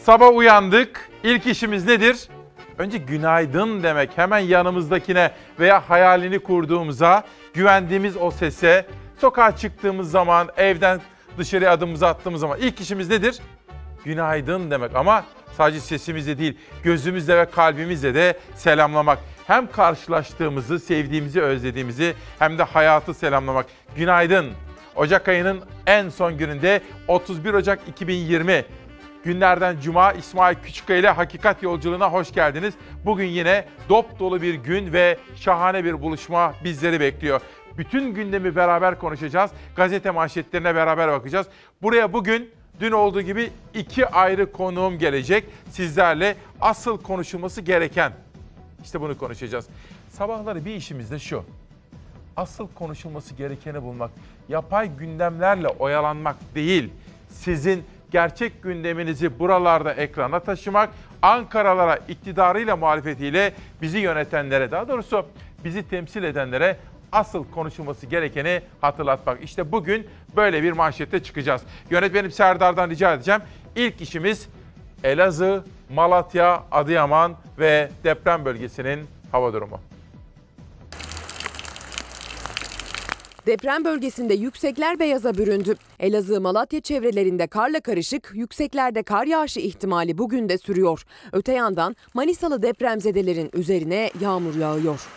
Sabah uyandık. İlk işimiz nedir? Önce günaydın demek. Hemen yanımızdakine veya hayalini kurduğumuza, güvendiğimiz o sese, sokağa çıktığımız zaman, evden dışarıya adımımızı attığımız zaman ilk işimiz nedir? Günaydın demek. Ama sadece sesimizle değil, gözümüzle ve kalbimizle de selamlamak. Hem karşılaştığımızı, sevdiğimizi, özlediğimizi hem de hayatı selamlamak. Günaydın. Ocak ayının en son gününde 31 Ocak 2020. Günlerden Cuma, İsmail Küçükkaya ile Hakikat Yolculuğuna hoş geldiniz. Bugün yine dop dolu bir gün ve şahane bir buluşma bizleri bekliyor. Bütün gündemi beraber konuşacağız. Gazete manşetlerine beraber bakacağız. Buraya bugün dün olduğu gibi 2 ayrı konuğum gelecek. Sizlerle asıl konuşulması gereken, işte bunu konuşacağız. Sabahları bir işimiz de şu. Asıl konuşulması gerekeni bulmak. Yapay gündemlerle oyalanmak değil. Sizin gerçek gündeminizi buralarda ekrana taşımak, Ankaralara iktidarıyla muhalefetiyle bizi yönetenlere, daha doğrusu bizi temsil edenlere asıl konuşulması gerekeni hatırlatmak. İşte bugün böyle bir manşette çıkacağız. Yönetmenim Serdar'dan rica edeceğim. İlk işimiz Elazığ, Malatya, Adıyaman ve deprem bölgesinin hava durumu. Deprem bölgesinde yüksekler beyaza büründü. Elazığ, Malatya çevrelerinde karla karışık, yükseklerde kar yağışı ihtimali bugün de sürüyor. Öte yandan Manisalı depremzedelerin üzerine yağmur yağıyor.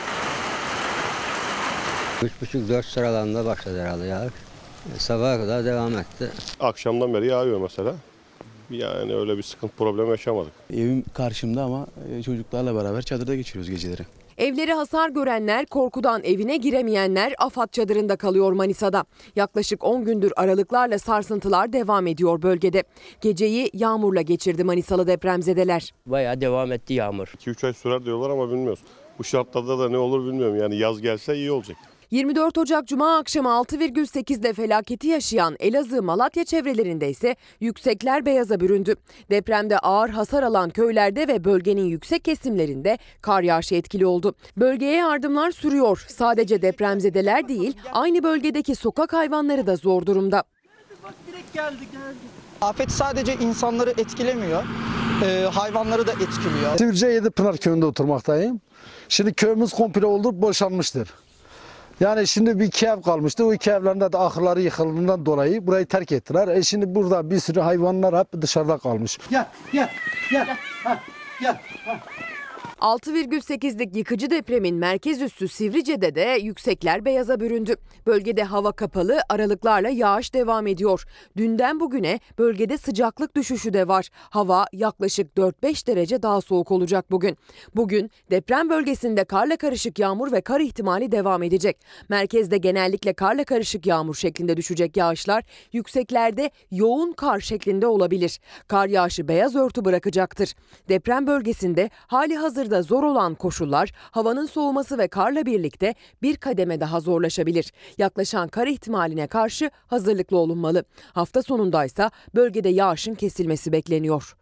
3,5-4 sıralarında başladı herhalde yağış. Sabaha kadar devam etti. Akşamdan beri yağıyor mesela. Yani öyle bir sıkıntı, problem yaşamadık. Evim karşımda ama çocuklarla beraber çadırda geçiriyoruz geceleri. Evleri hasar görenler, korkudan evine giremeyenler AFAD çadırında kalıyor Manisa'da. Yaklaşık 10 gündür aralıklarla sarsıntılar devam ediyor bölgede. Geceyi yağmurla geçirdi Manisalı depremzedeler. Bayağı devam etti yağmur. 2-3 ay sürer diyorlar ama bilmiyoruz. Bu şartlarda da ne olur bilmiyorum. Yani yaz gelse iyi olacak. 24 Ocak Cuma akşamı 6,8'de felaketi yaşayan Elazığ, Malatya çevrelerinde ise yüksekler beyaza büründü. Depremde ağır hasar alan köylerde ve bölgenin yüksek kesimlerinde kar yağışı etkili oldu. Bölgeye yardımlar sürüyor. Sadece depremzedeler değil, aynı bölgedeki sokak hayvanları da zor durumda. Bak direkt geldi. Afet sadece insanları etkilemiyor, hayvanları da etkiliyor. Sivrice Yedipınar köyünde oturmaktayım. Şimdi köyümüz komple oldu, boşalmıştır. Yani şimdi bir 2 ev kalmıştı. O 2 evlerinde de ahırları yıkıldığından dolayı burayı terk ettiler. Şimdi burada bir sürü hayvanlar hep dışarıda kalmış. Gel. Ha, gel. Ha. 6,8'lik yıkıcı depremin merkez üssü Sivrice'de de yüksekler beyaza büründü. Bölgede hava kapalı, aralıklarla yağış devam ediyor. Dünden bugüne bölgede sıcaklık düşüşü de var. Hava yaklaşık 4-5 derece daha soğuk olacak bugün. Bugün deprem bölgesinde karla karışık yağmur ve kar ihtimali devam edecek. Merkezde genellikle karla karışık yağmur şeklinde düşecek yağışlar, yükseklerde yoğun kar şeklinde olabilir. Kar yağışı beyaz örtü bırakacaktır. Deprem bölgesinde hali hazırda zor olan koşullar havanın soğuması ve karla birlikte bir kademe daha zorlaşabilir. Yaklaşan kar ihtimaline karşı hazırlıklı olunmalı. Hafta sonundaysa bölgede yağışın kesilmesi bekleniyor.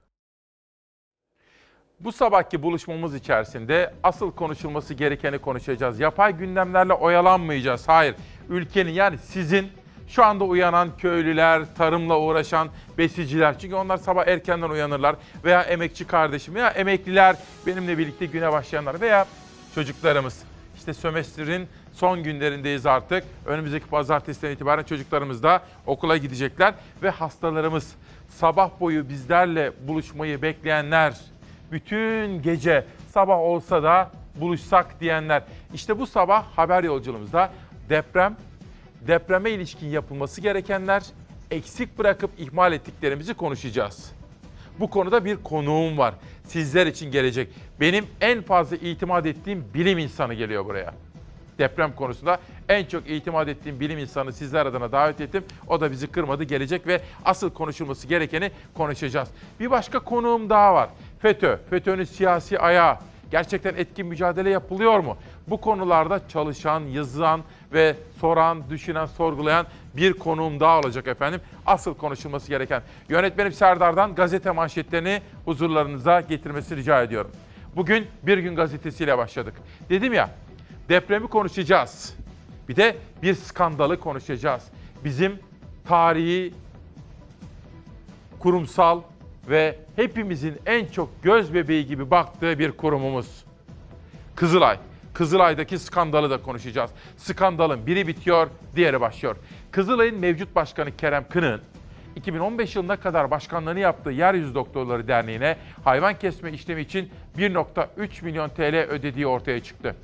Bu sabahki buluşmamız içerisinde asıl konuşulması gerekeni konuşacağız. Yapay gündemlerle oyalanmayacağız. Hayır, ülkenin yani sizin şu anda uyanan köylüler, tarımla uğraşan besiciler. Çünkü onlar sabah erkenden uyanırlar. Veya emekçi kardeşim veya emekliler, benimle birlikte güne başlayanlar veya çocuklarımız. İşte sömestrin son günlerindeyiz artık. Önümüzdeki pazartesiden itibaren çocuklarımız da okula gidecekler. Ve hastalarımız, sabah boyu bizlerle buluşmayı bekleyenler, bütün gece sabah olsa da buluşsak diyenler. İşte bu sabah haber yolculuğumuzda depreme ilişkin yapılması gerekenler, eksik bırakıp ihmal ettiklerimizi konuşacağız. Bu konuda bir konuğum var. Sizler için gelecek. Benim en fazla itimat ettiğim bilim insanı geliyor buraya. Deprem konusunda en çok itimat ettiğim bilim insanı sizler adına davet ettim. O da bizi kırmadı, gelecek ve asıl konuşulması gerekeni konuşacağız. Bir başka konuğum daha var. FETÖ'nün siyasi ayağı. Gerçekten etkin mücadele yapılıyor mu? Bu konularda çalışan, yazan ve soran, düşünen, sorgulayan bir konuğum daha olacak efendim. Asıl konuşulması gereken. Yönetmenim Serdar'dan gazete manşetlerini huzurlarınıza getirmesini rica ediyorum. Bugün Bir Gün gazetesiyle başladık. Dedim ya, depremi konuşacağız. Bir de bir skandalı konuşacağız. Bizim tarihi, kurumsal, ve hepimizin en çok göz bebeği gibi baktığı bir kurumumuz. Kızılay. Kızılay'daki skandalı da konuşacağız. Skandalın biri bitiyor, diğeri başlıyor. Kızılay'ın mevcut başkanı Kerem Kınık'ın 2015 yılına kadar başkanlığını yaptığı Yeryüzü Doktorları Derneği'ne hayvan kesme işlemi için 1,3 milyon TL ödediği ortaya çıktı.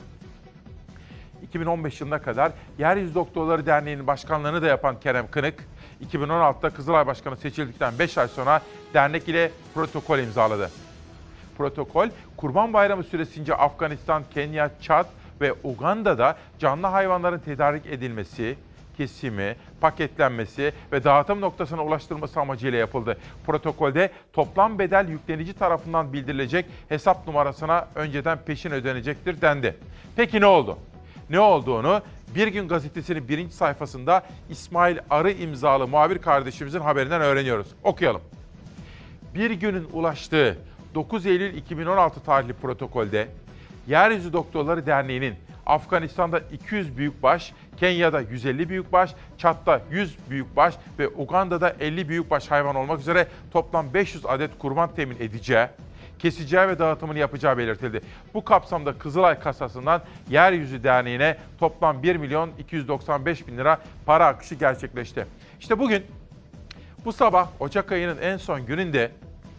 2015 yılına kadar Yeryüzü Doktorları Derneği'nin başkanlığını da yapan Kerem Kınık, 2016'da Kızılay Başkanı seçildikten 5 ay sonra dernek ile protokol imzaladı. Protokol, Kurban Bayramı süresince Afganistan, Kenya, Çad ve Uganda'da canlı hayvanların tedarik edilmesi, kesimi, paketlenmesi ve dağıtım noktasına ulaştırılması amacıyla yapıldı. Protokolde toplam bedel yüklenici tarafından bildirilecek hesap numarasına önceden peşin ödenecektir dendi. Peki ne oldu? Ne olduğunu Bir Gün Gazetesi'nin 1. sayfasında İsmail Arı imzalı muhabir kardeşimizin haberinden öğreniyoruz. Okuyalım. Bir Gün'ün ulaştığı 9 Eylül 2016 tarihli protokolde Yeryüzü Doktorları Derneği'nin Afganistan'da 200 büyükbaş, Kenya'da 150 büyükbaş, Çad'da 100 büyükbaş ve Uganda'da 50 büyükbaş hayvan olmak üzere toplam 500 adet kurban temin edeceği, keseceği ve dağıtımını yapacağı belirtildi. Bu kapsamda Kızılay kasasından Yeryüzü Derneği'ne toplam 1.295.000 lira para akışı gerçekleşti. İşte bugün, bu sabah Ocak ayının en son gününde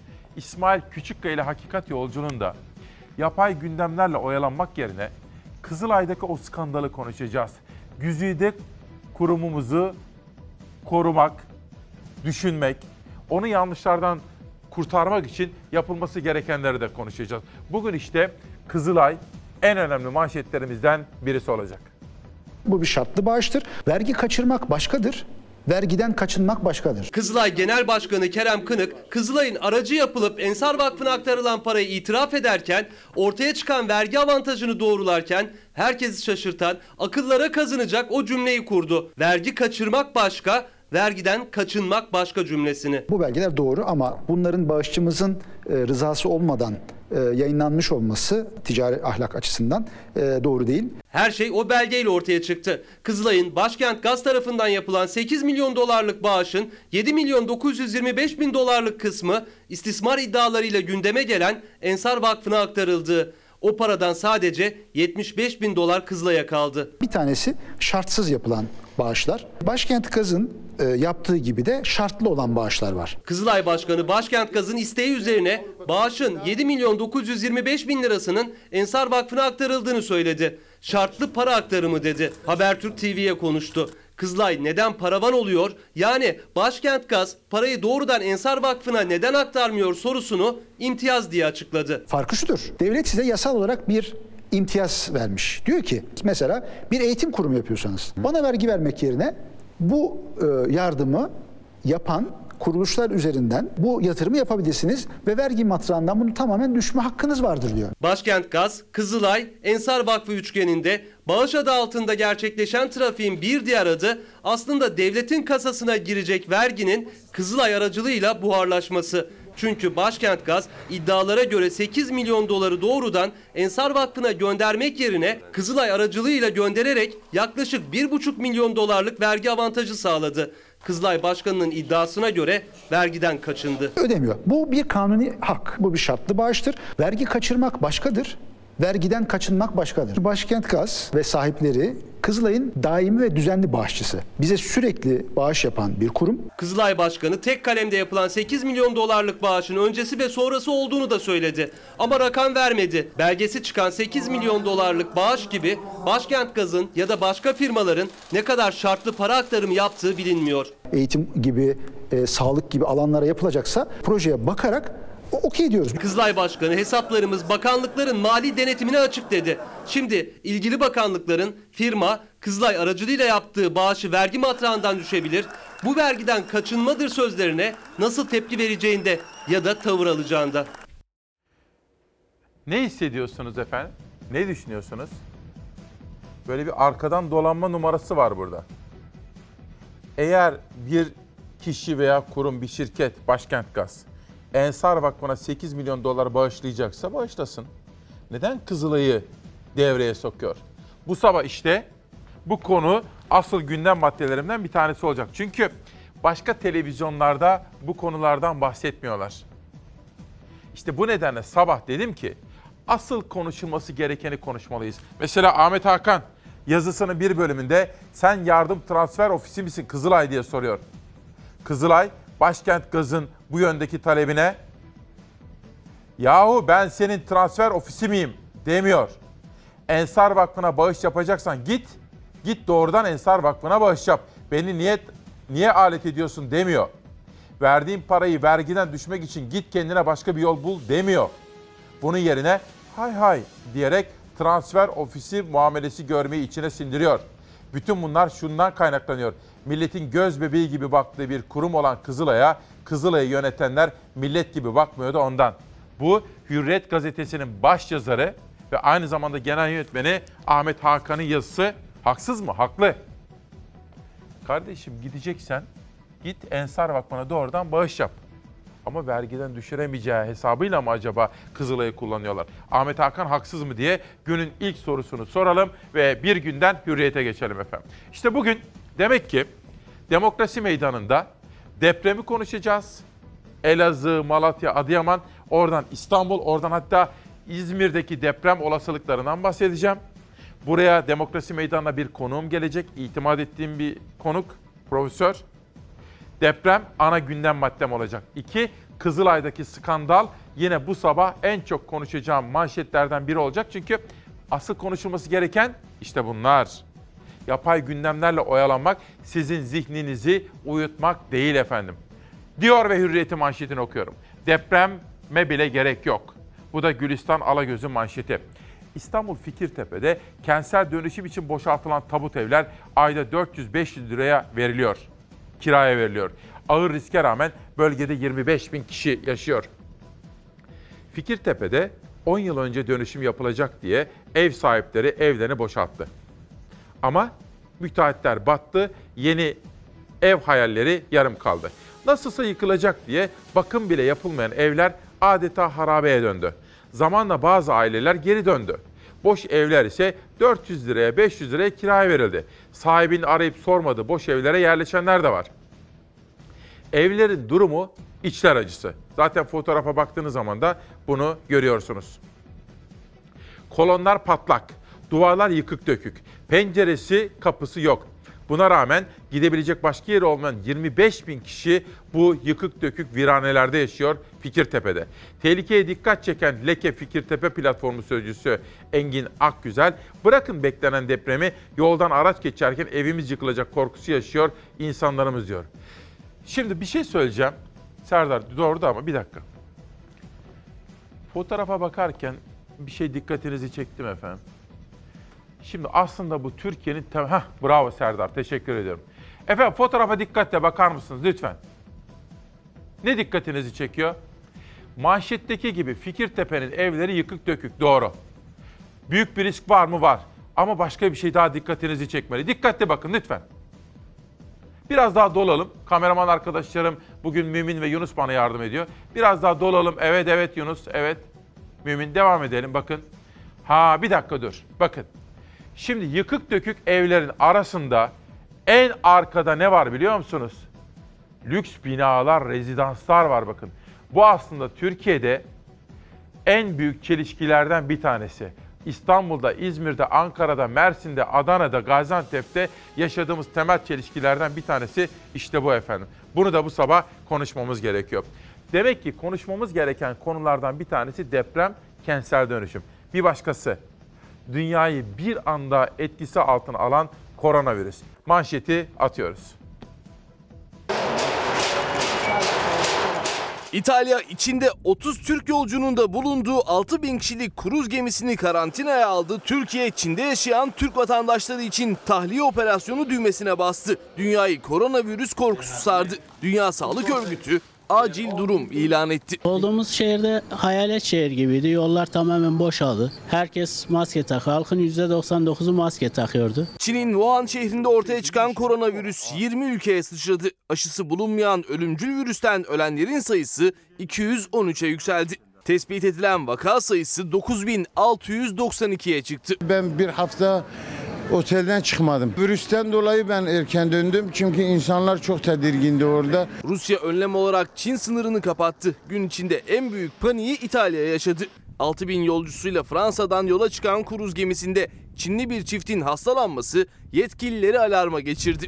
İsmail Küçükkaya ile Hakikat Yolculuğu'nda yapay gündemlerle oyalanmak yerine Kızılay'daki o skandalı konuşacağız. Güzide kurumumuzu korumak, düşünmek, onu yanlışlardan kurtarmak için yapılması gerekenleri de konuşacağız. Bugün işte Kızılay en önemli manşetlerimizden birisi olacak. Bu bir şartlı bağıştır. Vergi kaçırmak başkadır. Vergiden kaçınmak başkadır. Kızılay Genel Başkanı Kerem Kınık, Kızılay'ın aracı yapılıp Ensar Vakfı'na aktarılan parayı itiraf ederken, ortaya çıkan vergi avantajını doğrularken herkesi şaşırtan, akıllara kazınacak o cümleyi kurdu. Vergi kaçırmak başka, vergiden kaçınmak başka cümlesini. Bu belgeler doğru ama bunların bağışçımızın rızası olmadan yayınlanmış olması ticari ahlak açısından doğru değil. Her şey o belgeyle ortaya çıktı. Kızılay'ın Başkent Gaz tarafından yapılan 8 milyon dolarlık bağışın 7 milyon 925 bin dolarlık kısmı istismar iddialarıyla gündeme gelen Ensar Vakfı'na aktarıldı. O paradan sadece 75 bin dolar Kızılay'a kaldı. Bir tanesi şartsız yapılan bağışlar. Başkent Gaz'ın yaptığı gibi de şartlı olan bağışlar var. Kızılay Başkanı Başkent Gaz'ın isteği üzerine bağışın 7 milyon 925 bin lirasının Ensar Vakfı'na aktarıldığını söyledi. Şartlı para aktarımı dedi. Habertürk TV'ye konuştu. Kızılay neden paravan oluyor? Yani Başkent Gaz parayı doğrudan Ensar Vakfı'na neden aktarmıyor sorusunu imtiyaz diye açıkladı. Farkı şudur. Devlet size yasal olarak bir imtiyaz vermiş. Diyor ki mesela bir eğitim kurumu yapıyorsanız bana vergi vermek yerine bu yardımı yapan kuruluşlar üzerinden bu yatırımı yapabilirsiniz ve vergi matrağından bunu tamamen düşme hakkınız vardır diyor. Başkent Gaz, Kızılay, Ensar Vakfı üçgeninde bağış adı altında gerçekleşen trafiğin bir diğer adı aslında devletin kasasına girecek verginin Kızılay aracılığıyla buharlaşması. Çünkü Başkent Gaz iddialara göre 8 milyon doları doğrudan Ensar Vakfı'na göndermek yerine Kızılay aracılığıyla göndererek yaklaşık 1,5 milyon dolarlık vergi avantajı sağladı. Kızılay Başkanı'nın iddiasına göre vergiden kaçındı. Ödemiyor. Bu bir kanuni hak. Bu bir şartlı bağıştır. Vergi kaçırmak başkadır. Vergiden kaçınmak başkadır. Başkent Gaz ve sahipleri Kızılay'ın daimi ve düzenli bağışçısı. Bize sürekli bağış yapan bir kurum. Kızılay Başkanı tek kalemde yapılan 8 milyon dolarlık bağışın öncesi ve sonrası olduğunu da söyledi. Ama rakam vermedi. Belgesi çıkan 8 milyon dolarlık bağış gibi Başkent Gaz'ın ya da başka firmaların ne kadar şartlı para aktarımı yaptığı bilinmiyor. Eğitim gibi, sağlık gibi alanlara yapılacaksa projeye bakarak okey diyoruz. Kızılay Başkanı hesaplarımız bakanlıkların mali denetimine açık dedi. Şimdi ilgili bakanlıkların firma Kızılay aracılığıyla yaptığı bağışı vergi matrağından düşebilir. Bu vergiden kaçınmadır sözlerine nasıl tepki vereceğinde ya da tavır alacağında. Ne hissediyorsunuz efendim? Ne düşünüyorsunuz? Böyle bir arkadan dolanma numarası var burada. Eğer bir kişi veya kurum, bir şirket, Başkent Gaz, Ensar Vakfı'na 8 milyon dolar bağışlayacaksa bağışlasın. Neden Kızılay'ı devreye sokuyor? Bu sabah işte bu konu asıl gündem maddelerimden bir tanesi olacak. Çünkü başka televizyonlarda bu konulardan bahsetmiyorlar. İşte bu nedenle sabah dedim ki asıl konuşulması gerekeni konuşmalıyız. Mesela Ahmet Hakan yazısının bir bölümünde sen yardım transfer ofisi misin Kızılay diye soruyor. Kızılay Başkent Gaz'ın bu yöndeki talebine yahu ben senin transfer ofisi miyim demiyor. Ensar Vakfı'na bağış yapacaksan git doğrudan Ensar Vakfı'na bağış yap. Beni niye alet ediyorsun demiyor. Verdiğin parayı vergiden düşmek için git kendine başka bir yol bul demiyor. Bunun yerine hay diyerek transfer ofisi muamelesi görmeyi içine sindiriyor. Bütün bunlar şundan kaynaklanıyor. Milletin göz bebeği gibi baktığı bir kurum olan Kızılay'ı yönetenler millet gibi bakmıyordu ondan. Bu Hürriyet gazetesinin başyazarı ve aynı zamanda genel yönetmeni Ahmet Hakan'ın yazısı. Haksız mı? Haklı. Kardeşim gideceksen git Ensar Vakfı'na doğrudan bağış yap. Ama vergiden düşüremeyeceği hesabıyla mı acaba Kızılay'ı kullanıyorlar? Ahmet Hakan haksız mı diye günün ilk sorusunu soralım ve bir günden Hürriyet'e geçelim efendim. İşte bugün demek ki Demokrasi Meydanı'nda depremi konuşacağız. Elazığ, Malatya, Adıyaman, oradan İstanbul, oradan hatta İzmir'deki deprem olasılıklarından bahsedeceğim. Buraya Demokrasi Meydanı'na bir konuğum gelecek. İtimat ettiğim bir konuk, profesör. Deprem ana gündem maddem olacak. 2. Kızılay'daki skandal yine bu sabah en çok konuşacağım manşetlerden biri olacak. Çünkü asıl konuşulması gereken işte bunlar. Yapay gündemlerle oyalanmak, sizin zihninizi uyutmak değil efendim. Diyor ve Hürriyet'in manşetini okuyorum. Depreme bile gerek yok. Bu da Gülistan Alagöz'ün manşeti. İstanbul Fikirtepe'de kentsel dönüşüm için boşaltılan tabut evler ayda 400-500 liraya veriliyor. Kiraya veriliyor. Ağır riske rağmen bölgede 25 bin kişi yaşıyor. Fikirtepe'de 10 yıl önce dönüşüm yapılacak diye ev sahipleri evlerini boşalttı. Ama müteahhitler battı, yeni ev hayalleri yarım kaldı. Nasılsa yıkılacak diye bakım bile yapılmayan evler adeta harabeye döndü. Zamanla bazı aileler geri döndü. Boş evler ise 400 liraya 500 liraya kiraya verildi. Sahibini arayıp sormadı, boş evlere yerleşenler de var. Evlerin durumu içler acısı. Zaten fotoğrafa baktığınız zaman da bunu görüyorsunuz. Kolonlar patlak, duvarlar yıkık dökük, penceresi kapısı yok. Buna rağmen gidebilecek başka yeri olmayan 25 bin kişi bu yıkık dökük viranelerde yaşıyor Fikirtepe'de. Tehlikeye dikkat çeken Leke Fikirtepe platformu sözcüsü Engin Akgüzel, bırakın beklenen depremi, yoldan araç geçerken evimiz yıkılacak korkusu yaşıyor insanlarımız diyor. Şimdi bir şey söyleyeceğim. Serdar doğru da ama bir dakika. Fotoğrafa bakarken bir şey dikkatinizi çekti mi efendim? Şimdi aslında bu Türkiye'nin... bravo Serdar, teşekkür ediyorum. Efendim fotoğrafa dikkatle bakar mısınız lütfen? Ne dikkatinizi çekiyor? Manşetteki gibi Fikirtepe'nin evleri yıkık dökük, doğru. Büyük bir risk var mı? Var. Ama başka bir şey daha dikkatinizi çekmeli. Dikkatli bakın lütfen. Biraz daha dolalım. Kameraman arkadaşlarım bugün Mümin ve Yunus bana yardım ediyor. Biraz daha dolalım. Evet Yunus, evet. Mümin devam edelim bakın. Bir dakika dur. Bakın. Şimdi yıkık dökük evlerin arasında en arkada ne var biliyor musunuz? Lüks binalar, rezidanslar var bakın. Bu aslında Türkiye'de en büyük çelişkilerden bir tanesi. İstanbul'da, İzmir'de, Ankara'da, Mersin'de, Adana'da, Gaziantep'te yaşadığımız temel çelişkilerden bir tanesi işte bu efendim. Bunu da bu sabah konuşmamız gerekiyor. Demek ki konuşmamız gereken konulardan bir tanesi deprem, kentsel dönüşüm. Bir başkası, dünyayı bir anda etkisi altına alan koronavirüs. Manşeti atıyoruz. İtalya içinde 30 Türk yolcunun da bulunduğu 6.000 kişilik kruz gemisini karantinaya aldı. Türkiye, Çin'de yaşayan Türk vatandaşları için tahliye operasyonu düğmesine bastı. Dünyayı koronavirüs korkusu sardı. Dünya Sağlık Örgütü acil durum ilan etti. Olduğumuz şehirde hayalet şehir gibiydi. Yollar tamamen boşaldı. Herkes maske takıyor. Halkın %99'u maske takıyordu. Çin'in Wuhan şehrinde ortaya çıkan koronavirüs 20 ülkeye sıçradı. Aşısı bulunmayan ölümcül virüsten ölenlerin sayısı 213'e yükseldi. Tespit edilen vaka sayısı 9.692'ye çıktı. Ben bir hafta otelden çıkmadım. Virüsten dolayı ben erken döndüm çünkü insanlar çok tedirgindi orada. Rusya önlem olarak Çin sınırını kapattı. Gün içinde en büyük paniği İtalya yaşadı. 6000 yolcusuyla Fransa'dan yola çıkan kruz gemisinde Çinli bir çiftin hastalanması yetkilileri alarma geçirdi.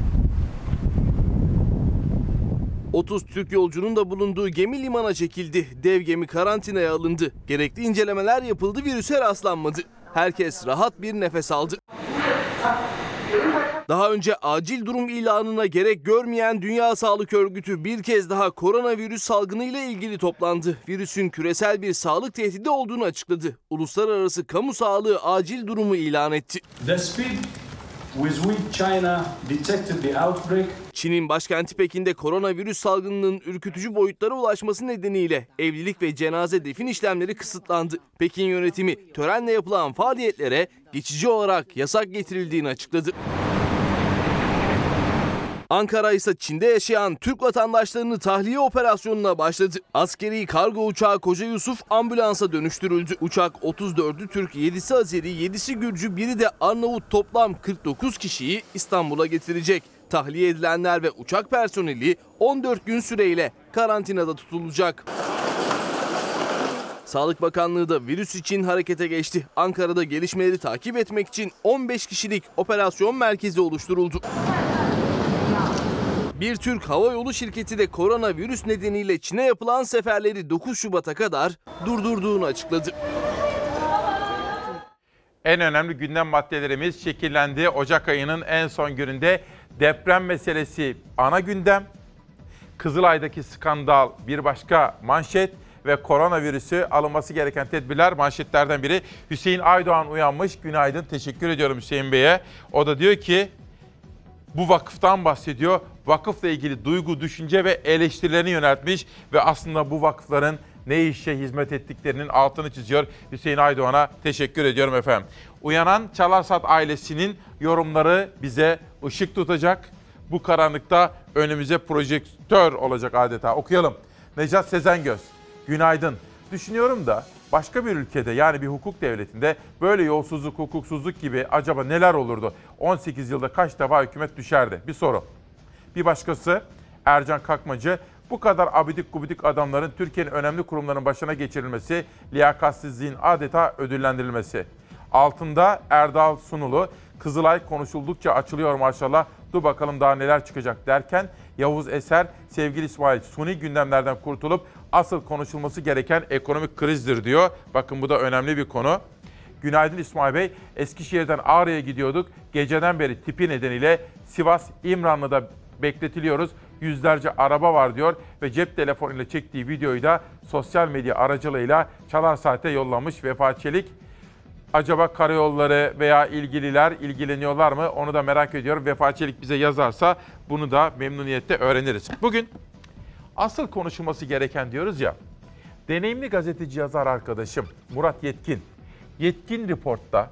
30 Türk yolcunun da bulunduğu gemi limana çekildi. Dev gemi karantinaya alındı. Gerekli incelemeler yapıldı, virüse rastlanmadı. Herkes rahat bir nefes aldı. Daha önce acil durum ilanına gerek görmeyen Dünya Sağlık Örgütü bir kez daha koronavirüs salgınıyla ilgili toplandı. Virüsün küresel bir sağlık tehdidi olduğunu açıkladı. Uluslararası kamu sağlığı acil durumu ilan etti. Çin'in başkenti Pekin'de koronavirüs salgınının ürkütücü boyutlara ulaşması nedeniyle evlilik ve cenaze defin işlemleri kısıtlandı. Pekin yönetimi törenle yapılan faaliyetlere geçici olarak yasak getirildiğini açıkladı. Ankara ise Çin'de yaşayan Türk vatandaşlarını tahliye operasyonuna başladı. Askeri kargo uçağı Koca Yusuf ambulansa dönüştürüldü. Uçak 34'ü Türk, 7'si Azeri, 7'si Gürcü, biri de Arnavut, toplam 49 kişiyi İstanbul'a getirecek. Tahliye edilenler ve uçak personeli 14 gün süreyle karantinada tutulacak. Sağlık Bakanlığı da virüs için harekete geçti. Ankara'da gelişmeleri takip etmek için 15 kişilik operasyon merkezi oluşturuldu. Bir Türk havayolu şirketi de koronavirüs nedeniyle Çin'e yapılan seferleri 9 Şubat'a kadar durdurduğunu açıkladı. En önemli gündem maddelerimiz şekillendi. Ocak ayının en son gününde deprem meselesi ana gündem. Kızılay'daki skandal bir başka manşet ve koronavirüsü alınması gereken tedbirler manşetlerden biri. Hüseyin Aydoğan uyanmış. Günaydın. Teşekkür ediyorum Hüseyin Bey'e. O da diyor ki bu vakıftan bahsediyor. Vakıfla ilgili duygu, düşünce ve eleştirilerini yöneltmiş ve aslında bu vakıfların ne işe hizmet ettiklerinin altını çiziyor. Hüseyin Aydoğan'a teşekkür ediyorum efendim. Uyanan Çalarsat ailesinin yorumları bize ışık tutacak. Bu karanlıkta önümüze projektör olacak adeta. Okuyalım. Necat Sezengöz, günaydın. Düşünüyorum da başka bir ülkede, yani bir hukuk devletinde böyle yolsuzluk, hukuksuzluk gibi acaba neler olurdu? 18 yılda kaç defa hükümet düşerdi? Bir soru. Bir başkası Ercan Kakmacı, bu kadar abidik gubidik adamların Türkiye'nin önemli kurumlarının başına geçirilmesi, liyakatsizliğin adeta ödüllendirilmesi. Altında Erdal Sunulu, Kızılay konuşuldukça açılıyor maşallah, dur bakalım daha neler çıkacak derken Yavuz Eser, sevgili İsmail, suni gündemlerden kurtulup asıl konuşulması gereken ekonomik krizdir diyor. Bakın bu da önemli bir konu. Günaydın İsmail Bey, Eskişehir'den Ağrı'ya gidiyorduk. Geceden beri tipi nedeniyle Sivas İmranlı'da bekletiliyoruz. Yüzlerce araba var diyor ve cep telefonuyla çektiği videoyu da sosyal medya aracılığıyla Çalar Saat'e yollamış Vefa Çelik. Acaba karayolları veya ilgililer ilgileniyorlar mı? Onu da merak ediyorum. Vefa Çelik bize yazarsa bunu da memnuniyetle öğreniriz. Bugün asıl konuşulması gereken diyoruz ya, deneyimli gazeteci yazar arkadaşım Murat Yetkin. Yetkin Report'ta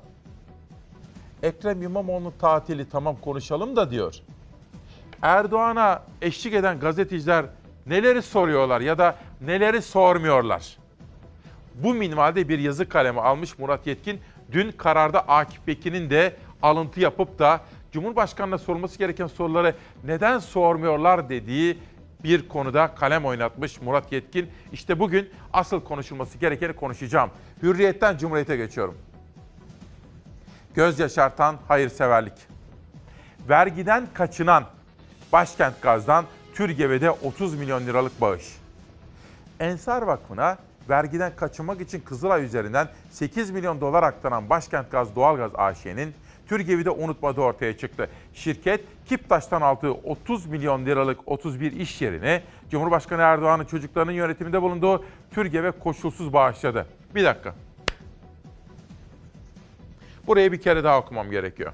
Ekrem İmamoğlu tatili tamam konuşalım da diyor. Erdoğan'a eşlik eden gazeteciler neleri soruyorlar ya da neleri sormuyorlar? Bu minvalde bir yazı kalemi almış Murat Yetkin. Dün kararda Akif Bekir'in de alıntı yapıp da Cumhurbaşkanı'na sorulması gereken soruları neden sormuyorlar dediği bir konuda kalem oynatmış Murat Yetkin. İşte bugün asıl konuşulması gerekeni konuşacağım. Hürriyetten Cumhuriyet'e geçiyorum. Göz yaşartan hayırseverlik. Vergiden kaçınan Başkent Gaz'dan TÜRGEV'de 30 milyon liralık bağış. Ensar Vakfı'na vergiden kaçınmak için Kızılay üzerinden 8 milyon dolar aktaran Başkent Gaz Doğalgaz AŞ'nin TÜRGEV'i de unutmadığı ortaya çıktı. Şirket Kiptaş'tan aldığı 30 milyon liralık 31 iş yerini Cumhurbaşkanı Erdoğan'ın çocuklarının yönetiminde bulunduğu TÜRGEV'e koşulsuz bağışladı. Bir dakika. Burayı bir kere daha okumam gerekiyor.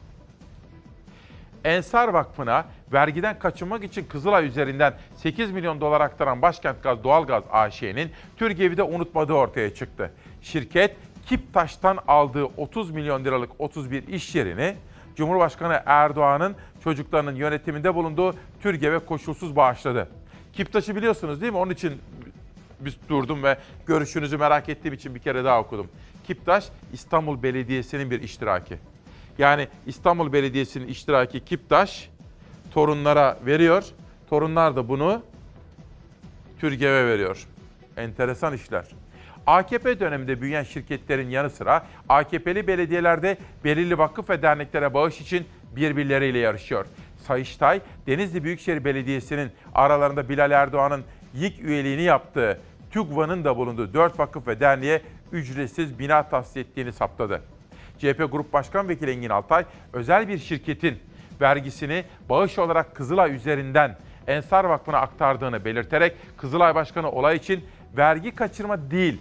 Ensar Vakfı'na vergiden kaçınmak için Kızılay üzerinden 8 milyon dolar aktaran Başkent Gaz Doğalgaz AŞ'nin TÜRGEV'i de unutmadığı ortaya çıktı. Şirket Kiptaş'tan aldığı 30 milyon liralık 31 iş yerini Cumhurbaşkanı Erdoğan'ın çocuklarının yönetiminde bulunduğu TÜRGEV'e koşulsuz bağışladı. Kiptaş'ı biliyorsunuz değil mi? Onun için biz durdum ve görüşünüzü merak ettiğim için bir kere daha okudum. Kiptaş, İstanbul Belediyesi'nin bir iştiraki. Yani İstanbul Belediyesi'nin iştiraki Kiptaş torunlara veriyor. Torunlar da bunu TÜRGEV'e veriyor. Enteresan işler. AKP döneminde büyüyen şirketlerin yanı sıra AKP'li belediyelerde belirli vakıf ve derneklere bağış için birbirleriyle yarışıyor. Sayıştay, Denizli Büyükşehir Belediyesi'nin aralarında Bilal Erdoğan'ın YİK üyeliğini yaptığı TÜGVA'nın da bulunduğu 4 vakıf ve derneğe ücretsiz bina tahsis ettiğini saptadı. CHP Grup Başkan Vekili Engin Altay, özel bir şirketin vergisini bağış olarak Kızılay üzerinden Ensar Vakfı'na aktardığını belirterek Kızılay Başkanı olay için vergi kaçırma değil,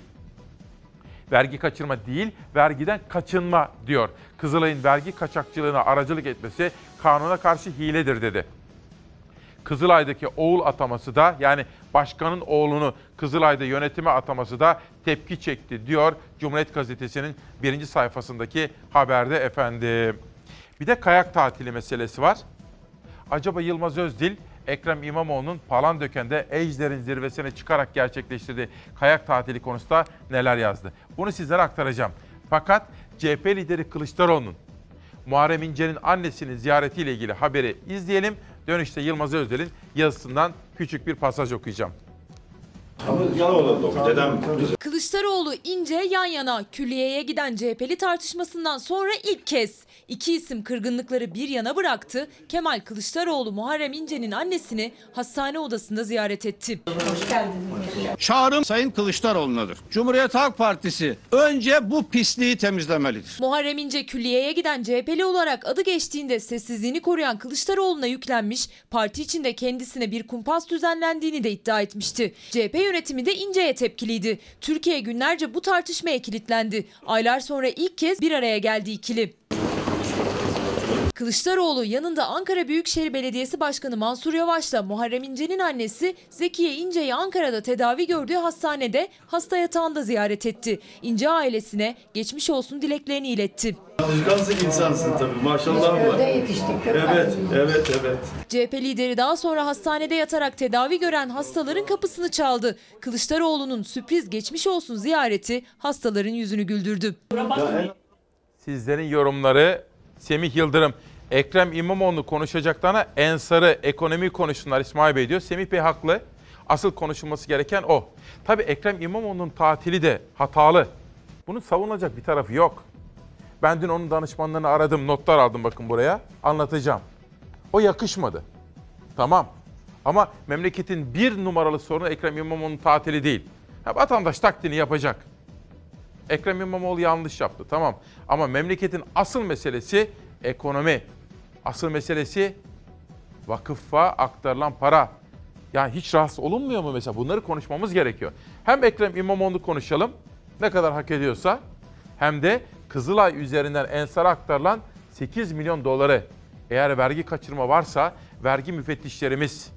vergiden kaçınma diyor. Kızılay'ın vergi kaçakçılığına aracılık etmesi kanuna karşı hiledir dedi. Kızılay'daki oğul ataması da, yani başkanın oğlunu Kızılay'da yönetime ataması da tepki çekti diyor Cumhuriyet Gazetesi'nin 1. sayfasındaki haberde efendim. Bir de kayak tatili meselesi var. Acaba Yılmaz Özdil, Ekrem İmamoğlu'nun Palandöken'de Ejder'in zirvesine çıkarak gerçekleştirdiği kayak tatili konusunda neler yazdı? Bunu sizlere aktaracağım. Fakat CHP lideri Kılıçdaroğlu'nun Muharrem İnce'nin annesinin ziyaretiyle ilgili haberi izleyelim. Dönüşte Yılmaz Özdil'in yazısından küçük bir pasaj okuyacağım. Kılıçdaroğlu, İnce yan yana. Külliyeye giden CHP'li tartışmasından sonra ilk kez iki isim kırgınlıkları bir yana bıraktı. Kemal Kılıçdaroğlu Muharrem İnce'nin annesini hastane odasında ziyaret etti. Hoş geldiniz. Çağrım Sayın Kılıçdaroğlu'nadır. Cumhuriyet Halk Partisi önce bu pisliği temizlemelidir. Muharrem İnce külliyeye giden CHP'li olarak adı geçtiğinde sessizliğini koruyan Kılıçdaroğlu'na yüklenmiş, parti içinde kendisine bir kumpas düzenlendiğini de iddia etmişti. CHP yönetimi de İnce'ye tepkiliydi. Türkiye günlerce bu tartışmaya kilitlendi. Aylar sonra ilk kez bir araya geldi ikili. Kılıçdaroğlu yanında Ankara Büyükşehir Belediyesi Başkanı Mansur Yavaş'la Muharrem İnce'nin annesi Zekiye İnce'yi Ankara'da tedavi gördüğü hastanede hasta yatağında ziyaret etti. İnce ailesine geçmiş olsun dileklerini iletti. Alışkansın insansın tabii, maşallah var. Evet. CHP lideri daha sonra hastanede yatarak tedavi gören hastaların kapısını çaldı. Kılıçdaroğlu'nun sürpriz geçmiş olsun ziyareti hastaların yüzünü güldürdü. Sizlerin yorumları. Semih Yıldırım, Ekrem İmamoğlu konuşacaklarına Ensar'ı, ekonomi konuşsunlar İsmail Bey diyor. Semih Bey haklı. Asıl konuşulması gereken o. Tabii Ekrem İmamoğlu'nun tatili de hatalı. Bunun savunulacak bir tarafı yok. Ben dün onun danışmanlarını aradım, notlar aldım bakın buraya. Anlatacağım. O yakışmadı. Tamam. Ama memleketin bir numaralı sorunu Ekrem İmamoğlu'nun tatili değil. Vatandaş taktiğini yapacak. Ekrem İmamoğlu yanlış yaptı, tamam. Ama memleketin asıl meselesi ekonomi. Asıl meselesi vakıfa aktarılan para. Yani hiç rahatsız olunmuyor mu mesela? Bunları konuşmamız gerekiyor. Hem Ekrem İmamoğlu konuşalım, ne kadar hak ediyorsa, hem de Kızılay üzerinden Ensar'a aktarılan 8 milyon doları, eğer vergi kaçırma varsa vergi müfettişlerimiz,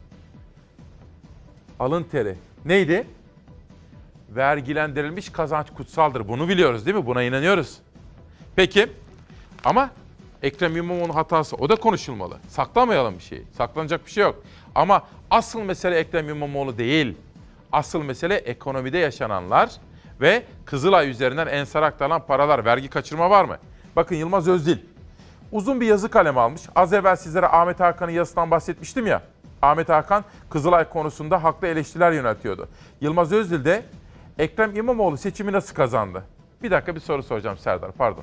alın teri neydi? Vergilendirilmiş kazanç kutsaldır. Bunu biliyoruz değil mi? Buna inanıyoruz. Peki ama Ekrem İmamoğlu'nun hatası, o da konuşulmalı. Saklamayalım bir şeyi. Saklanacak bir şey yok. Ama asıl mesele Ekrem İmamoğlu değil. Asıl mesele ekonomide yaşananlar ve Kızılay üzerinden Ensar'a aktarılan paralar. Vergi kaçırma var mı? Bakın Yılmaz Özdil uzun bir yazı kaleme almış. Az evvel sizlere Ahmet Hakan'ın yazısından bahsetmiştim ya. Ahmet Hakan Kızılay konusunda haklı eleştiriler yöneltiyordu. Yılmaz Özdil de Ekrem İmamoğlu seçimi nasıl kazandı? Bir dakika bir soru soracağım Serdar, pardon.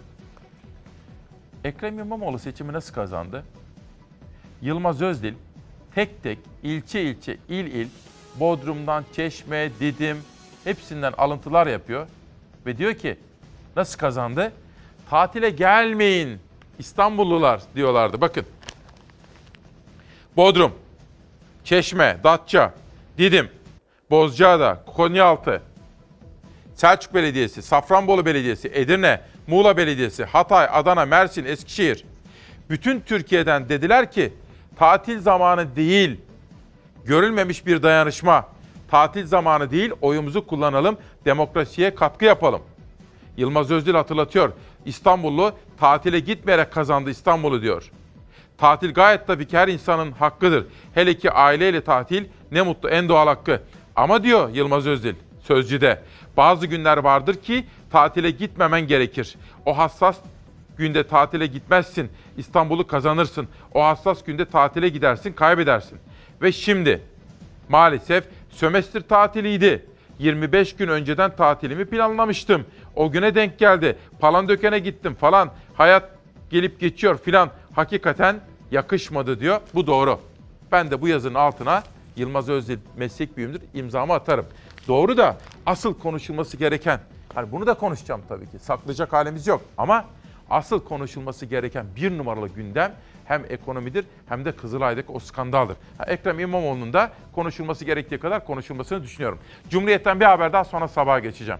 Ekrem İmamoğlu seçimi nasıl kazandı? Yılmaz Özdil tek tek, ilçe ilçe, il il, Bodrum'dan Çeşme, Didim hepsinden alıntılar yapıyor. Ve diyor ki nasıl kazandı? Tatile gelmeyin İstanbullular diyorlardı. Bakın. Bodrum, Çeşme, Datça, Didim, Bozcaada, Konyaaltı, Selçuk Belediyesi, Safranbolu Belediyesi, Edirne, Muğla Belediyesi, Hatay, Adana, Mersin, Eskişehir. Bütün Türkiye'den dediler ki tatil zamanı değil, görülmemiş bir dayanışma. Tatil zamanı değil, oyumuzu kullanalım, demokrasiye katkı yapalım. Yılmaz Özdil hatırlatıyor. İstanbullu tatile gitmeyerek kazandı İstanbul'u diyor. Tatil gayet tabii ki her insanın hakkıdır. Hele ki aileyle tatil ne mutlu, en doğal hakkı. Ama diyor Yılmaz Özdil Sözcü'de, bazı günler vardır ki tatile gitmemen gerekir. O hassas günde tatile gitmezsin. İstanbul'u kazanırsın. O hassas günde tatile gidersin, kaybedersin. Ve şimdi maalesef sömestr tatiliydi. 25 gün önceden tatilimi planlamıştım. O güne denk geldi. Palandöken'e gittim falan. Hayat gelip geçiyor filan. Hakikaten yakışmadı diyor. Bu doğru. Ben de bu yazının altına Yılmaz Özdil meslek büyüğümdür imzamı atarım. Doğru da asıl konuşulması gereken, hani bunu da konuşacağım tabii ki. Saklayacak halimiz yok ama asıl konuşulması gereken bir numaralı gündem hem ekonomidir hem de Kızılay'daki o skandaldır. Ekrem İmamoğlu'nun da konuşulması gerektiği kadar konuşulmasını düşünüyorum. Cumhuriyet'ten bir haber daha, sonra sabaha geçeceğim.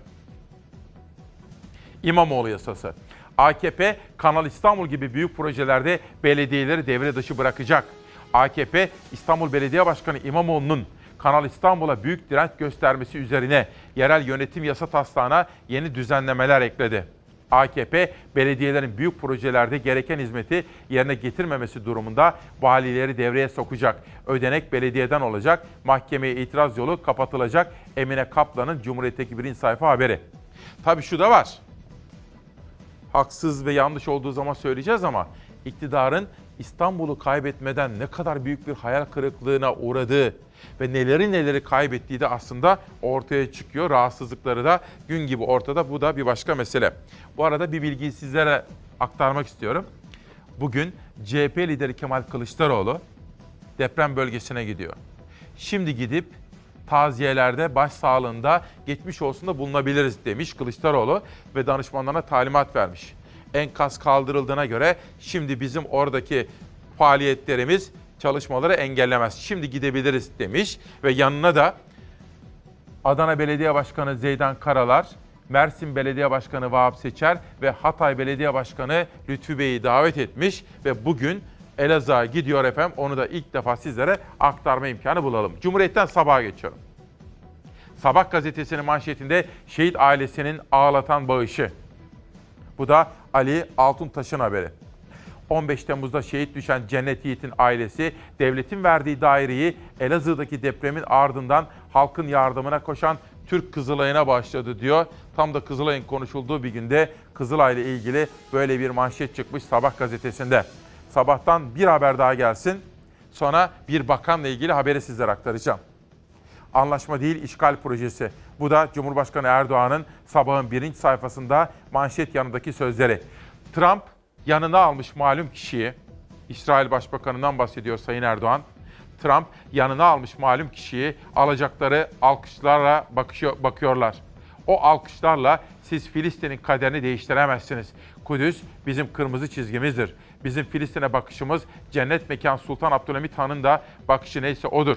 İmamoğlu yasası. AKP, Kanal İstanbul gibi büyük projelerde belediyeleri devre dışı bırakacak. AKP, İstanbul Belediye Başkanı İmamoğlu'nun Kanal İstanbul'a büyük direnç göstermesi üzerine yerel yönetim yasa taslağına yeni düzenlemeler ekledi. AKP, belediyelerin büyük projelerde gereken hizmeti yerine getirmemesi durumunda valileri devreye sokacak. Ödenek belediyeden olacak, mahkemeye itiraz yolu kapatılacak. Emine Kaplan'ın Cumhuriyet'teki birinci sayfa haberi. Tabii şu da var. Haksız ve yanlış olduğu zaman söyleyeceğiz ama iktidarın İstanbul'u kaybetmeden ne kadar büyük bir hayal kırıklığına uğradığı ve neleri kaybettiği de aslında ortaya çıkıyor. Rahatsızlıkları da gün gibi ortada. Bu da bir başka mesele. Bu arada bir bilgiyi sizlere aktarmak istiyorum. Bugün CHP lideri Kemal Kılıçdaroğlu deprem bölgesine gidiyor. Şimdi gidip taziyelerde, başsağlığında geçmiş olsun da bulunabiliriz demiş Kılıçdaroğlu ve danışmanlarına talimat vermiş. Enkaz kaldırıldığına göre şimdi bizim oradaki faaliyetlerimiz çalışmaları engellemez. Şimdi gidebiliriz demiş ve yanına da Adana Belediye Başkanı Zeydan Karalar, Mersin Belediye Başkanı Vahap Seçer ve Hatay Belediye Başkanı Lütfü Bey'i davet etmiş ve bugün Elazığ'a gidiyor efendim. Onu da ilk defa sizlere aktarma imkanı bulalım. Cumhuriyet'ten sabaha geçiyorum. Sabah gazetesinin manşetinde şehit ailesinin ağlatan bağışı. Bu da Ali Altuntaş'ın haberi. 15 Temmuz'da şehit düşen Cennet Yiğit'in ailesi devletin verdiği daireyi Elazığ'daki depremin ardından halkın yardımına koşan Türk Kızılay'ına başladı diyor. Tam da Kızılay'ın konuşulduğu bir günde Kızılay ile ilgili böyle bir manşet çıkmış Sabah gazetesinde. Sabahtan bir haber daha gelsin. Sonra bir bakanla ilgili haberi sizlere aktaracağım. Anlaşma değil, işgal projesi. Bu da Cumhurbaşkanı Erdoğan'ın Sabah'ın birinci sayfasında manşet yanındaki sözleri. Trump yanına almış malum kişiyi, İsrail Başbakanı'ndan bahsediyor Sayın Erdoğan. Trump yanına almış malum kişiyi, alacakları alkışlarla bakıyorlar. O alkışlarla siz Filistin'in kaderini değiştiremezsiniz. Kudüs bizim kırmızı çizgimizdir. Bizim Filistin'e bakışımız cennet mekan Sultan Abdülhamit Han'ın da bakışı neyse odur.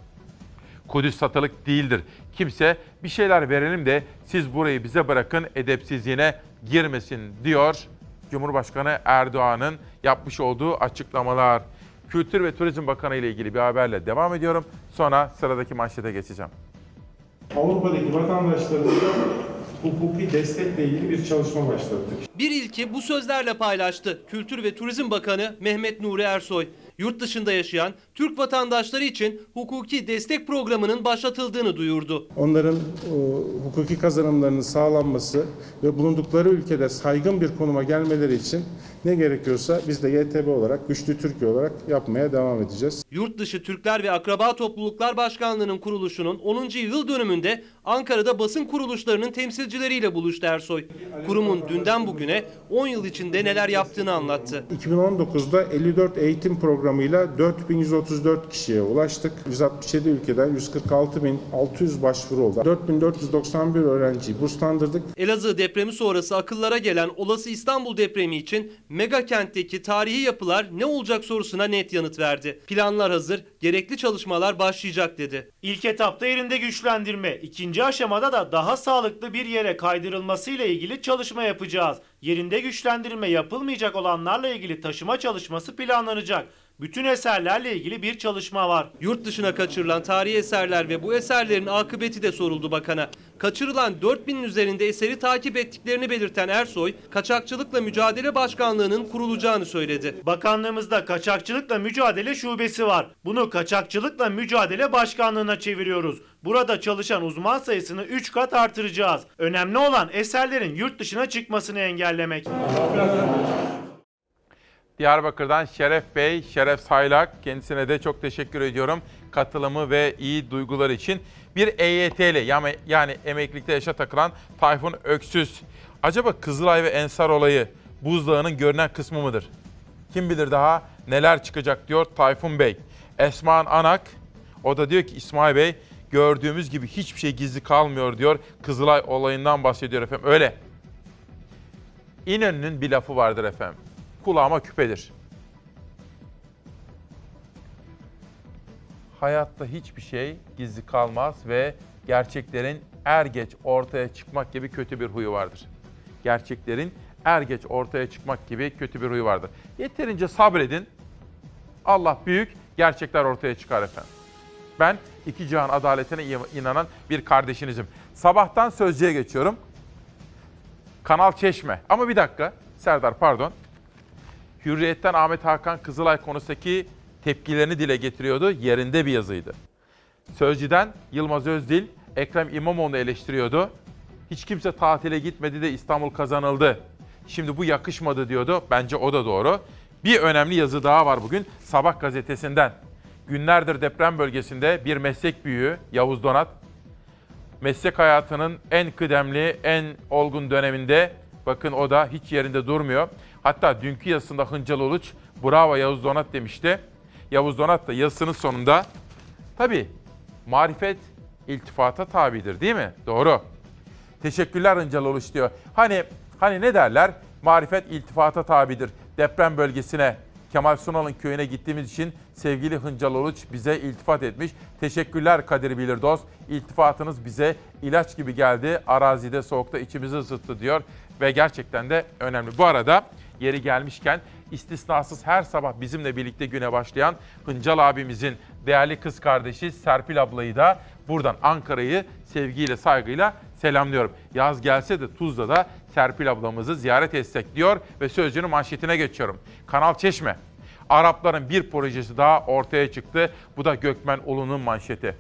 Kudüs satılık değildir. Kimse bir şeyler verelim de siz burayı bize bırakın edepsizliğine girmesin diyor Cumhurbaşkanı Erdoğan'ın yapmış olduğu açıklamalar. Kültür ve Turizm Bakanı ile ilgili bir haberle devam ediyorum. Sonra sıradaki manşete geçeceğim. Avrupa'daki vatandaşlarımıza hukuki destekle ilgili bir çalışma başlattık. Bir ilki bu sözlerle paylaştı Kültür ve Turizm Bakanı Mehmet Nuri Ersoy. Yurt dışında yaşayan Türk vatandaşları için hukuki destek programının başlatıldığını duyurdu. Onların hukuki kazanımlarının sağlanması ve bulundukları ülkede saygın bir konuma gelmeleri için ne gerekiyorsa biz de YTB olarak, Güçlü Türkiye olarak yapmaya devam edeceğiz. Yurtdışı Türkler ve Akraba Topluluklar Başkanlığı'nın kuruluşunun 10. yıl dönümünde Ankara'da basın kuruluşlarının temsilcileriyle buluştu Ersoy. Kurumun dünden bugüne 10 yıl içinde neler yaptığını anlattı. 2019'da 54 eğitim programıyla 4134 kişiye ulaştık. 167 ülkeden 146.600 başvuru oldu. 4491 öğrenciyi burslandırdık. Elazığ depremi sonrası akıllara gelen olası İstanbul depremi için mega kentteki tarihi yapılar ne olacak sorusuna net yanıt verdi. Planlar hazır, gerekli çalışmalar başlayacak dedi. İlk etapta yerinde güçlendirme, ikinci aşamada da daha sağlıklı bir yere kaydırılması ile ilgili çalışma yapacağız. Yerinde güçlendirme yapılmayacak olanlarla ilgili taşıma çalışması planlanacak. Bütün eserlerle ilgili bir çalışma var. Yurt dışına kaçırılan tarihi eserler ve bu eserlerin akıbeti de soruldu bakana. Kaçırılan 4000'in üzerinde eseri takip ettiklerini belirten Ersoy, Kaçakçılıkla Mücadele Başkanlığı'nın kurulacağını söyledi. Bakanlığımızda Kaçakçılıkla Mücadele Şubesi var. Bunu Kaçakçılıkla Mücadele Başkanlığı'na çeviriyoruz. Burada çalışan uzman sayısını 3 kat artıracağız. Önemli olan eserlerin yurt dışına çıkmasını engellemek. Diyarbakır'dan Şeref Bey, Şeref Saylak, kendisine de çok teşekkür ediyorum katılımı ve iyi duygular için. Bir EYT'li yani emeklilikte yaşa takılan Tayfun Öksüz. Acaba Kızılay ve Ensar olayı buzdağının görünen kısmı mıdır? Kim bilir daha neler çıkacak diyor Tayfun Bey. Esma'nın Anak, o da diyor ki İsmail Bey gördüğümüz gibi hiçbir şey gizli kalmıyor diyor. Kızılay olayından bahsediyor efendim. Öyle. İnönü'nün bir lafı vardır efendim. Kulağıma küpedir. Hayatta hiçbir şey gizli kalmaz ve gerçeklerin er geç ortaya çıkmak gibi kötü bir huyu vardır. Gerçeklerin er geç ortaya çıkmak gibi kötü bir huyu vardır. Yeterince sabredin. Allah büyük, gerçekler ortaya çıkar efendim. Ben iki cihan adaletine inanan bir kardeşinizim. Sabahtan Sözcü'ye geçiyorum. Kanal Çeşme. Ama bir dakika, Serdar pardon. Hürriyet'ten Ahmet Hakan Kızılay konusundaki tepkilerini dile getiriyordu. Yerinde bir yazıydı. Sözcü'den Yılmaz Özdil, Ekrem İmamoğlu'nu eleştiriyordu. Hiç kimse tatile gitmedi de İstanbul kazanıldı. Şimdi bu yakışmadı diyordu. Bence o da doğru. Bir önemli yazı daha var bugün Sabah gazetesinden. Günlerdir deprem bölgesinde bir meslek büyüğü Yavuz Donat, meslek hayatının en kıdemli, en olgun döneminde bakın o da hiç yerinde durmuyor. Hatta dünkü yazısında Hıncal Uluç, bravo Yavuz Donat demişti. Yavuz Donat da yazısının sonunda, tabii marifet iltifata tabidir değil mi? Doğru. Teşekkürler Hıncal Uluç diyor. Hani ne derler? Marifet iltifata tabidir. Deprem bölgesine, Kemal Sunal'ın köyüne gittiğimiz için sevgili Hıncal Uluç bize iltifat etmiş. Teşekkürler Kadir Bilirdoz. İltifatınız bize ilaç gibi geldi. Arazide soğukta içimizi ısıttı diyor. Ve gerçekten de önemli. Bu arada yeri gelmişken istisnasız her sabah bizimle birlikte güne başlayan Hıncal abimizin değerli kız kardeşi Serpil ablayı da buradan Ankara'yı sevgiyle, saygıyla selamlıyorum. Yaz gelse de Tuzla'da Serpil ablamızı ziyaret etsek diyor ve Sözcü'nün manşetine geçiyorum. Kanal Çeşme. Arapların bir projesi daha ortaya çıktı. Bu da Gökmen Ulu'nun manşeti.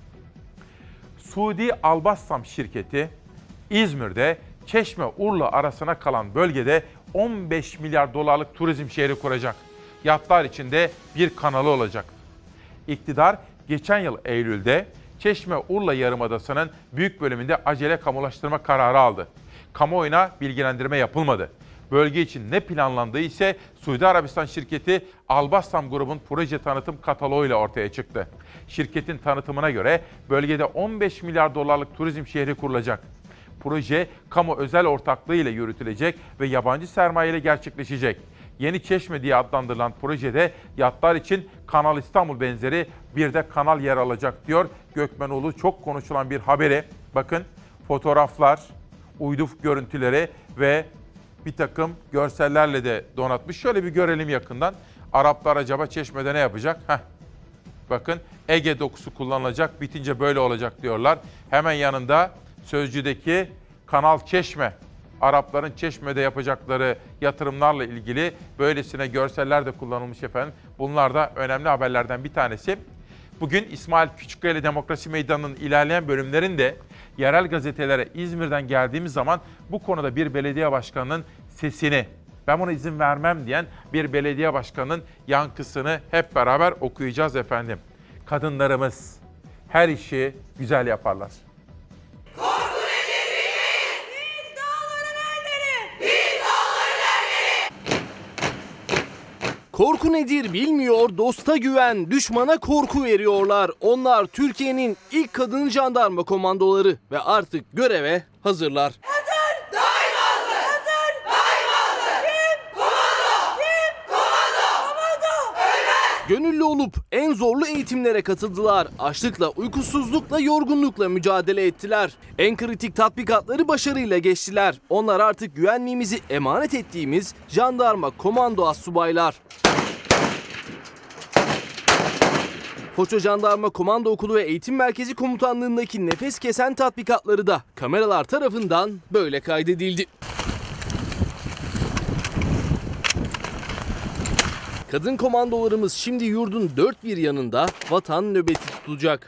Suudi Albassam şirketi İzmir'de Çeşme-Urla arasına kalan bölgede 15 milyar dolarlık turizm şehri kuracak. Yatlar içinde bir kanalı olacak. İktidar geçen yıl Eylül'de Çeşme-Urla Yarımadası'nın büyük bölümünde acele kamulaştırma kararı aldı. Kamuoyuna bilgilendirme yapılmadı. Bölge için ne planlandığı ise Suudi Arabistan şirketi Albassam grubun proje tanıtım kataloğuyla ortaya çıktı. Şirketin tanıtımına göre bölgede 15 milyar dolarlık turizm şehri kurulacak. Proje kamu özel ortaklığı ile yürütülecek ve yabancı sermaye ile gerçekleşecek. Yeni Çeşme diye adlandırılan projede yatlar için Kanal İstanbul benzeri bir de kanal yer alacak diyor Gökmen Ulu. Çok konuşulan bir haberi. Bakın fotoğraflar, uydu görüntüleri ve bir takım görsellerle de donatmış. Şöyle bir görelim yakından. Araplar acaba Çeşme'de ne yapacak? Bakın Ege dokusu kullanılacak, bitince böyle olacak diyorlar. Hemen yanında Sözcü'deki Kanal Çeşme, Arapların Çeşme'de yapacakları yatırımlarla ilgili böylesine görseller de kullanılmış efendim. Bunlar da önemli haberlerden bir tanesi. Bugün İsmail Küçükkaya Demokrasi Meydanı'nın ilerleyen bölümlerinde yerel gazetelere İzmir'den geldiğimiz zaman bu konuda bir belediye başkanının sesini, ben buna izin vermem diyen bir belediye başkanının yankısını hep beraber okuyacağız efendim. Kadınlarımız her işi güzel yaparlar. Korku nedir bilmiyor, dosta güven, düşmana korku veriyorlar. Onlar Türkiye'nin ilk kadın jandarma komandoları ve artık göreve hazırlar. Hazır! Daima hazır! Hazır! Daima hazır! Kim? Komando! Kim? Komando! Komando! Ölmez! Gönüllü olup en zorlu eğitimlere katıldılar. Açlıkla, uykusuzlukla, yorgunlukla mücadele ettiler. En kritik tatbikatları başarıyla geçtiler. Onlar artık güvenliğimizi emanet ettiğimiz jandarma komando astsubaylar. Foça Jandarma Komando Okulu ve Eğitim Merkezi Komutanlığı'ndaki nefes kesen tatbikatları da kameralar tarafından böyle kaydedildi. Kadın komandolarımız şimdi yurdun dört bir yanında vatan nöbeti tutacak.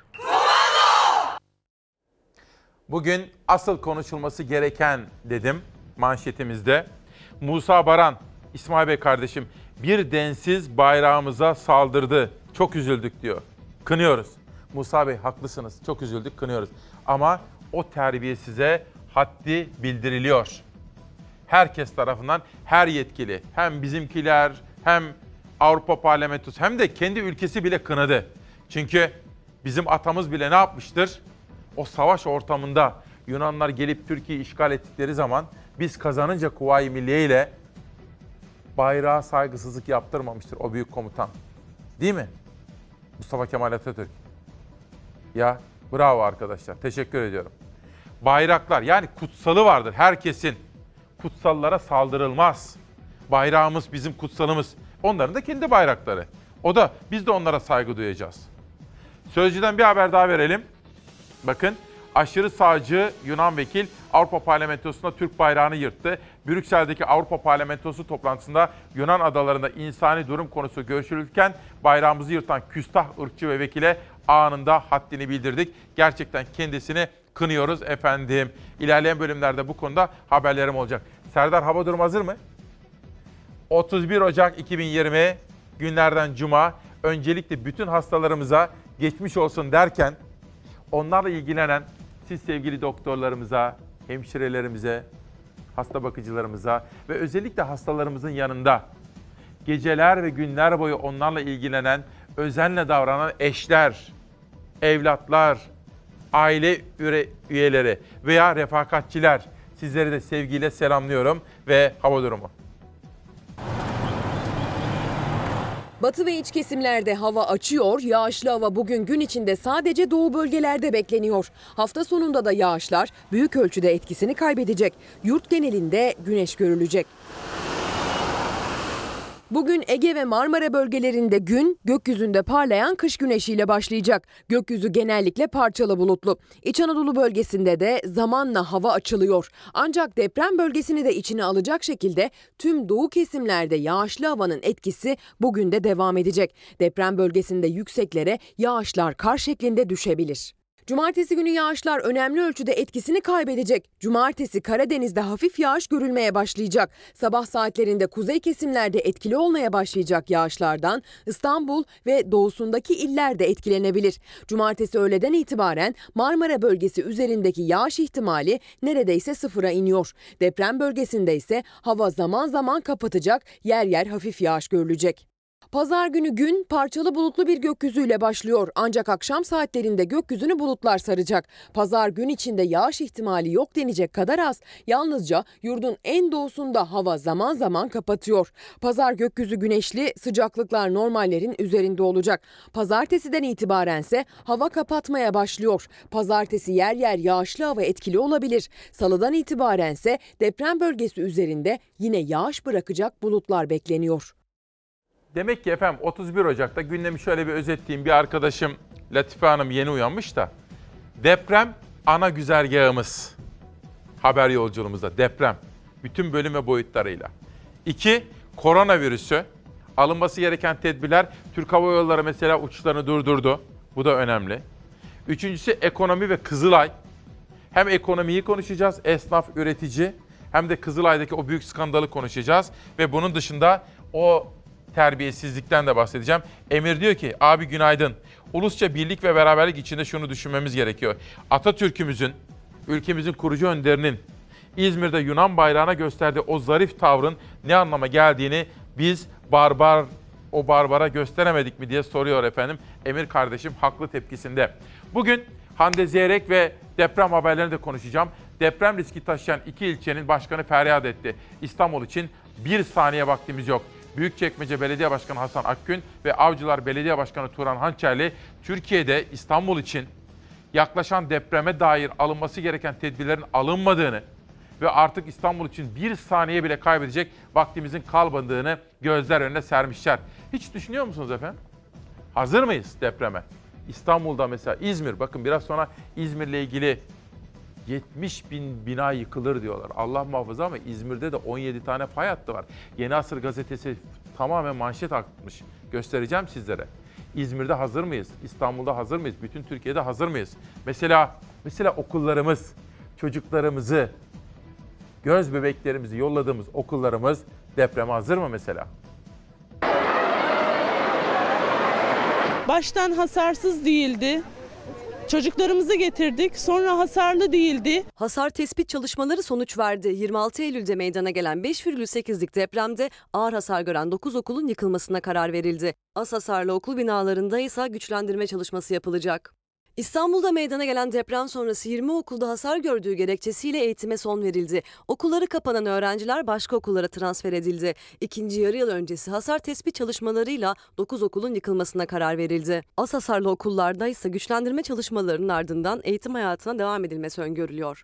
Bugün asıl konuşulması gereken dedim manşetimizde. Musa Baran, İsmail Bey kardeşim, bir densiz bayrağımıza saldırdı. Çok üzüldük diyor. Kınıyoruz. Musa Bey haklısınız. Çok üzüldük, kınıyoruz. Ama o terbiyesize haddi bildiriliyor. Herkes tarafından, her yetkili, hem bizimkiler hem Avrupa Parlamentosu hem de kendi ülkesi bile kınadı. Çünkü bizim atamız bile ne yapmıştır? O savaş ortamında Yunanlar gelip Türkiye'yi işgal ettikleri zaman biz kazanınca Kuvayi Milliye ile bayrağa saygısızlık yaptırmamıştır o büyük komutan. Değil mi? Mustafa Kemal Atatürk. Ya bravo arkadaşlar. Teşekkür ediyorum. Bayraklar yani kutsalı vardır herkesin. Kutsallara saldırılmaz. Bayrağımız bizim kutsalımız. Onların da kendi bayrakları. Biz de onlara saygı duyacağız. Sözcü'den bir haber daha verelim. Bakın, aşırı sağcı Yunan vekil Avrupa Parlamentosu'nda Türk bayrağını yırttı. Brüksel'deki Avrupa Parlamentosu toplantısında Yunan adalarında insani durum konusu görüşülürken bayrağımızı yırtan küstah ırkçı ve vekile anında haddini bildirdik. Gerçekten kendisini kınıyoruz efendim. İlerleyen bölümlerde bu konuda haberlerim olacak. Serdar, hava durumu hazır mı? 31 Ocak 2020 günlerden Cuma. Öncelikle bütün hastalarımıza geçmiş olsun derken onlarla ilgilenen siz sevgili doktorlarımıza, hemşirelerimize, hasta bakıcılarımıza ve özellikle hastalarımızın yanında geceler ve günler boyu onlarla ilgilenen, özenle davranan eşler, evlatlar, aile üyeleri veya refakatçiler, sizleri de sevgiyle selamlıyorum ve hava durumu. Batı ve iç kesimlerde hava açıyor, yağışlı hava bugün gün içinde sadece doğu bölgelerde bekleniyor. Hafta sonunda da yağışlar büyük ölçüde etkisini kaybedecek. Yurt genelinde güneş görülecek. Bugün Ege ve Marmara bölgelerinde gün gökyüzünde parlayan kış güneşiyle başlayacak. Gökyüzü genellikle parçalı bulutlu. İç Anadolu bölgesinde de zamanla hava açılıyor. Ancak deprem bölgesini de içine alacak şekilde tüm doğu kesimlerde yağışlı havanın etkisi bugün de devam edecek. Deprem bölgesinde yükseklere yağışlar kar şeklinde düşebilir. Cumartesi günü yağışlar önemli ölçüde etkisini kaybedecek. Cumartesi Karadeniz'de hafif yağış görülmeye başlayacak. Sabah saatlerinde kuzey kesimlerde etkili olmaya başlayacak yağışlardan İstanbul ve doğusundaki iller de etkilenebilir. Cumartesi öğleden itibaren Marmara bölgesi üzerindeki yağış ihtimali neredeyse sıfıra iniyor. Deprem bölgesinde ise hava zaman zaman kapatacak, yer yer hafif yağış görülecek. Pazar günü gün parçalı bulutlu bir gökyüzüyle başlıyor. Ancak akşam saatlerinde gökyüzünü bulutlar saracak. Pazar gün içinde yağış ihtimali yok denecek kadar az. Yalnızca yurdun en doğusunda hava zaman zaman kapatıyor. Pazar gökyüzü güneşli, sıcaklıklar normallerin üzerinde olacak. Pazartesiden itibarense hava kapatmaya başlıyor. Pazartesi yer yer yağışlı hava etkili olabilir. Salıdan itibarense deprem bölgesi üzerinde yine yağış bırakacak bulutlar bekleniyor. Demek ki efendim 31 Ocak'ta gündemi şöyle bir özetleyeyim. Bir arkadaşım Latife Hanım yeni uyanmış da. Deprem ana güzergahımız. Haber yolculuğumuzda deprem. Bütün bölüm ve boyutlarıyla. 2. Koronavirüsü. Alınması gereken tedbirler. Türk Hava Yolları mesela uçuşlarını durdurdu. Bu da önemli. 3. Ekonomi ve Kızılay. Hem ekonomiyi konuşacağız, esnaf, üretici. Hem de Kızılay'daki o büyük skandalı konuşacağız. Ve bunun dışında o terbiyesizlikten de bahsedeceğim. Emir diyor ki, abi günaydın. Ulusça birlik ve beraberlik içinde şunu düşünmemiz gerekiyor. Atatürk'ümüzün, ülkemizin kurucu önderinin İzmir'de Yunan bayrağına gösterdiği o zarif tavrın ne anlama geldiğini biz barbara gösteremedik mi diye soruyor efendim. Emir kardeşim haklı tepkisinde. Bugün Hande Zeyrek ve deprem haberlerini de konuşacağım. Deprem riski taşıyan iki ilçenin başkanı feryat etti. İstanbul için bir saniye vaktimiz yok. Büyükçekmece Belediye Başkanı Hasan Akgün ve Avcılar Belediye Başkanı Turan Hançerli, Türkiye'de İstanbul için yaklaşan depreme dair alınması gereken tedbirlerin alınmadığını ve artık İstanbul için bir saniye bile kaybedecek vaktimizin kalmadığını gözler önüne sermişler. Hiç düşünüyor musunuz efendim? Hazır mıyız depreme? İstanbul'da mesela İzmir, bakın biraz sonra İzmir'le ilgili 70 bin bina yıkılır diyorlar. Allah muhafaza ama İzmir'de de 17 tane fay hattı var. Yeni Asır gazetesi tamamen manşet atmış. Göstereceğim sizlere. İzmir'de hazır mıyız? İstanbul'da hazır mıyız? Bütün Türkiye'de hazır mıyız? Mesela okullarımız, çocuklarımızı, göz bebeklerimizi yolladığımız okullarımız depreme hazır mı mesela? Baştan hasarsız değildi. Çocuklarımızı getirdik, sonra hasarlı değildi. Hasar tespit çalışmaları sonuç verdi. 26 Eylül'de meydana gelen 5,8'lik depremde ağır hasar gören 9 okulun yıkılmasına karar verildi. Az hasarlı okul binalarında ise güçlendirme çalışması yapılacak. İstanbul'da meydana gelen deprem sonrası 20 okulda hasar gördüğü gerekçesiyle eğitime son verildi. Okulları kapanan öğrenciler başka okullara transfer edildi. İkinci yarı yıl öncesi hasar tespit çalışmalarıyla 9 okulun yıkılmasına karar verildi. Az hasarlı okullarda ise güçlendirme çalışmalarının ardından eğitim hayatına devam edilmesi öngörülüyor.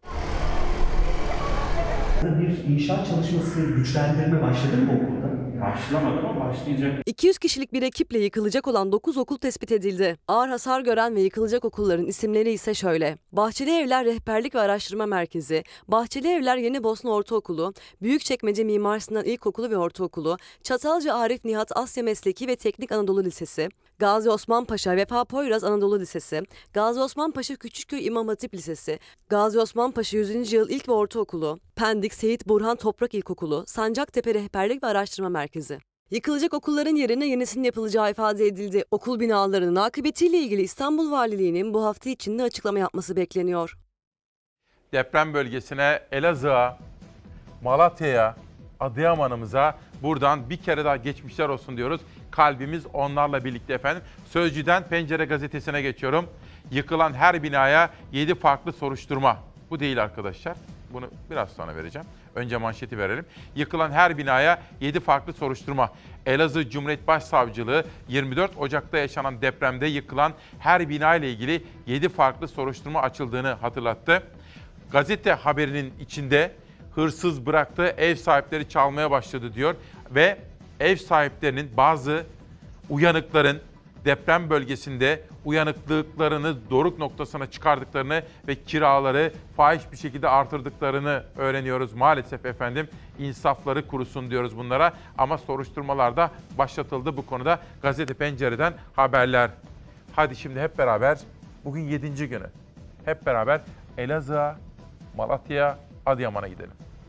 Bir inşaat çalışması, güçlendirme başladı mı okulda? Başlamadı ama başlayacak. 200 kişilik bir ekiple yıkılacak olan 9 okul tespit edildi. Ağır hasar gören ve yıkılacak okulların isimleri ise şöyle: Bahçeli Evler Rehberlik ve Araştırma Merkezi, Bahçeli Evler Yeni Bosna Ortaokulu, Büyükçekmece Mimar Sinan İlkokulu ve Ortaokulu, Çatalca Arif Nihat Asya Mesleki ve Teknik Anadolu Lisesi, Gazi Osman Paşa Vefa Poyraz Anadolu Lisesi, Gazi Osman Paşa Küçükköy İmam Hatip Lisesi, Gazi Osman Paşa 100. Yıl İlk ve Ortaokulu, Pendik Seyit Burhan Toprak İlkokulu, Sancaktepe Rehberlik ve Araştırma Merkezi. Yıkılacak okulların yerine yenisinin yapılacağı ifade edildi. Okul binalarının akıbetiyle ilgili İstanbul Valiliği'nin bu hafta içinde açıklama yapması bekleniyor. Deprem bölgesine, Elazığ'a, Malatya'ya, Adıyaman'ımıza buradan bir kere daha geçmişler olsun diyoruz. Kalbimiz onlarla birlikte efendim. Sözcü'den Pencere gazetesine geçiyorum. Yıkılan her binaya 7 farklı soruşturma. Bu değil arkadaşlar. Bunu biraz sonra vereceğim. Önce manşeti verelim. Yıkılan her binaya 7 farklı soruşturma. Elazığ Cumhuriyet Başsavcılığı 24 Ocak'ta yaşanan depremde yıkılan her bina ile ilgili 7 farklı soruşturma açıldığını hatırlattı. Gazete haberinin içinde hırsız bıraktığı ev sahipleri çalmaya başladı diyor ve ev sahiplerinin bazı uyanıkların deprem bölgesinde uyanıklıklarını doruk noktasına çıkardıklarını ve kiraları fahiş bir şekilde artırdıklarını öğreniyoruz. Maalesef efendim insafları kurusun diyoruz bunlara ama soruşturmalar da başlatıldı bu konuda. Gazete Pencere'den haberler. Hadi şimdi hep beraber bugün 7. günü. Hep beraber Elazığ'a, Malatya'ya, Adıyaman'a gidelim.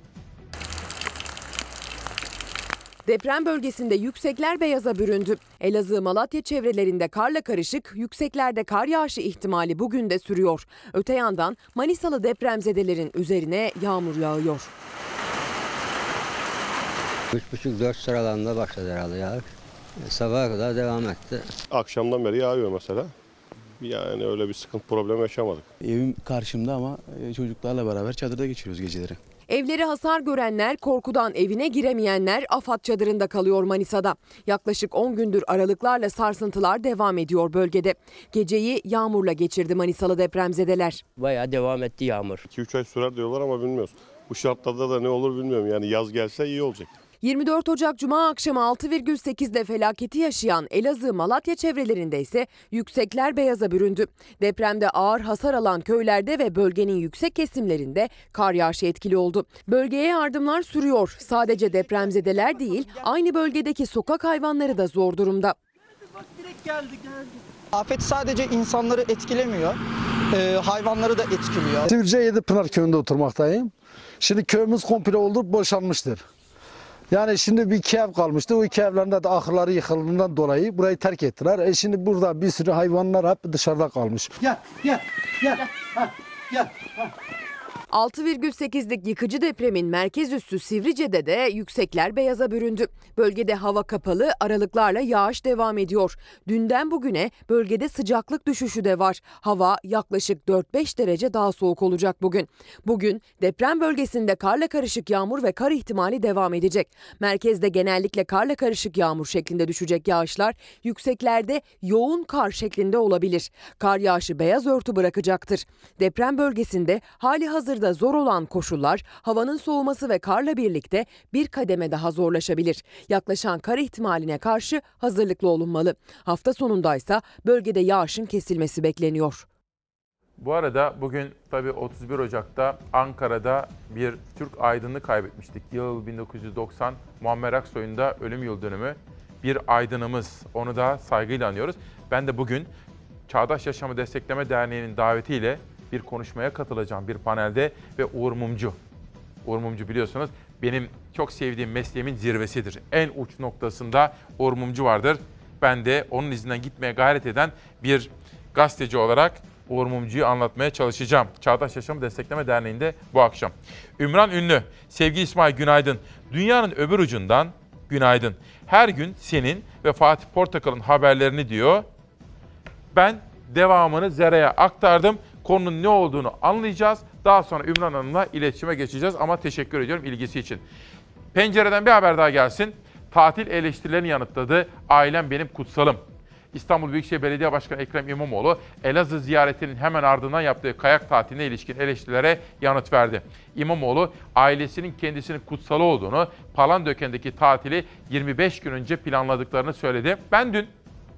Deprem bölgesinde yüksekler beyaza büründü. Elazığ, Malatya çevrelerinde karla karışık, yükseklerde kar yağışı ihtimali bugün de sürüyor. Öte yandan Manisalı depremzedelerin üzerine yağmur yağıyor. 3,5-4 sıralarında başladı herhalde yağış. Sabaha kadar devam etti. Akşamdan beri yağıyor mesela. Yani öyle bir sıkıntı, problem yaşamadık. Evim karşımda ama çocuklarla beraber çadırda geçiriyoruz geceleri. Evleri hasar görenler, korkudan evine giremeyenler AFAD çadırında kalıyor Manisa'da. Yaklaşık 10 gündür aralıklarla sarsıntılar devam ediyor bölgede. Geceyi yağmurla geçirdi Manisalı depremzedeler. Bayağı devam etti yağmur. 2-3 ay sürer diyorlar ama bilmiyoruz. Bu şartlarda da ne olur bilmiyorum. Yani yaz gelse iyi olacak. 24 Ocak Cuma akşamı 6,8'de felaketi yaşayan Elazığ, Malatya çevrelerinde ise yüksekler beyaza büründü. Depremde ağır hasar alan köylerde ve bölgenin yüksek kesimlerinde kar yağışı etkili oldu. Bölgeye yardımlar sürüyor. Sadece depremzedeler değil, aynı bölgedeki sokak hayvanları da zor durumda. Afet sadece insanları etkilemiyor, hayvanları da etkiliyor. Sivrice Yedipınar köyünde oturmaktayım. Şimdi köyümüz komple olup boşalmıştır. Yani şimdi bir 2 ev kalmıştı. O 2 evlerinde de ahırları yıkıldığından dolayı burayı terk ettiler. Şimdi burada bir sürü hayvanlar hep dışarıda kalmış. Gel. 6,8'lik yıkıcı depremin merkez üssü Sivrice'de de yüksekler beyaza büründü. Bölgede hava kapalı, aralıklarla yağış devam ediyor. Dünden bugüne bölgede sıcaklık düşüşü de var. Hava yaklaşık 4-5 derece daha soğuk olacak bugün. Bugün deprem bölgesinde karla karışık yağmur ve kar ihtimali devam edecek. Merkezde genellikle karla karışık yağmur şeklinde düşecek yağışlar, yükseklerde yoğun kar şeklinde olabilir. Kar yağışı beyaz örtü bırakacaktır. Deprem bölgesinde hali hazırda da zor olan koşullar havanın soğuması ve karla birlikte bir kademe daha zorlaşabilir. Yaklaşan kar ihtimaline karşı hazırlıklı olunmalı. Hafta sonundaysa bölgede yağışın kesilmesi bekleniyor. Bu arada bugün tabii 31 Ocak'ta Ankara'da bir Türk aydını kaybetmiştik. Yıl 1990, Muammer Aksoy'un da ölüm yıl dönümü. Bir aydınımız, onu da saygıyla anıyoruz. Ben de bugün Çağdaş Yaşamı Destekleme Derneği'nin davetiyle bir konuşmaya katılacağım bir panelde ve Uğur Mumcu. Uğur Mumcu biliyorsunuz benim çok sevdiğim mesleğimin zirvesidir. En uç noktasında Uğur Mumcu vardır. Ben de onun izinden gitmeye gayret eden bir gazeteci olarak Uğur Mumcu'yu anlatmaya çalışacağım. Çağdaş Yaşamı Destekleme Derneği'nde bu akşam. Ümran Ünlü, sevgili İsmail günaydın. Dünyanın öbür ucundan günaydın. Her gün senin ve Fatih Portakal'ın haberlerini diyor. Ben devamını Zera'ya aktardım. Konunun ne olduğunu anlayacağız. Daha sonra Ümran Hanım'la iletişime geçeceğiz ama teşekkür ediyorum ilgisi için. Pencereden bir haber daha gelsin. Tatil eleştirilerini yanıtladı. Ailem benim kutsalım. İstanbul Büyükşehir Belediye Başkanı Ekrem İmamoğlu, Elazığ ziyaretinin hemen ardından yaptığı kayak tatiline ilişkin eleştirilere yanıt verdi. İmamoğlu, ailesinin kendisinin kutsalı olduğunu, Palandöken'deki tatili 25 gün önce planladıklarını söyledi. Ben dün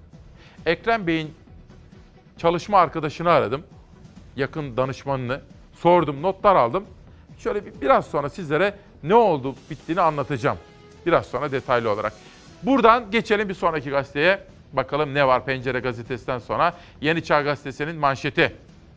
Ekrem Bey'in çalışma arkadaşını aradım, yakın danışmanını, sordum, notlar aldım. Şöyle biraz sonra sizlere ne oldu, bittiğini anlatacağım. Biraz sonra detaylı olarak. Buradan geçelim bir sonraki gazeteye. Bakalım ne var Pencere gazetesinden sonra. Yeni Çağ gazetesinin manşeti.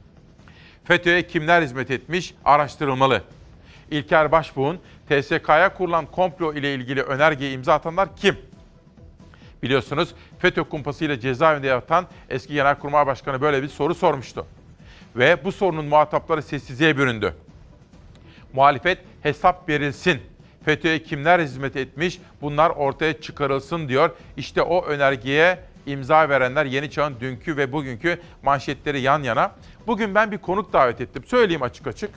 FETÖ'ye kimler hizmet etmiş araştırılmalı. İlker Başbuğ'un TSK'ya kurulan komplo ile ilgili önergeye imza atanlar kim? Biliyorsunuz FETÖ kumpasıyla cezaevinde yatan eski Genelkurmay Başkanı böyle bir soru sormuştu. Ve bu sorunun muhatapları sessizliğe büründü. Muhalefet hesap verilsin. FETÖ'ye kimler hizmet etmiş bunlar ortaya çıkarılsın diyor. İşte o önergeye imza verenler Yeni Çağ'ın dünkü ve bugünkü manşetleri yan yana. Bugün ben bir konuk davet ettim. Söyleyeyim açık açık.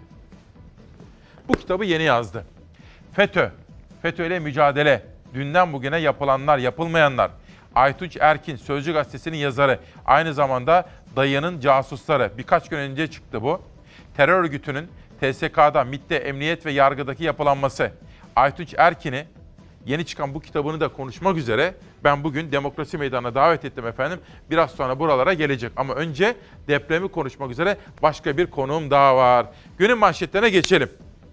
Bu kitabı yeni yazdı. FETÖ ile mücadele. Dünden bugüne yapılanlar, yapılmayanlar. Aytunç Erkin, Sözcü Gazetesi'nin yazarı. Aynı zamanda Dayı'nın casusları. Birkaç gün önce çıktı bu. Terör örgütünün TSK'da, MİT'te, emniyet ve yargıdaki yapılanması. Aytunç Erkin'i yeni çıkan bu kitabını da konuşmak üzere ben bugün Demokrasi Meydanı'na davet ettim efendim. Biraz sonra buralara gelecek ama önce depremi konuşmak üzere başka bir konuğum daha var. Günün manşetlerine geçelim.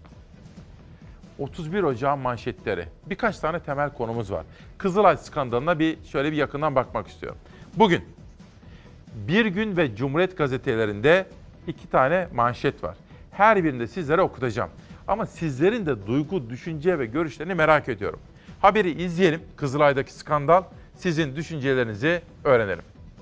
31 Ocak manşetleri. Birkaç tane temel konumuz var. Kızılay skandalına şöyle bir yakından bakmak istiyorum. Bugün Bir Gün ve Cumhuriyet gazetelerinde 2 tane manşet var. Her birini de sizlere okutacağım. Ama sizlerin de duygu, düşünce ve görüşlerini merak ediyorum. Haberi izleyelim. Kızılay'daki skandal. Sizin düşüncelerinizi öğrenelim.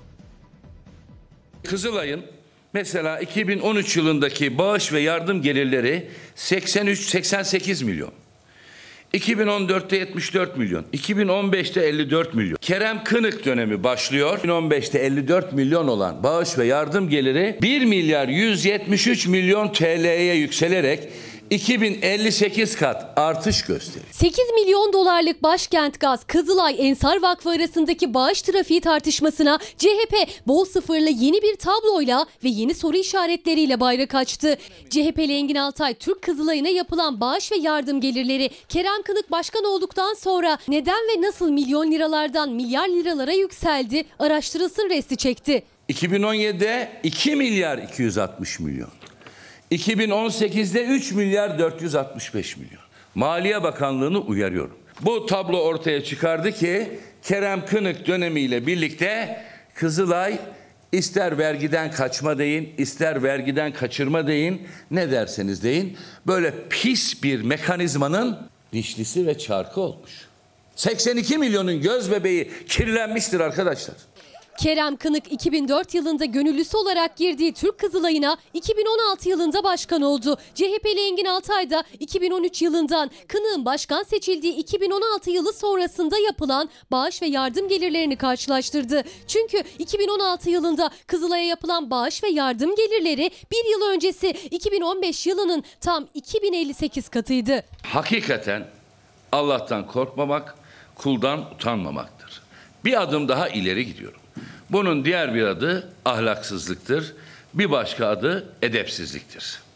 Kızılay'ın mesela 2013 yılındaki bağış ve yardım gelirleri 83-88 milyon. 2014'te 74 milyon, 2015'te 54 milyon. Kerem Kınık dönemi başlıyor. 2015'te 54 milyon olan bağış ve yardım geliri 1 milyar 173 milyon TL'ye yükselerek 2058 kat artış gösteriyor. 8 milyon dolarlık Başkent Gaz Kızılay Ensar Vakfı arasındaki bağış trafiği tartışmasına CHP bol sıfırlı yeni bir tabloyla ve yeni soru işaretleriyle bayrak açtı. CHP'li Engin Altay, Türk Kızılay'ına yapılan bağış ve yardım gelirleri Kerem Kınık başkan olduktan sonra neden ve nasıl milyon liralardan milyar liralara yükseldi, araştırılsın resti çekti. 2017'de 2 milyar 260 milyon. 2018'de 3 milyar 465 milyon. Maliye Bakanlığı'nı uyarıyorum. Bu tablo ortaya çıkardı ki Kerem Kınık dönemiyle birlikte Kızılay ister vergiden kaçma deyin, ister vergiden kaçırma deyin, ne derseniz deyin, böyle pis bir mekanizmanın dişlisi ve çarkı olmuş. 82 milyonun göz bebeği kirlenmiştir arkadaşlar. Kerem Kınık 2004 yılında gönüllüsü olarak girdiği Türk Kızılay'ına 2016 yılında başkan oldu. CHP'li Engin Altay da 2013 yılından Kınık'ın başkan seçildiği 2016 yılı sonrasında yapılan bağış ve yardım gelirlerini karşılaştırdı. Çünkü 2016 yılında Kızılay'a yapılan bağış ve yardım gelirleri bir yıl öncesi 2015 yılının tam 2058 katıydı. Hakikaten Allah'tan korkmamak, kuldan utanmamaktır. Bir adım daha ileri gidiyorum. Bunun diğer bir adı ahlaksızlıktır, bir başka adı edepsizliktir.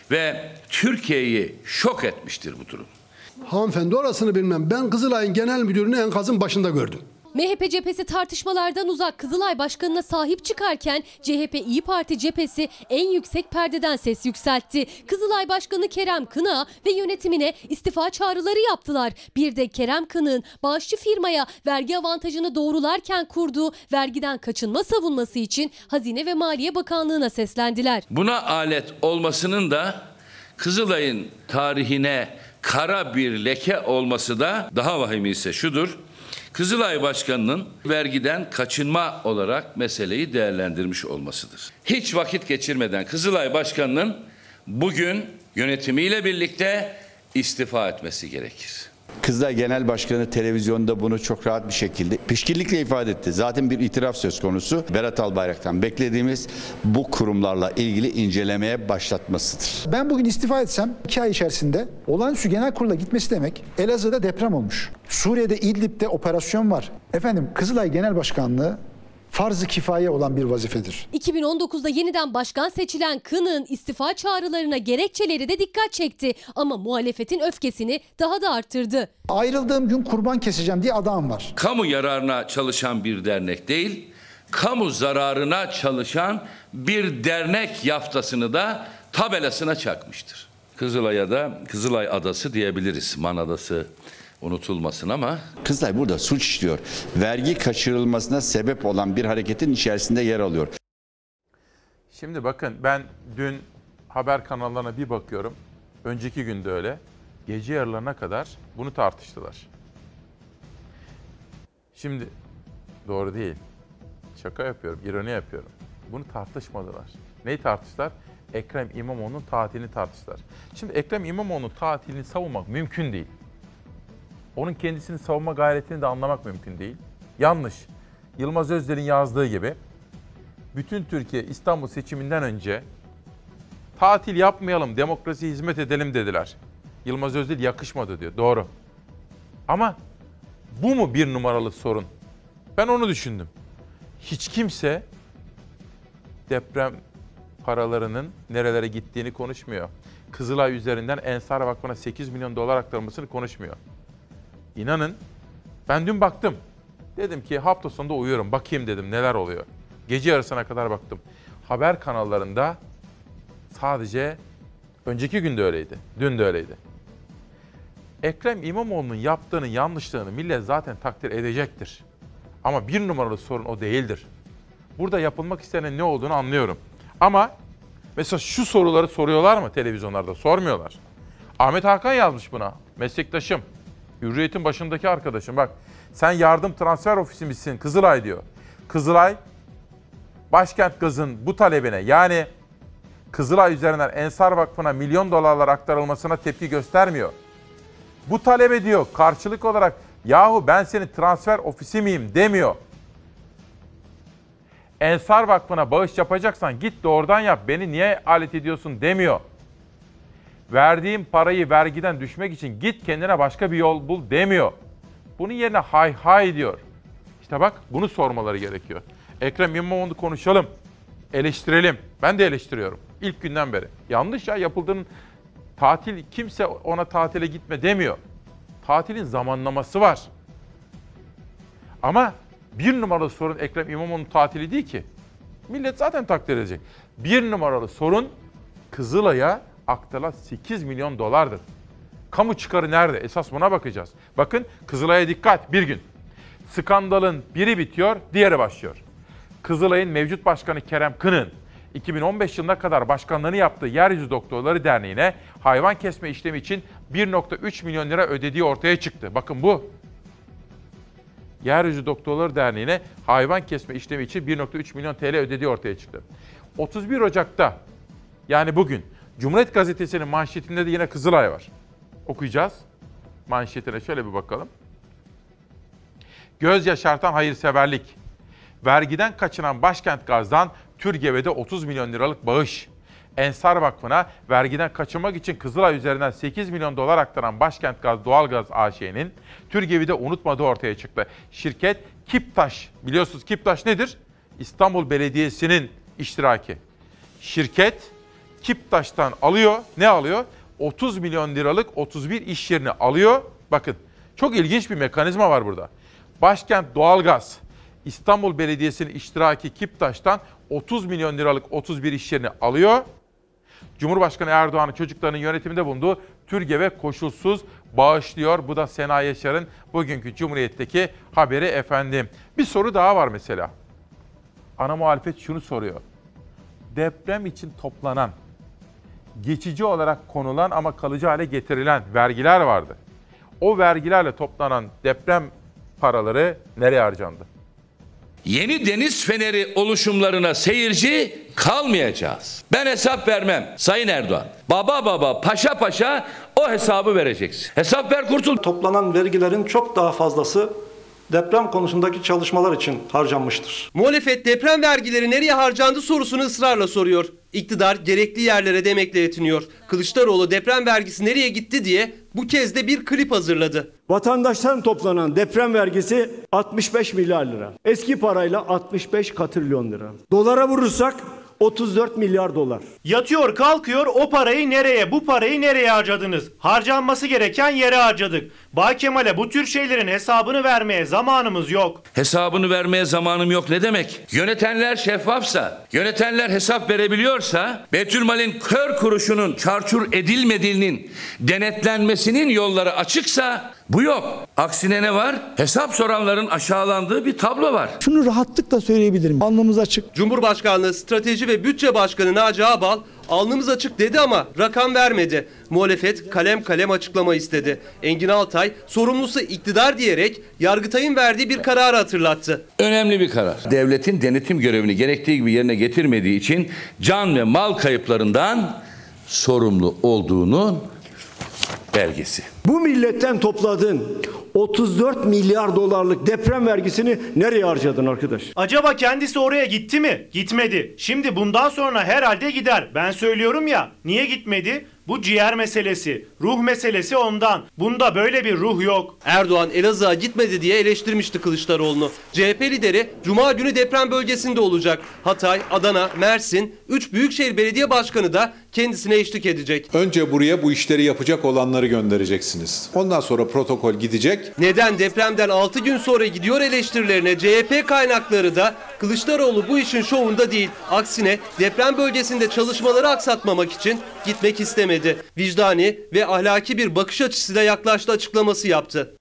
Ve Türkiye'yi şok etmiştir bu durum. Hanımefendi orasını bilmem. Ben Kızılay'ın genel müdürünü enkazın başında gördüm. MHP cephesi tartışmalardan uzak Kızılay Başkanı'na sahip çıkarken CHP İYİ Parti cephesi en yüksek perdeden ses yükseltti. Kızılay Başkanı Kerem Kınık'a ve yönetimine istifa çağrıları yaptılar. Bir de Kerem Kınık'ın bağışçı firmaya vergi avantajını doğrularken kurduğu vergiden kaçınma savunması için Hazine ve Maliye Bakanlığı'na seslendiler. Buna alet olmasının da Kızılay'ın tarihine kara bir leke olması da daha vahimi ise şudur. Kızılay Başkanı'nın vergiden kaçınma olarak meseleyi değerlendirmiş olmasıdır. Hiç vakit geçirmeden Kızılay Başkanı'nın bugün yönetimiyle birlikte istifa etmesi gerekir. Kızılay Genel Başkanı televizyonda bunu çok rahat bir şekilde pişkinlikle ifade etti. Zaten bir itiraf söz konusu. Berat Albayrak'tan beklediğimiz bu kurumlarla ilgili incelemeye başlatmasıdır. Ben bugün istifa etsem 2 ay içerisinde olağanüstü genel kurula gitmesi demek Elazığ'da deprem olmuş. Suriye'de İdlib'de operasyon var. Efendim Kızılay Genel Başkanlığı farz-ı kifaye olan bir vazifedir. 2019'da yeniden başkan seçilen Kınık'ın istifa çağrılarına gerekçeleri de dikkat çekti. Ama muhalefetin öfkesini daha da arttırdı. Ayrıldığım gün kurban keseceğim diye adam var. Kamu yararına çalışan bir dernek değil, kamu zararına çalışan bir dernek yaftasını da tabelasına çakmıştır. Kızılay'a da Kızılay Adası diyebiliriz. Man Adası unutulmasın ama. Kızılay burada suç işliyor. Vergi kaçırılmasına sebep olan bir hareketin içerisinde yer alıyor. Şimdi bakın ben dün haber kanallarına bir bakıyorum. Önceki günde öyle. Gece yarılarına kadar bunu tartıştılar. Şimdi doğru değil. Şaka yapıyorum, ironi yapıyorum. Bunu tartışmadılar. Neyi tartıştılar? Ekrem İmamoğlu'nun tatilini tartıştılar. Şimdi Ekrem İmamoğlu'nun tatilini savunmak mümkün değil. Onun kendisini savunma gayretini de anlamak mümkün değil. Yanlış. Yılmaz Özdil'in yazdığı gibi bütün Türkiye İstanbul seçiminden önce tatil yapmayalım, demokrasiye hizmet edelim dediler. Yılmaz Özdil yakışmadı diyor. Doğru. Ama bu mu bir numaralı sorun? Ben onu düşündüm. Hiç kimse deprem paralarının nerelere gittiğini konuşmuyor. Kızılay üzerinden Ensar Vakfı'na 8 milyon dolar aktarılmasını konuşmuyor. İnanın ben dün baktım. Dedim ki hafta sonunda uyuyorum. Bakayım dedim neler oluyor. Gece yarısına kadar baktım. Haber kanallarında sadece önceki gün de öyleydi. Dün de öyleydi. Ekrem İmamoğlu'nun yaptığının yanlışlığını millet zaten takdir edecektir. Ama bir numaralı sorun o değildir. Burada yapılmak istenen ne olduğunu anlıyorum. Ama mesela şu soruları soruyorlar mı televizyonlarda? Sormuyorlar. Ahmet Hakan yazmış buna. Meslektaşım. Hürriyet'in başındaki arkadaşım. Bak sen yardım transfer ofisi misin Kızılay diyor. Kızılay Başkent Gaz'ın bu talebine yani Kızılay üzerinden Ensar Vakfı'na milyon dolarlar aktarılmasına tepki göstermiyor. Bu talebe diyor karşılık olarak yahu ben senin transfer ofisi miyim demiyor. Ensar Vakfı'na bağış yapacaksan git doğrudan yap beni niye alet ediyorsun demiyor. Verdiğim parayı vergiden düşmek için git kendine başka bir yol bul demiyor. Bunun yerine hay hay diyor. İşte bak bunu sormaları gerekiyor. Ekrem İmamoğlu'nu konuşalım, eleştirelim. Ben de eleştiriyorum ilk günden beri. Yanlış ya yapıldığının tatil kimse ona tatile gitme demiyor. Tatilin zamanlaması var. Ama bir numaralı sorun Ekrem İmamoğlu'nun tatili değil ki. Millet zaten takdir edecek. Bir numaralı sorun Kızılay'a aktarılan 8 milyon dolardır. Kamu çıkarı nerede? Esas buna bakacağız. Bakın Kızılay'a dikkat bir gün. Skandalın biri bitiyor, diğeri başlıyor. Kızılay'ın mevcut başkanı Kerem Kınık'ın 2015 yılına kadar başkanlığını yaptığı Yeryüzü Doktorları Derneği'ne hayvan kesme işlemi için 1,3 milyon lira ödediği ortaya çıktı. Bakın bu. Yeryüzü Doktorları Derneği'ne hayvan kesme işlemi için 1,3 milyon TL ödediği ortaya çıktı. 31 Ocak'ta yani bugün Cumhuriyet Gazetesi'nin manşetinde de yine Kızılay var. Okuyacağız. Manşetine şöyle bir bakalım. Göz yaşartan hayırseverlik. Vergiden kaçınan Başkent Gaz'dan TÜRGEV'de 30 milyon liralık bağış. Ensar Vakfı'na vergiden kaçınmak için Kızılay üzerinden 8 milyon dolar aktaran Başkent Gaz Doğalgaz AŞ'nin TÜRGEV'i de unutmadığı ortaya çıktı. Şirket Kiptaş, biliyorsunuz Kiptaş nedir? İstanbul Belediyesi'nin iştiraki. Şirket Kiptaş'tan alıyor. Ne alıyor? 30 milyon liralık 31 iş yerini alıyor. Bakın çok ilginç bir mekanizma var burada. Başkent Doğalgaz, İstanbul Belediyesi'nin iştiraki Kiptaş'tan 30 milyon liralık 31 iş yerini alıyor. Cumhurbaşkanı Erdoğan'ın çocuklarının yönetiminde bulunduğu TÜRGEV'e koşulsuz bağışlıyor. Bu da Sena Yaşar'ın bugünkü Cumhuriyet'teki haberi efendim. Bir soru daha var mesela. Ana muhalefet şunu soruyor. Deprem için toplanan, geçici olarak konulan ama kalıcı hale getirilen vergiler vardı. O vergilerle toplanan deprem paraları nereye harcandı? Yeni deniz feneri oluşumlarına seyirci kalmayacağız. Ben hesap vermem Sayın Erdoğan. Baba paşa paşa o hesabı vereceksin. Hesap ver kurtul. Toplanan vergilerin çok daha fazlası deprem konusundaki çalışmalar için harcanmıştır. Muhalefet deprem vergileri nereye harcandı sorusunu ısrarla soruyor. İktidar gerekli yerlere demekle yetiniyor. Kılıçdaroğlu deprem vergisi nereye gitti diye bu kez de bir klip hazırladı. Vatandaştan toplanan deprem vergisi 65 milyar lira. Eski parayla 65 katrilyon lira. Dolara vurursak 34 milyar dolar. Yatıyor kalkıyor o parayı nereye, bu parayı nereye harcadınız? Harcanması gereken yere harcadık. Bay Kemal'e bu tür şeylerin hesabını vermeye zamanımız yok. Hesabını vermeye zamanım yok ne demek? Yönetenler şeffafsa, yönetenler hesap verebiliyorsa, Betülmal'in kör kuruşunun çarçur edilmediğinin denetlenmesinin yolları açıksa bu yok. Aksine ne var? Hesap soranların aşağılandığı bir tablo var. Şunu rahatlıkla söyleyebilirim. Alnımız açık. Cumhurbaşkanlığı Strateji ve Bütçe Başkanı Naci Ağbal alnımız açık dedi ama rakam vermedi. Muhalefet kalem kalem açıklama istedi. Engin Altay sorumlusu iktidar diyerek Yargıtay'ın verdiği bir kararı hatırlattı. Önemli bir karar. Devletin denetim görevini gerektiği gibi yerine getirmediği için can ve mal kayıplarından sorumlu olduğunun belgesi. Bu milletten topladığın 34 milyar dolarlık deprem vergisini nereye harcadın arkadaş? Acaba kendisi oraya gitti mi? Gitmedi. Şimdi bundan sonra herhalde gider. Ben söylüyorum ya, niye gitmedi? Bu ciğer meselesi, ruh meselesi ondan. Bunda böyle bir ruh yok. Erdoğan Elazığ'a gitmedi diye eleştirmişti Kılıçdaroğlu'nu. CHP lideri Cuma günü deprem bölgesinde olacak. Hatay, Adana, Mersin, 3 büyükşehir belediye başkanı da kendisine eşlik edecek. Önce buraya bu işleri yapacak olanları göndereceksiniz. Ondan sonra protokol gidecek. Neden depremden 6 gün sonra gidiyor eleştirilerine CHP kaynakları da Kılıçdaroğlu bu işin şovunda değil. Aksine deprem bölgesinde çalışmaları aksatmamak için gitmek istemedi. Vicdani ve ahlaki bir bakış açısıyla yaklaştı açıklaması yaptı.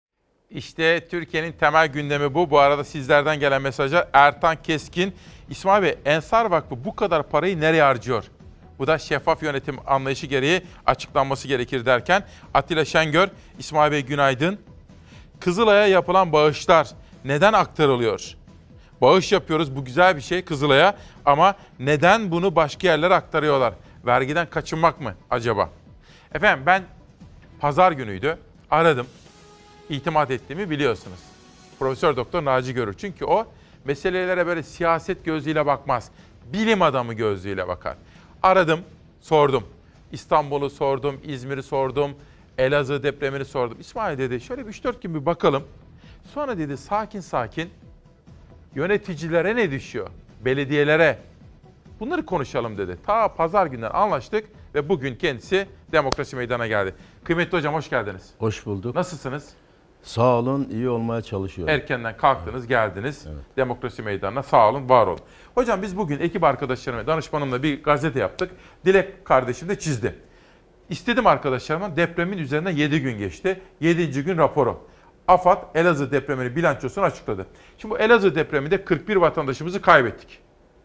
İşte Türkiye'nin temel gündemi bu. Bu arada sizlerden gelen mesaja Ertan Keskin, İsmail Bey, Ensar Vakfı bu kadar parayı nereye harcıyor? Bu da şeffaf yönetim anlayışı gereği açıklanması gerekir derken Atilla Şengör, İsmail Bey günaydın. Kızılay'a yapılan bağışlar neden aktarılıyor? Bağış yapıyoruz, bu güzel bir şey Kızılay'a, ama neden bunu başka yerlere aktarıyorlar? Vergiden kaçınmak mı acaba? Efendim ben pazar günüydü, aradım. İtimat ettiğimi biliyorsunuz. Profesör Doktor Naci Görür. Çünkü o meselelere böyle siyaset gözüyle bakmaz. Bilim adamı gözüyle bakar. Aradım, sordum. İstanbul'u sordum, İzmir'i sordum, Elazığ depremini sordum. İsmail dedi şöyle 3-4 gün bir bakalım. Sonra dedi sakin sakin yöneticilere ne düşüyor? Belediyelere. Bunları konuşalım dedi. Ta pazar günden anlaştık ve bugün kendisi Demokrasi Meydanı'na geldi. Kıymetli hocam hoş geldiniz. Hoş bulduk. Nasılsınız? Sağ olun, iyi olmaya çalışıyorum. Erkenden kalktınız, geldiniz. Evet. Demokrasi Meydanı'na sağ olun, var olun. Hocam biz bugün ekip arkadaşlarımla, danışmanımla bir gazete yaptık. Dilek kardeşim de çizdi. İstedim arkadaşlarıma, depremin üzerinden 7 gün geçti. 7. gün raporu. AFAD Elazığ depreminin bilançosunu açıkladı. Şimdi bu Elazığ depreminde 41 vatandaşımızı kaybettik.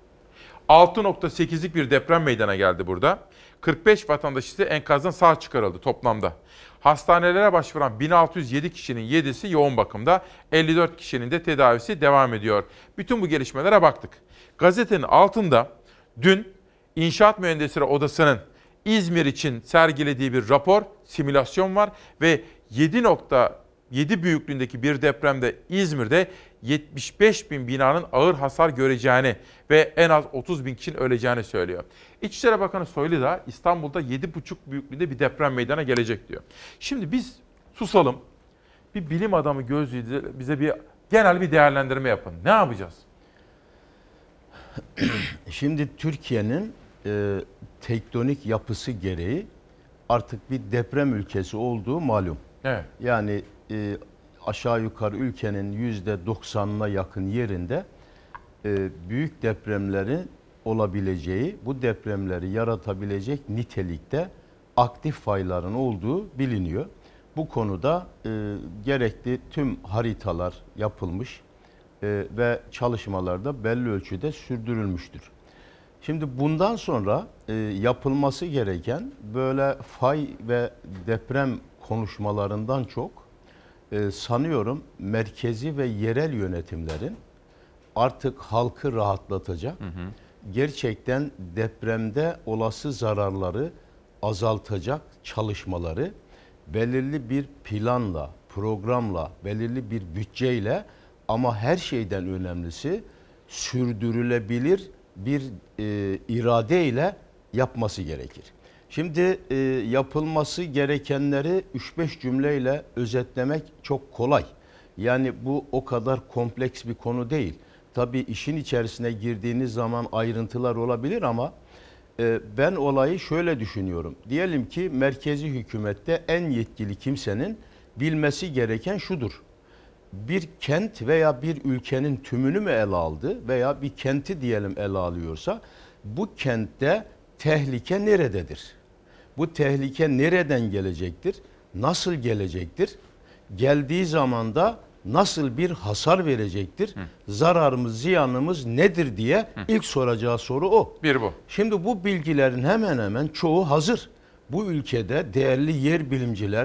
6.8'lik bir deprem meydana geldi burada. 45 vatandaş ise enkazdan sağ çıkarıldı toplamda. Hastanelere başvuran 1607 kişinin 7'si yoğun bakımda, 54 kişinin de tedavisi devam ediyor. Bütün bu gelişmelere baktık. Gazetenin altında dün İnşaat Mühendisleri Odası'nın İzmir için sergilediği bir rapor, simülasyon var ve 7.7 büyüklüğündeki bir depremde İzmir'de 75 bin binanın ağır hasar göreceğini ve en az 30 bin kişinin öleceğini söylüyor. İçişleri Bakanı Soylu da İstanbul'da 7,5 büyüklüğünde bir deprem meydana gelecek diyor. Şimdi biz susalım, bir bilim adamı gözüyle bize bir genel bir değerlendirme yapın. Ne yapacağız? Şimdi Türkiye'nin tektonik yapısı gereği artık bir deprem ülkesi olduğu malum. Evet. Yani aşağı yukarı ülkenin %90'ına yakın yerinde büyük depremlerin olabileceği, bu depremleri yaratabilecek nitelikte aktif fayların olduğu biliniyor. Bu konuda gerekli tüm haritalar yapılmış ve çalışmalar da belli ölçüde sürdürülmüştür. Şimdi bundan sonra yapılması gereken böyle fay ve deprem konuşmalarından çok sanıyorum merkezi ve yerel yönetimlerin artık halkı rahatlatacak, gerçekten depremde olası zararları azaltacak çalışmaları belirli bir planla, programla, belirli bir bütçeyle ama her şeyden önemlisi sürdürülebilir bir iradeyle yapması gerekir. Şimdi yapılması gerekenleri 3-5 cümleyle özetlemek çok kolay. Yani bu o kadar kompleks bir konu değil. Tabii işin içerisine girdiğiniz zaman ayrıntılar olabilir ama ben olayı şöyle düşünüyorum. Diyelim ki merkezi hükümette en yetkili kimsenin bilmesi gereken şudur. Bir kent veya bir ülkenin tümünü mü ele aldı veya bir kenti diyelim ele alıyorsa bu kentte tehlike nerededir? Bu tehlike nereden gelecektir? Nasıl gelecektir? Geldiği zaman da nasıl bir hasar verecektir? Zararımız, ziyanımız nedir diye ilk soracağı soru o. Bir bu. Şimdi bu bilgilerin hemen hemen çoğu hazır. Bu ülkede değerli yer bilimciler,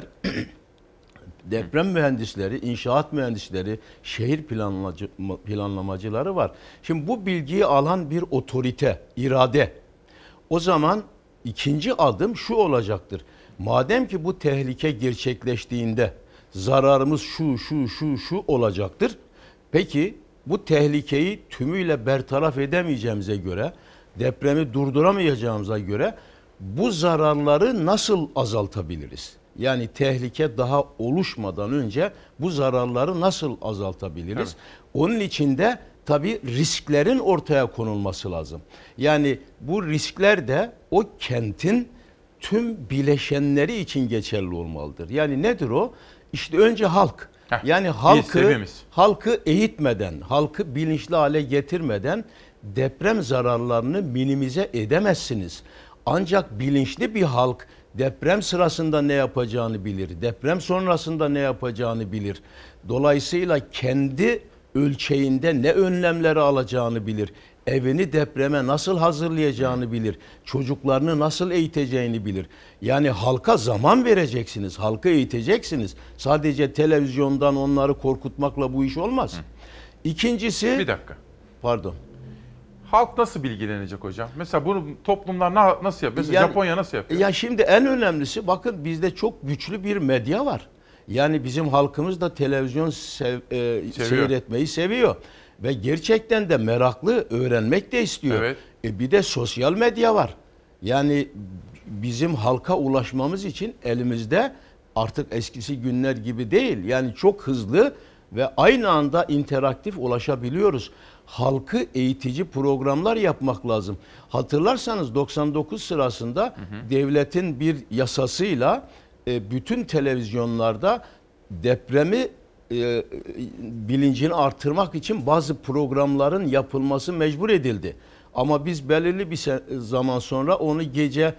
deprem mühendisleri, inşaat mühendisleri, şehir planlamacıları var. Şimdi bu bilgiyi alan bir otorite, irade. O zaman ikinci adım şu olacaktır. Madem ki bu tehlike gerçekleştiğinde zararımız şu olacaktır. Peki bu tehlikeyi tümüyle bertaraf edemeyeceğimize göre, depremi durduramayacağımıza göre bu zararları nasıl azaltabiliriz? Yani tehlike daha oluşmadan önce bu zararları nasıl azaltabiliriz? Evet. Onun için de tabii risklerin ortaya konulması lazım. Yani bu riskler de o kentin tüm bileşenleri için geçerli olmalıdır. Yani nedir o? İşte önce halk. Yani halkı eğitmeden, halkı bilinçli hale getirmeden deprem zararlarını minimize edemezsiniz. Ancak bilinçli bir halk deprem sırasında ne yapacağını bilir, deprem sonrasında ne yapacağını bilir. Dolayısıyla kendi ölçeğinde ne önlemleri alacağını bilir. Evini depreme nasıl hazırlayacağını bilir. Çocuklarını nasıl eğiteceğini bilir. Yani halka zaman vereceksiniz, halkı eğiteceksiniz. Sadece televizyondan onları korkutmakla bu iş olmaz. İkincisi... Bir dakika. Pardon. Halk nasıl bilgilenecek hocam? Mesela bunu toplumlar nasıl yapıyor? Mesela Yani, Japonya nasıl yapıyor? Ya şimdi en önemlisi bakın bizde çok güçlü bir medya var. Yani bizim halkımız da televizyon seyretmeyi seviyor. Ve gerçekten de meraklı, öğrenmek de istiyor. Evet. Bir de sosyal medya var. Yani bizim halka ulaşmamız için elimizde artık eskisi günler gibi değil. Yani çok hızlı ve aynı anda interaktif ulaşabiliyoruz. Halkı eğitici programlar yapmak lazım. Hatırlarsanız 99 sırasında devletin bir yasasıyla bütün televizyonlarda depremi bilincini artırmak için bazı programların yapılması mecbur edildi. Ama biz belirli bir zaman sonra onu gece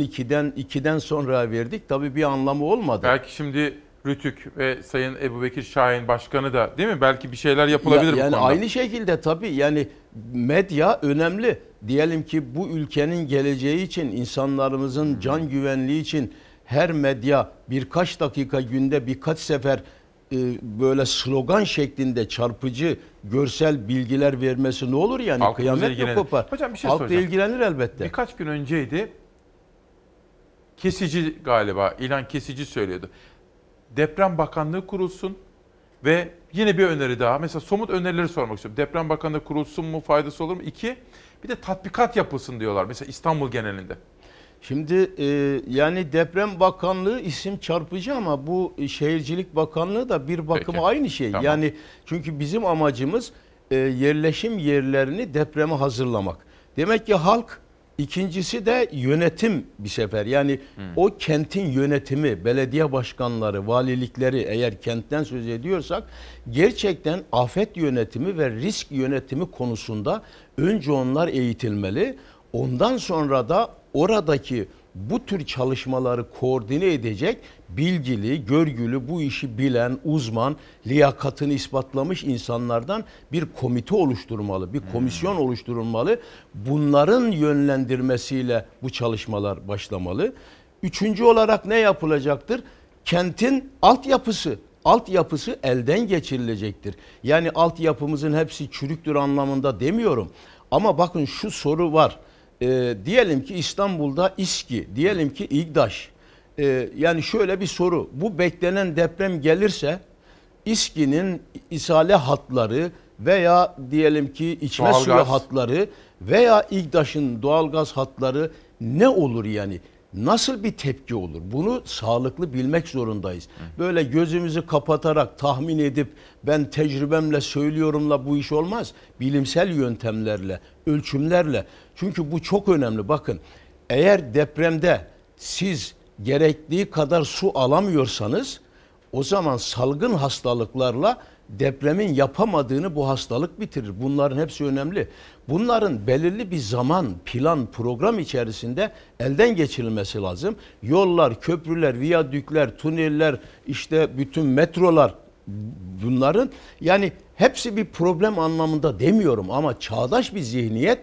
2'den sonra verdik. Tabii bir anlamı olmadı. Belki şimdi Rütük ve Sayın Ebubekir Şahin Başkanı da değil mi? Belki bir şeyler yapılabilir bu konuda. Yani aynı şekilde tabii yani medya önemli. Diyelim ki bu ülkenin geleceği için, insanlarımızın can güvenliği için her medya birkaç dakika günde birkaç sefer böyle slogan şeklinde çarpıcı görsel bilgiler vermesi ne olur yani? Kıyamet mi kopar? Hocam bir şey Halk soracağım. da ilgilenir elbette. Birkaç gün önceydi. Kesici galiba, İlhan Kesici söylüyordu. Deprem Bakanlığı kurulsun ve yine bir öneri daha. Mesela somut önerileri sormak istiyorum. Deprem Bakanlığı kurulsun mu, faydası olur mu? 2, bir de tatbikat yapılsın diyorlar. Mesela İstanbul genelinde. Şimdi yani Deprem Bakanlığı isim çarpıcı ama bu Şehircilik Bakanlığı da bir bakıma aynı şey. Tamam. Yani çünkü bizim amacımız yerleşim yerlerini depreme hazırlamak. Demek ki halk İkincisi de yönetim bir sefer. Yani o kentin yönetimi, belediye başkanları, valilikleri, eğer kentten söz ediyorsak gerçekten afet yönetimi ve risk yönetimi konusunda önce onlar eğitilmeli. Ondan sonra da oradaki bu tür çalışmaları koordine edecek bilgili, görgülü, bu işi bilen, uzman, liyakatını ispatlamış insanlardan bir komite oluşturmalı, bir komisyon oluşturulmalı. Bunların yönlendirmesiyle bu çalışmalar başlamalı. Üçüncü olarak ne yapılacaktır? Kentin altyapısı elden geçirilecektir. Yani altyapımızın hepsi çürüktür anlamında demiyorum. Ama bakın şu soru var. Diyelim ki İstanbul'da İSKİ, diyelim ki İGDAŞ. Yani şöyle bir soru. Bu beklenen deprem gelirse İSKİ'nin isale hatları veya diyelim ki içme suyu hatları veya İGDAŞ'ın doğalgaz hatları ne olur yani? Nasıl bir tepki olur? Bunu sağlıklı bilmek zorundayız. Böyle gözümüzü kapatarak tahmin edip ben tecrübemle söylüyorumla bu iş olmaz. Bilimsel yöntemlerle, ölçümlerle. Çünkü bu çok önemli. Bakın, eğer depremde siz gerektiği kadar su alamıyorsanız o zaman salgın hastalıklarla depremin yapamadığını bu hastalık bitirir. Bunların hepsi önemli. Bunların belirli bir zaman, plan, program içerisinde elden geçirilmesi lazım. Yollar, köprüler, viyadükler, tüneller, işte bütün metrolar, bunların yani hepsi bir problem anlamında demiyorum ama çağdaş bir zihniyet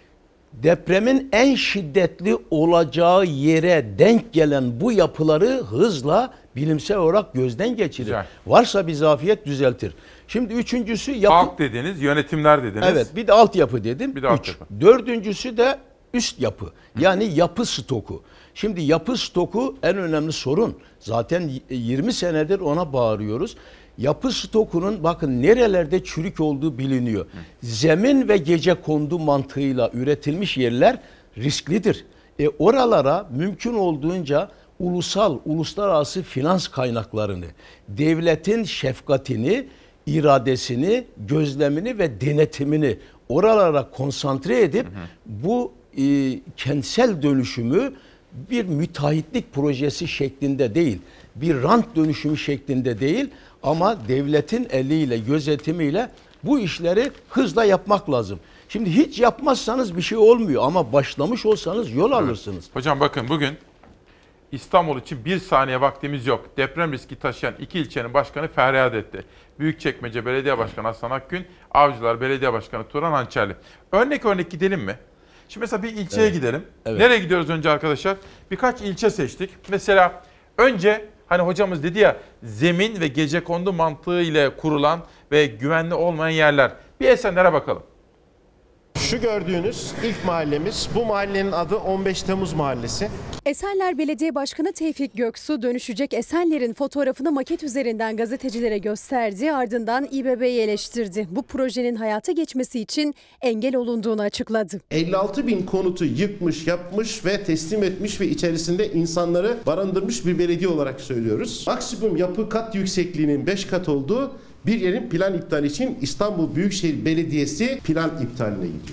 depremin en şiddetli olacağı yere denk gelen bu yapıları hızla bilimsel olarak gözden geçirir. Güzel. Varsa bir zafiyet düzeltir. Şimdi üçüncüsü halk dediniz, yönetimler dediniz. Evet, bir de altyapı dedim. Bir de altyapı. Dördüncüsü de üst yapı. Yani yapı stoku. Şimdi yapı stoku en önemli sorun. Zaten 20 senedir ona bağırıyoruz. Yapı stokunun bakın nerelerde çürük olduğu biliniyor. Zemin ve gecekondu mantığıyla üretilmiş yerler risklidir. Oralara mümkün olduğunca uluslararası finans kaynaklarını, devletin şefkatini, iradesini, gözlemini ve denetimini oralara konsantre edip bu kentsel dönüşümü bir müteahhitlik projesi şeklinde değil, bir rant dönüşümü şeklinde değil ama devletin eliyle, gözetimiyle bu işleri hızla yapmak lazım. Şimdi hiç yapmazsanız bir şey olmuyor ama başlamış olsanız yol alırsınız. Hocam bakın bugün İstanbul için bir saniye vaktimiz yok. Deprem riski taşıyan 2 ilçenin başkanı feryat etti. Büyükçekmece Belediye Başkanı Hasan Akgün, Avcılar Belediye Başkanı Turan Hançerli. Örnek gidelim mi? Şimdi mesela bir ilçeye gidelim. Evet. Nereye gidiyoruz önce arkadaşlar? Birkaç ilçe seçtik. Mesela önce hani hocamız dedi ya zemin ve gecekondu mantığı ile kurulan ve güvenli olmayan yerler. Bir Esenler'e bakalım. Şu gördüğünüz ilk mahallemiz. Bu mahallenin adı 15 Temmuz Mahallesi. Esenler Belediye Başkanı Tevfik Göksu dönüşecek Esenler'in fotoğrafını maket üzerinden gazetecilere gösterdi, ardından İBB'yi eleştirdi. Bu projenin hayata geçmesi için engel olunduğunu açıkladı. 56 bin konutu yıkmış, yapmış ve teslim etmiş ve içerisinde insanları barındırmış bir belediye olarak söylüyoruz. Maksimum yapı kat yüksekliğinin 5 kat olduğu bir yerin plan iptali için İstanbul Büyükşehir Belediyesi plan iptaline gidiyor.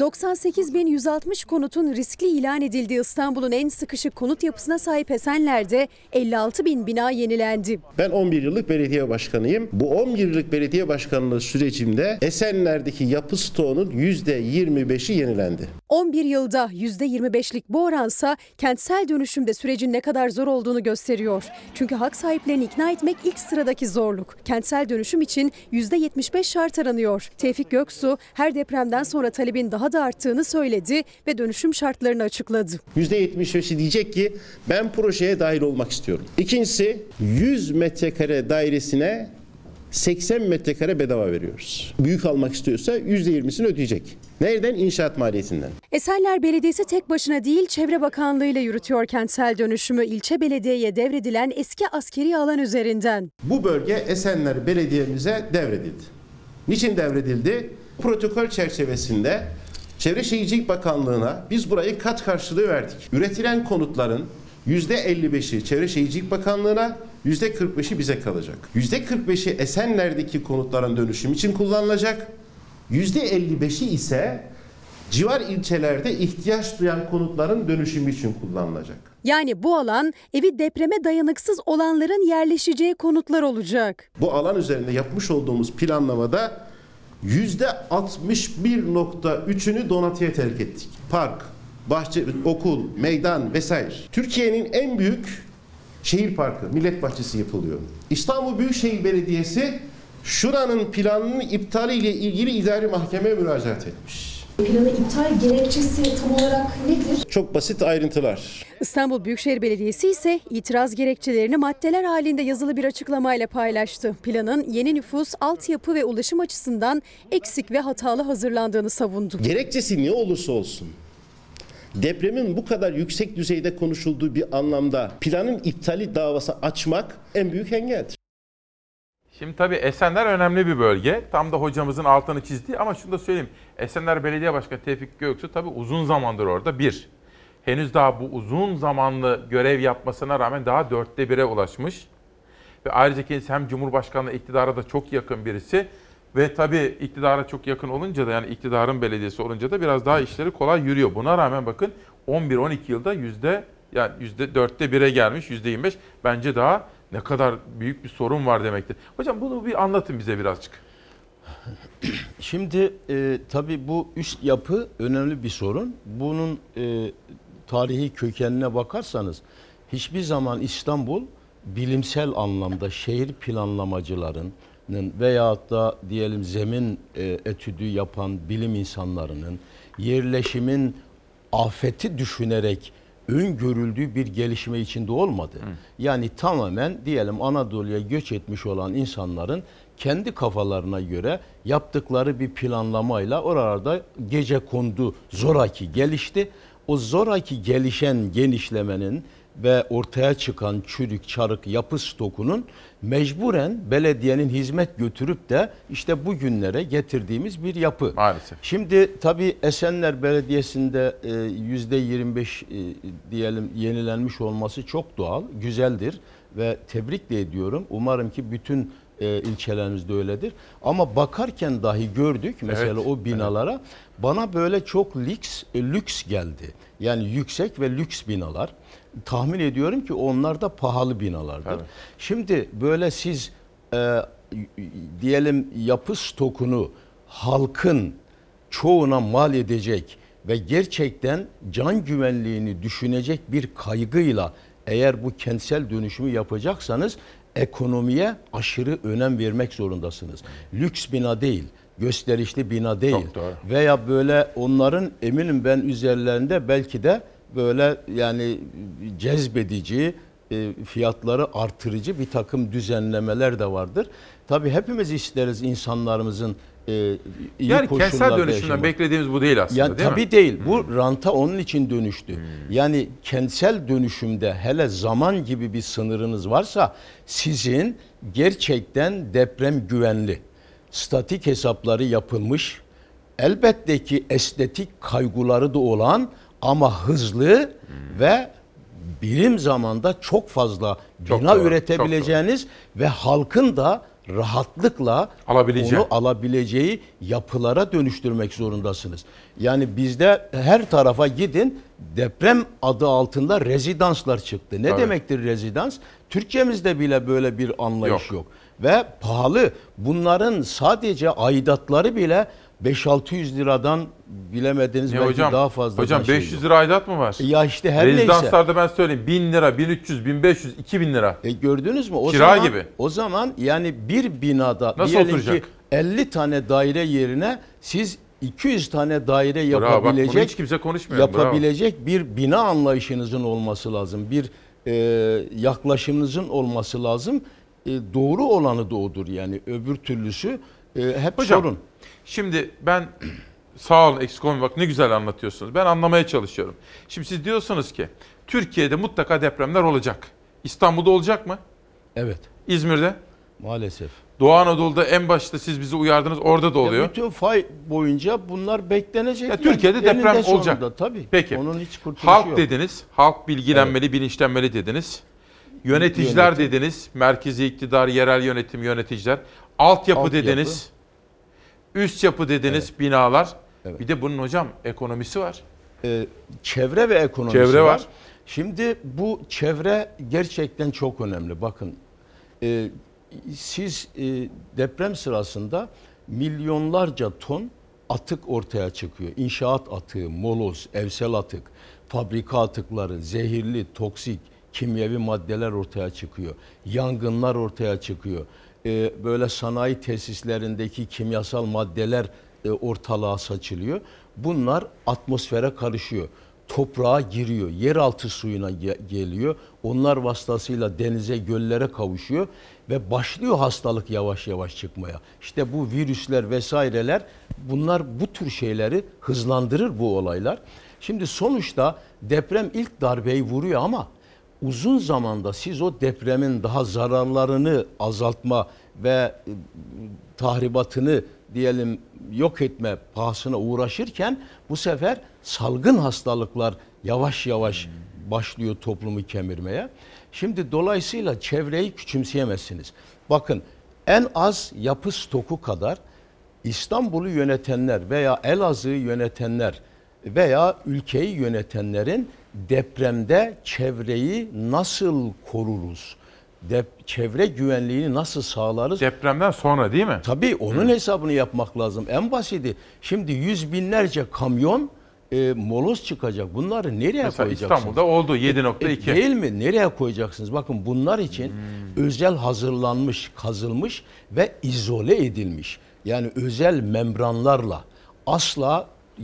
98.160 konutun riskli ilan edildiği İstanbul'un en sıkışık konut yapısına sahip Esenler'de 56.000 bina yenilendi. Ben 11 yıllık belediye başkanıyım. Bu 11 yıllık belediye başkanlığı sürecimde Esenler'deki yapı stoğunun %25'i yenilendi. 11 yılda %25'lik bu oransa kentsel dönüşümde sürecin ne kadar zor olduğunu gösteriyor. Çünkü hak sahiplerini ikna etmek ilk sıradaki zorluk. Kentsel dönüşüm için %75 şart aranıyor. Tevfik Göksu her depremden sonra talebin daha da arttığını söyledi ve dönüşüm şartlarını açıkladı. %75'i diyecek ki ben projeye dahil olmak istiyorum. İkincisi 100 metrekare dairesine 80 metrekare bedava veriyoruz. Büyük almak istiyorsa %20'sini ödeyecek. Nereden? İnşaat maliyetinden. Esenler Belediyesi tek başına değil, Çevre Bakanlığı ile yürütüyor kentsel dönüşümü. İlçe belediyeye devredilen eski askeri alan üzerinden. Bu bölge Esenler Belediye'mize devredildi. Niçin devredildi? Protokol çerçevesinde Çevre Şehircilik Bakanlığı'na biz burayı kat karşılığı verdik. Üretilen konutların %55'i Çevre Şehircilik Bakanlığı'na, %45'i bize kalacak. %45'i Esenler'deki konutların dönüşüm için kullanılacak. %55'i ise civar ilçelerde ihtiyaç duyan konutların dönüşümü için kullanılacak. Yani bu alan evi depreme dayanıksız olanların yerleşeceği konutlar olacak. Bu alan üzerinde yapmış olduğumuz planlamada %61.3'ünü donatıya terk ettik. Park, bahçe, okul, meydan vesaire. Türkiye'nin en büyük şehir parkı, Millet Bahçesi yapılıyor. İstanbul Büyükşehir Belediyesi şuranın planının iptali ile ilgili idari mahkemeye müracaat etmiş. Planı iptal gerekçesi tam olarak nedir? Çok basit ayrıntılar. İstanbul Büyükşehir Belediyesi ise itiraz gerekçelerini maddeler halinde yazılı bir açıklamayla paylaştı. Planın yeni nüfus, altyapı ve ulaşım açısından eksik ve hatalı hazırlandığını savundu. Gerekçesi ne olursa olsun, depremin bu kadar yüksek düzeyde konuşulduğu bir anlamda planın iptali davası açmak en büyük engeldir. Şimdi tabii Esenler önemli bir bölge. Tam da hocamızın altını çizdiği ama şunu da söyleyeyim. Esenler Belediye Başkanı Tevfik Göksu tabii uzun zamandır orada. Henüz daha bu uzun zamanlı görev yapmasına rağmen daha 1/4'e ulaşmış. Ve ayrıca kendisi hem Cumhurbaşkanlığı iktidara da çok yakın birisi. Ve tabii iktidara çok yakın olunca da yani iktidarın belediyesi olunca da biraz daha işleri kolay yürüyor. Buna rağmen bakın 11-12 yılda %4'e gelmiş, %25. Bence daha ne kadar büyük bir sorun var demektir. Hocam bunu bir anlatın bize birazcık. Şimdi tabii bu üst yapı önemli bir sorun. Bunun tarihi kökenine bakarsanız hiçbir zaman İstanbul bilimsel anlamda şehir planlamacılarının veyahut da diyelim zemin etüdü yapan bilim insanlarının yerleşimin afeti düşünerek öngörüldüğü bir gelişme içinde olmadı. Yani tamamen diyelim Anadolu'ya göç etmiş olan insanların kendi kafalarına göre yaptıkları bir planlamayla oralarda gecekondu zoraki gelişti. O zoraki genişlemenin ve ortaya çıkan çürük, çarık yapı stokunun mecburen belediyenin hizmet götürüp de işte bugünlere getirdiğimiz bir yapı. Maalesef. Şimdi tabii Esenler Belediyesi'nde %25 diyelim yenilenmiş olması çok doğal, güzeldir ve tebrik de ediyorum. Umarım ki bütün ilçelerimizde öyledir. Ama bakarken dahi gördük mesela o binalara bana böyle çok lüks geldi. Yani yüksek ve lüks binalar. Tahmin ediyorum ki onlar da pahalı binalardır. Evet. Şimdi böyle siz diyelim yapı stokunu halkın çoğuna mal edecek ve gerçekten can güvenliğini düşünecek bir kaygıyla eğer bu kentsel dönüşümü yapacaksanız ekonomiye aşırı önem vermek zorundasınız. Lüks bina değil, gösterişli bina değil veya böyle onların eminim ben üzerlerinde belki de böyle yani cezbedici, fiyatları artırıcı bir takım düzenlemeler de vardır. Tabii hepimiz isteriz insanlarımızın iyi yani koşullarda kentsel dönüşümden yaşamak. Beklediğimiz bu değil aslında, yani değil tabii mi? değil. Bu ranta onun için dönüştü. Yani kentsel dönüşümde hele zaman gibi bir sınırınız varsa sizin gerçekten deprem güvenli, statik hesapları yapılmış, elbette ki estetik kaygıları da olan ama hızlı ve birim zamanda çok fazla bina üretebileceğiniz ve halkın da rahatlıkla onu alabileceği yapılara dönüştürmek zorundasınız. Yani bizde her tarafa gidin deprem adı altında rezidanslar çıktı. Ne demektir rezidans? Türkçemizde bile böyle bir anlayış yok. Ve pahalı. Bunların sadece aidatları bile 5-600 liradan bilemediniz belki hocam, daha fazla. Hocam 500 lira aidat mı var? Ya işte her neyse. Rezidanslarda ben söyleyeyim 1000 lira, 1300, 1500, 2000 lira. Gördünüz mü? O kira zaman, gibi. O zaman yani bir binada nasıl diyelim oturacak? ki 50 tane daire yerine siz 200 tane daire yapabilecek, bak, hiç kimse yapabilecek bir bina anlayışınızın olması lazım. Bir yaklaşımınızın olması lazım. Doğru olanı da odur yani. Öbür türlüsü hep hocam, sorun. Şimdi ben sağ olun eksik olmayın bak ne güzel anlatıyorsunuz. Ben anlamaya çalışıyorum. Şimdi siz diyorsunuz ki Türkiye'de mutlaka depremler olacak. İstanbul'da olacak mı? Evet. İzmir'de? Maalesef. Doğu Anadolu'da en başta siz bizi uyardınız orada da oluyor. Ya bütün fay boyunca bunlar beklenecek. Ya Türkiye'de deprem olacak. Sonunda, tabii. Peki. Onun hiç kurtuluşu halk yok. dediniz. Halk bilgilenmeli, bilinçlenmeli dediniz. Yöneticiler dediniz. Merkezi iktidar, yerel yönetim yöneticiler. Altyapı dediniz. Üst yapı dediniz, binalar. Bir de bunun hocam ekonomisi var. Çevre ve ekonomisi Çevre var. Şimdi bu çevre gerçekten çok önemli. Bakın siz deprem sırasında milyonlarca ton atık ortaya çıkıyor. İnşaat atığı, moloz, evsel atık, fabrika atıkları, zehirli, toksik, kimyevi maddeler ortaya çıkıyor. Yangınlar ortaya çıkıyor. Böyle sanayi tesislerindeki kimyasal maddeler ortalığa saçılıyor. Bunlar atmosfere karışıyor. Toprağa giriyor. Yeraltı suyuna geliyor. Onlar vasıtasıyla denize, göllere kavuşuyor ve başlıyor hastalık yavaş yavaş çıkmaya. İşte bu virüsler vesaireler, bunlar bu tür şeyleri hızlandırır bu olaylar. Şimdi sonuçta deprem ilk darbeyi vuruyor ama uzun zamanda siz o depremin daha zararlarını azaltma ve tahribatını diyelim yok etme pahasına uğraşırken bu sefer salgın hastalıklar yavaş yavaş başlıyor toplumu kemirmeye. Şimdi dolayısıyla çevreyi küçümseyemezsiniz. Bakın en az yapı stoku kadar İstanbul'u yönetenler veya Elazığ'ı yönetenler veya ülkeyi yönetenlerin depremde çevreyi nasıl koruruz? Çevre güvenliğini nasıl sağlarız? Depremden sonra değil mi? Tabii onun hesabını yapmak lazım. En basiti. Şimdi yüz binlerce kamyon moloz çıkacak. Bunları nereye mesela koyacaksınız? İstanbul'da oldu 7.2. Değil mi? Nereye koyacaksınız? Bakın bunlar için özel hazırlanmış, kazılmış ve izole edilmiş. Yani özel membranlarla asla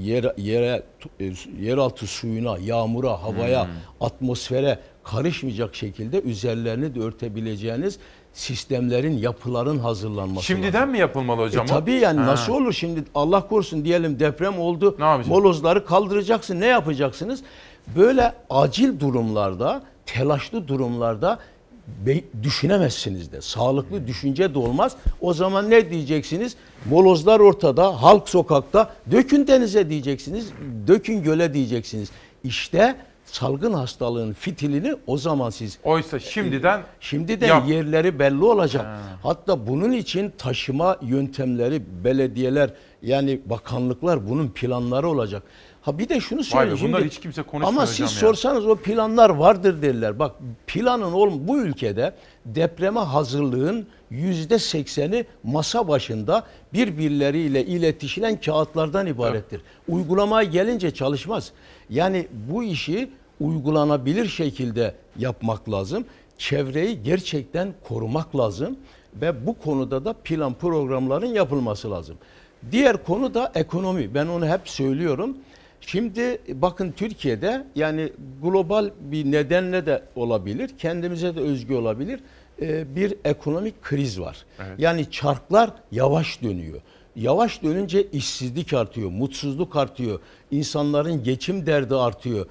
yeraltı suyuna, yağmura, havaya, atmosfere karışmayacak şekilde üzerlerini de örtebileceğiniz sistemlerin, yapıların hazırlanması Şimdiden lazım. mi yapılmalı hocam? Tabii yani nasıl olur şimdi Allah korusun diyelim deprem oldu, molozları kaldıracaksın, ne yapacaksınız? Böyle acil durumlarda, telaşlı durumlarda düşünemezsiniz de. Sağlıklı düşünce de olmaz. O zaman ne diyeceksiniz? Molozlar ortada, halk sokakta, dökün denize diyeceksiniz, dökün göle diyeceksiniz. İşte salgın hastalığın fitilini o zaman siz... Oysa şimdiden yerleri belli olacak. Hatta bunun için taşıma yöntemleri, belediyeler yani bakanlıklar bunun planları olacak. Ha bir de şunu söyleyeyim. Bunlar hiç kimse konuşmuyor ama hocam siz sorsanız o planlar vardır derler. Bak planın bu ülkede depreme hazırlığın %80'i masa başında birbirleriyle iletişilen kağıtlardan ibarettir. Uygulamaya gelince çalışmaz. Yani bu işi uygulanabilir şekilde yapmak lazım. Çevreyi gerçekten korumak lazım ve bu konuda da plan programların yapılması lazım. Diğer konu da ekonomi. Ben onu hep söylüyorum. Şimdi bakın Türkiye'de yani global bir nedenle de olabilir, kendimize de özgü olabilir bir ekonomik kriz var. Evet. Yani çarklar yavaş dönüyor. Yavaş dönünce işsizlik artıyor, mutsuzluk artıyor, insanların geçim derdi artıyor.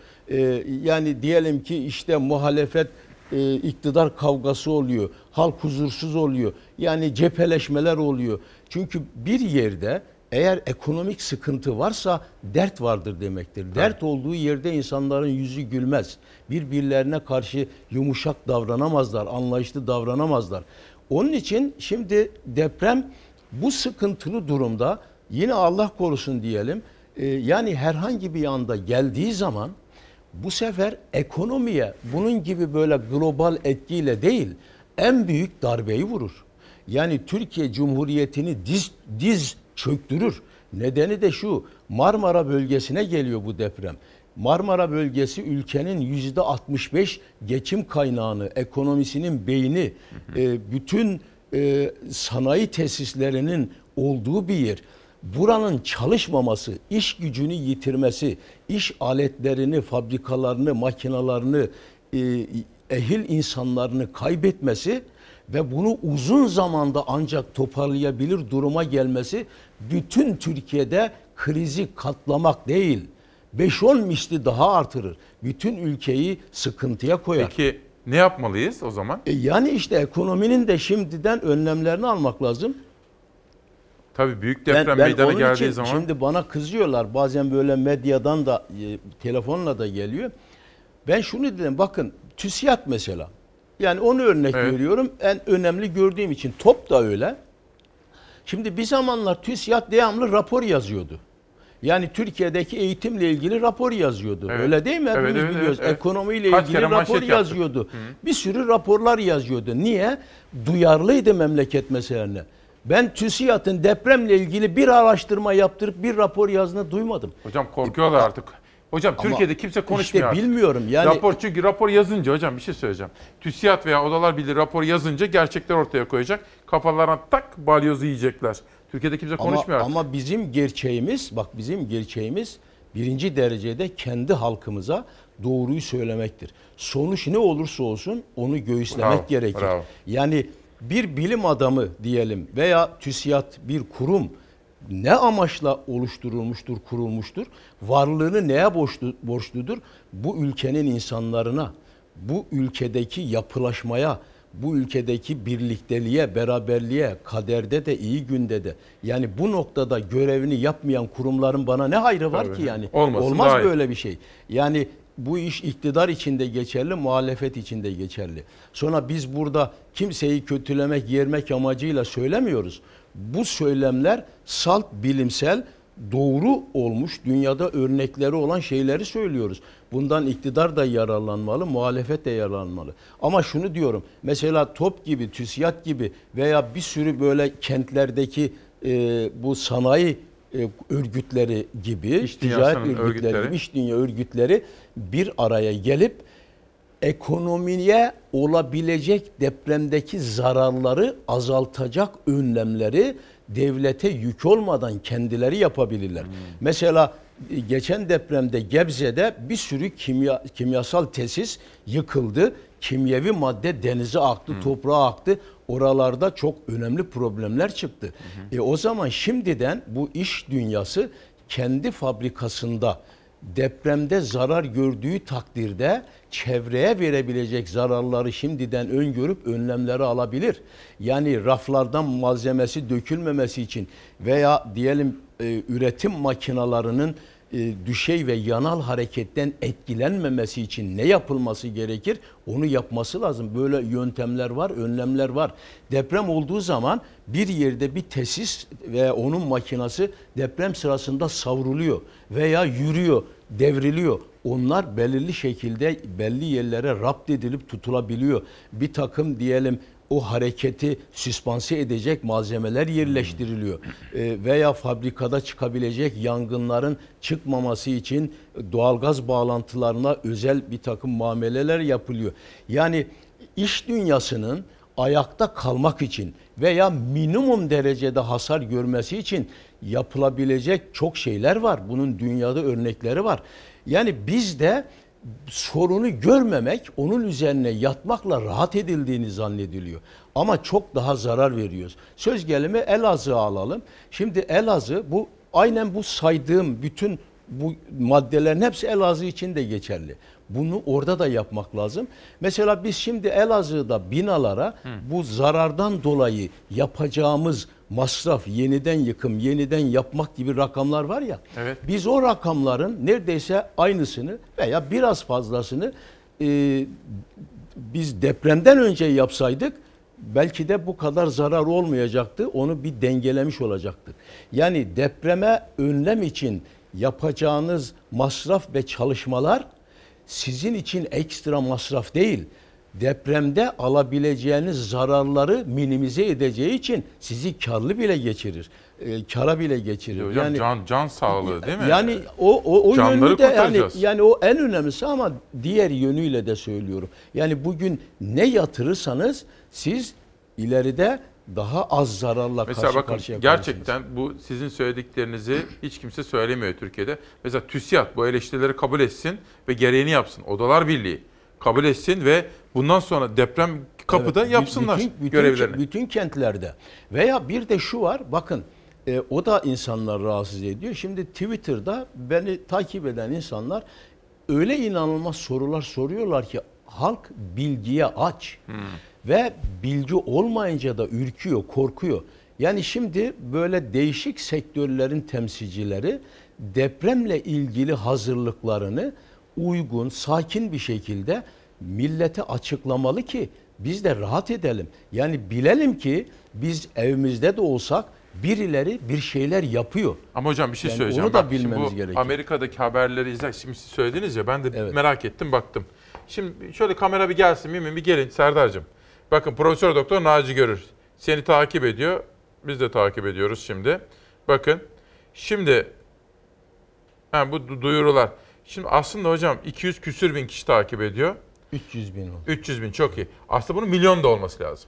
Yani diyelim ki işte muhalefet iktidar kavgası oluyor, halk huzursuz oluyor, yani cepheleşmeler oluyor. Çünkü bir yerde eğer ekonomik sıkıntı varsa dert vardır demektir. Evet. Dert olduğu yerde insanların yüzü gülmez. Birbirlerine karşı yumuşak davranamazlar, anlayışlı davranamazlar. Onun için şimdi deprem bu sıkıntılı durumda yine Allah korusun diyelim yani herhangi bir anda geldiği zaman bu sefer ekonomiye bunun gibi böyle global etkiyle değil en büyük darbeyi vurur. Yani Türkiye Cumhuriyeti'ni diz çöktürür. Nedeni de şu, Marmara bölgesine geliyor bu deprem. Marmara bölgesi ülkenin %65 geçim kaynağını, ekonomisinin beyni, bütün sanayi tesislerinin olduğu bir yer. Buranın çalışmaması, iş gücünü yitirmesi, iş aletlerini, fabrikalarını, makinalarını, ehil insanlarını kaybetmesi ve bunu uzun zamanda ancak toparlayabilir duruma gelmesi bütün Türkiye'de krizi katlamak değil, 5-10 misli daha artırır. Bütün ülkeyi sıkıntıya koyar. Peki ne yapmalıyız o zaman? Yani işte ekonominin de şimdiden önlemlerini almak lazım. Tabii büyük deprem meydana geldiği zaman. Şimdi bana kızıyorlar bazen böyle medyadan da telefonla da geliyor. Ben şunu dedim bakın TÜSİAD mesela. Yani onu örnek veriyorum. En önemli gördüğüm için top da öyle. Şimdi bir zamanlar TÜSİAD devamlı rapor yazıyordu. Yani Türkiye'deki eğitimle ilgili rapor yazıyordu. Evet. Öyle değil mi? Hepimiz Evet, biliyoruz. evet. Ekonomiyle Kaç ilgili kere rapor manşet yazıyordu. yaptık. Hı. Bir sürü raporlar yazıyordu. Niye? Duyarlıydı memleket meselelerine. Ben TÜSİAD'ın depremle ilgili bir araştırma yaptırıp bir rapor yazdığını duymadım. Hocam korkuyorlar artık. Hocam Ama Türkiye'de kimse konuşmuyor işte artık. bilmiyorum yani. Çünkü rapor yazınca hocam bir şey söyleyeceğim. TÜSİAD veya Odalar Birliği rapor yazınca gerçekler ortaya koyacak. Kafalarına tak balyozu yiyecekler. Türkiye'de kimse konuşmuyor artık. Ama bizim gerçeğimiz birinci derecede kendi halkımıza doğruyu söylemektir. Sonuç ne olursa olsun onu göğüslemek gerekir. Bravo. Yani bir bilim adamı diyelim veya TÜSİAD bir kurum ne amaçla oluşturulmuştur, kurulmuştur? Varlığını neye borçludur? Bu ülkenin insanlarına, bu ülkedeki yapılaşmaya, bu ülkedeki birlikteliğe, beraberliğe, kaderde de iyi günde de. Yani bu noktada görevini yapmayan kurumların bana ne hayrı var ki yani? Olmaz böyle bir şey. Yani bu iş iktidar içinde geçerli, muhalefet içinde geçerli. Sonra biz burada kimseyi kötülemek, yermek amacıyla söylemiyoruz. Bu söylemler salt, bilimsel, doğru olmuş, dünyada örnekleri olan şeyleri söylüyoruz. Bundan iktidar da yararlanmalı, muhalefet de yararlanmalı. Ama şunu diyorum, mesela TOP gibi, TÜSİAD gibi veya bir sürü böyle kentlerdeki bu sanayi örgütleri gibi, ticaret örgütleri gibi, iş dünya örgütleri bir araya gelip ekonomiye olabilecek depremdeki zararları azaltacak önlemleri devlete yük olmadan kendileri yapabilirler. Mesela geçen depremde Gebze'de bir sürü kimyasal tesis yıkıldı. Kimyevi madde denize aktı, toprağa aktı. Oralarda çok önemli problemler çıktı. O zaman şimdiden bu iş dünyası kendi fabrikasında depremde zarar gördüğü takdirde çevreye verebilecek zararları şimdiden öngörüp önlemleri alabilir. Yani raflardan malzemesi dökülmemesi için veya diyelim üretim makinalarının düşey ve yanal hareketten etkilenmemesi için ne yapılması gerekir? Onu yapması lazım. Böyle yöntemler var, önlemler var. Deprem olduğu zaman bir yerde bir tesis ve onun makinası deprem sırasında savruluyor veya yürüyor, devriliyor. Onlar belirli şekilde belli yerlere rapt edilip tutulabiliyor. Bir takım diyelim o hareketi süspanse edecek malzemeler yerleştiriliyor. Veya fabrikada çıkabilecek yangınların çıkmaması için doğalgaz bağlantılarına özel bir takım muameleler yapılıyor. Yani iş dünyasının ayakta kalmak için veya minimum derecede hasar görmesi için yapılabilecek çok şeyler var. Bunun dünyada örnekleri var. Yani biz de sorunu görmemek, onun üzerine yatmakla rahat edildiğini zannediliyor. Ama çok daha zarar veriyoruz. Söz gelimi Elazığ'ı alalım. Şimdi Elazığ bu aynen bu saydığım bütün bu maddelerin hepsi Elazığ için de geçerli. Bunu orada da yapmak lazım. Mesela biz şimdi Elazığ'da binalara bu zarardan dolayı yapacağımız masraf, yeniden yıkım, yeniden yapmak gibi rakamlar var ya. Evet. Biz o rakamların neredeyse aynısını veya biraz fazlasını biz depremden önce yapsaydık belki de bu kadar zarar olmayacaktı. Onu bir dengelemiş olacaktık. Yani depreme önlem için yapacağınız masraf ve çalışmalar sizin için ekstra masraf değil. Depremde alabileceğiniz zararları minimize edeceği için sizi karlı bile geçirir. Kara bile geçirir. Hocam yani can sağlığı değil mi? Yani o yönü de yani o en önemlisi ama diğer yönüyle de söylüyorum. Yani bugün ne yatırırsanız siz ileride daha az zararla mesela karşı karşıya kalırsınız. Gerçekten bu sizin söylediklerinizi hiç kimse söylemiyor Türkiye'de. Mesela TÜSİAD bu eleştirileri kabul etsin ve gereğini yapsın. Odalar Birliği kabul etsin ve bundan sonra deprem kapıda yapsınlar görevlerini. Bütün kentlerde. Veya bir de şu var, bakın o da insanlar rahatsız ediyor. Şimdi Twitter'da beni takip eden insanlar öyle inanılmaz sorular soruyorlar ki halk bilgiye aç. Ve bilgi olmayınca da ürküyor, korkuyor. Yani şimdi böyle değişik sektörlerin temsilcileri depremle ilgili hazırlıklarını uygun, sakin bir şekilde millete açıklamalı ki biz de rahat edelim. Yani bilelim ki biz evimizde de olsak Birileri bir şeyler yapıyor. Ama hocam bir şey Yani söyleyeceğim. onu da Bak, şimdi bilmemiz bu gerekiyor. Amerika'daki haberleri şimdi siz söylediniz ya, ben de merak ettim, baktım. Şimdi şöyle kamera bir gelsin, Mümin bir gelin Serdar'cığım. Bakın Profesör Doktor Naci Görür seni takip ediyor. Biz de takip ediyoruz şimdi. Bakın şimdi bu duyurular. Şimdi aslında hocam 200 küsür bin kişi takip ediyor. 300 bin oldu. 300 bin çok iyi. Aslında bunun milyon da olması lazım.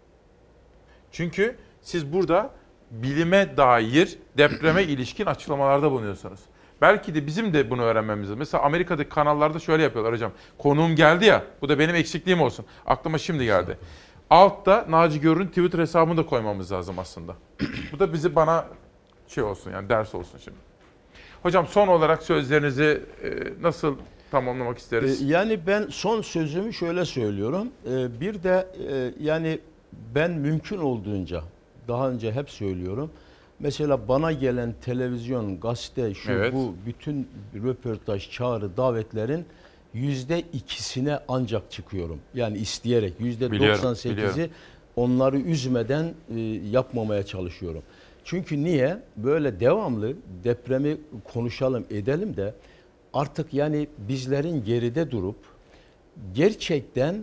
Çünkü siz burada bilime dair depreme ilişkin açıklamalarda bulunuyorsunuz. Belki de bizim de bunu öğrenmemiz lazım. Mesela Amerika'daki kanallarda şöyle yapıyorlar hocam. Konuğum geldi ya, bu da benim eksikliğim olsun. Aklıma şimdi geldi. Altta Naci Görür'ün Twitter hesabını da koymamız lazım aslında. Bu da bana şey olsun, yani ders olsun şimdi. Hocam son olarak sözlerinizi nasıl tamamlamak isteriz? Yani ben son sözümü şöyle söylüyorum. Bir de yani ben mümkün olduğunca, daha önce hep söylüyorum. Mesela bana gelen televizyon, gazete, bu bütün röportaj, çağrı, davetlerin %2'sine ancak çıkıyorum. Yani isteyerek %98'i onları üzmeden yapmamaya çalışıyorum. Çünkü niye? Böyle devamlı depremi konuşalım, edelim de artık yani bizlerin geride durup gerçekten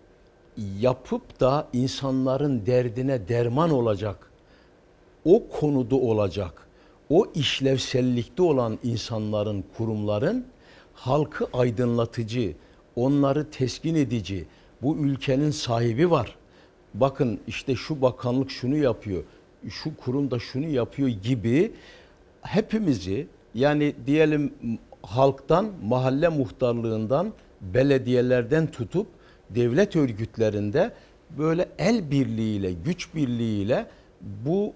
yapıp da insanların derdine derman olacak, o konuda olacak, o işlevsellikte olan insanların, kurumların halkı aydınlatıcı, onları teskin edici, bu ülkenin sahibi var. Bakın işte şu bakanlık şunu yapıyor, şu kurum da şunu yapıyor gibi hepimizi, yani diyelim halktan, mahalle muhtarlığından, belediyelerden tutup devlet örgütlerinde böyle el birliğiyle, güç birliğiyle bu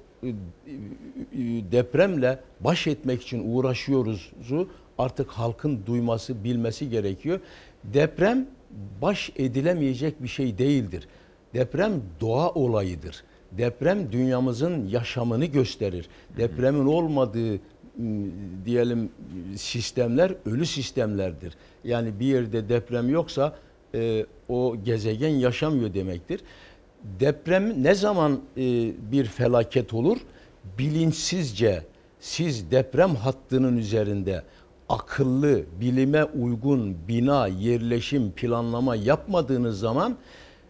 depremle baş etmek için uğraşıyoruzu artık halkın duyması, bilmesi gerekiyor. Deprem baş edilemeyecek bir şey değildir. Deprem doğa olayıdır. Deprem dünyamızın yaşamını gösterir. Depremin olmadığı diyelim sistemler ölü sistemlerdir. Yani bir yerde deprem yoksa o gezegen yaşamıyor demektir. Deprem ne zaman bir felaket olur? Bilinçsizce siz deprem hattının üzerinde akıllı, bilime uygun bina, yerleşim, planlama yapmadığınız zaman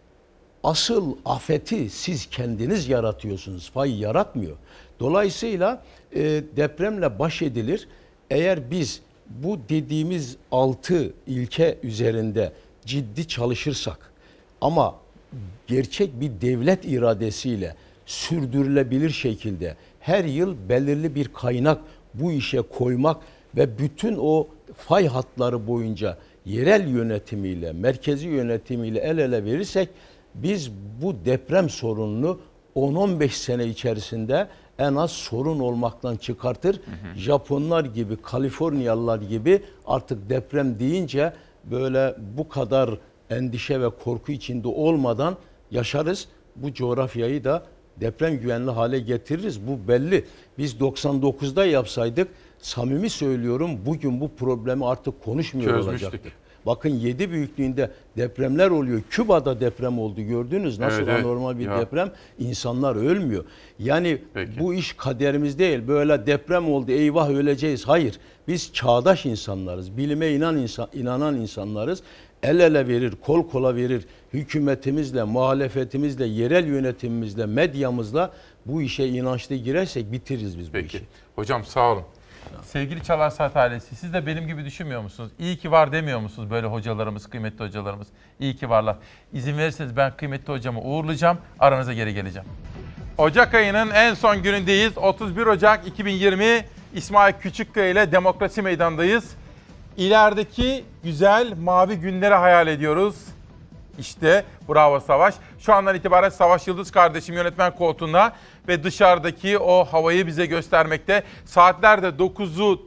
asıl afeti siz kendiniz yaratıyorsunuz. Fay yaratmıyor. Dolayısıyla depremle baş edilir. Eğer biz bu dediğimiz 6 ilke üzerinde ciddi çalışırsak ama gerçek bir devlet iradesiyle sürdürülebilir şekilde her yıl belirli bir kaynak bu işe koymak ve bütün o fay hatları boyunca yerel yönetimiyle, merkezi yönetimiyle el ele verirsek biz bu deprem sorununu 10-15 sene içerisinde en az sorun olmaktan çıkartır. Japonlar gibi, Kaliforniyalılar gibi artık deprem deyince böyle bu kadar endişe ve korku içinde olmadan yaşarız. Bu coğrafyayı da deprem güvenli hale getiririz. Bu belli. Biz 99'da yapsaydık, samimi söylüyorum, bugün bu problemi artık konuşmuyor olacaktık. Bakın 7 büyüklüğünde depremler oluyor. Küba'da deprem oldu, gördünüz nasıl anormal bir deprem. İnsanlar ölmüyor. Yani bu iş kaderimiz değil. Böyle deprem oldu, eyvah öleceğiz. Hayır. Biz çağdaş insanlarız. Bilime inanan insanlarız. El ele verir, kol kola verir. Hükümetimizle, muhalefetimizle, yerel yönetimimizle, medyamızla bu işe inançlı girersek bitiririz biz bu işi. Hocam sağ olun. Sevgili Çalar Saat ailesi, siz de benim gibi düşünmüyor musunuz? İyi ki var demiyor musunuz böyle hocalarımız, kıymetli hocalarımız? İyi ki varlar. İzin verirseniz ben kıymetli hocamı uğurlayacağım, aranıza geri geleceğim. Ocak ayının en son günündeyiz. 31 Ocak 2020 İsmail Küçükkaya ile Demokrasi Meydanı'ndayız. İlerideki güzel mavi günleri hayal ediyoruz. İşte bravo Savaş. Şu andan itibaren Savaş Yıldız kardeşim yönetmen koltuğunda ve dışarıdaki o havayı bize göstermekte. Saatler de 9'u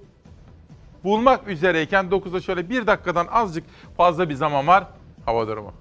bulmak üzereyken 9'a şöyle 1 dakikadan azıcık fazla bir zaman var. Hava durumu.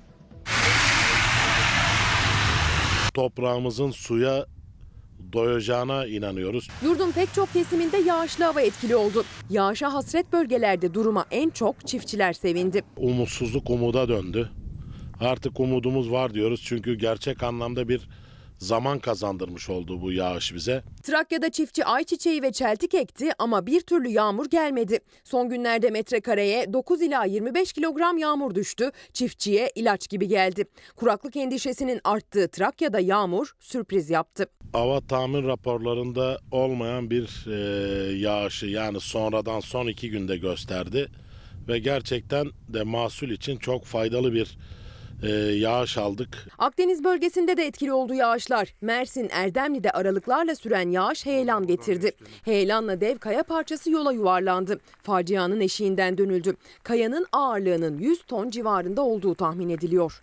Toprağımızın suya doyacağına inanıyoruz. Yurdun pek çok kesiminde yağışlı hava etkili oldu. Yağışa hasret bölgelerde duruma en çok çiftçiler sevindi. Umutsuzluk umuda döndü. Artık umudumuz var diyoruz çünkü gerçek anlamda bir zaman kazandırmış oldu bu yağış bize. Trakya'da çiftçi ayçiçeği ve çeltik ekti ama bir türlü yağmur gelmedi. Son günlerde metrekareye 9 ila 25 kilogram yağmur düştü. Çiftçiye ilaç gibi geldi. Kuraklık endişesinin arttığı Trakya'da yağmur sürpriz yaptı. Hava tahmin raporlarında olmayan bir yağışı, yani sonradan son 2 günde gösterdi. Ve gerçekten de mahsul için çok faydalı bir yağış aldık. Akdeniz bölgesinde de etkili oldu yağışlar. Mersin, Erdemli'de aralıklarla süren yağış heyelan getirdi. Heyelanla dev kaya parçası yola yuvarlandı. Facianın eşiğinden dönüldü. Kayanın ağırlığının 100 ton civarında olduğu tahmin ediliyor.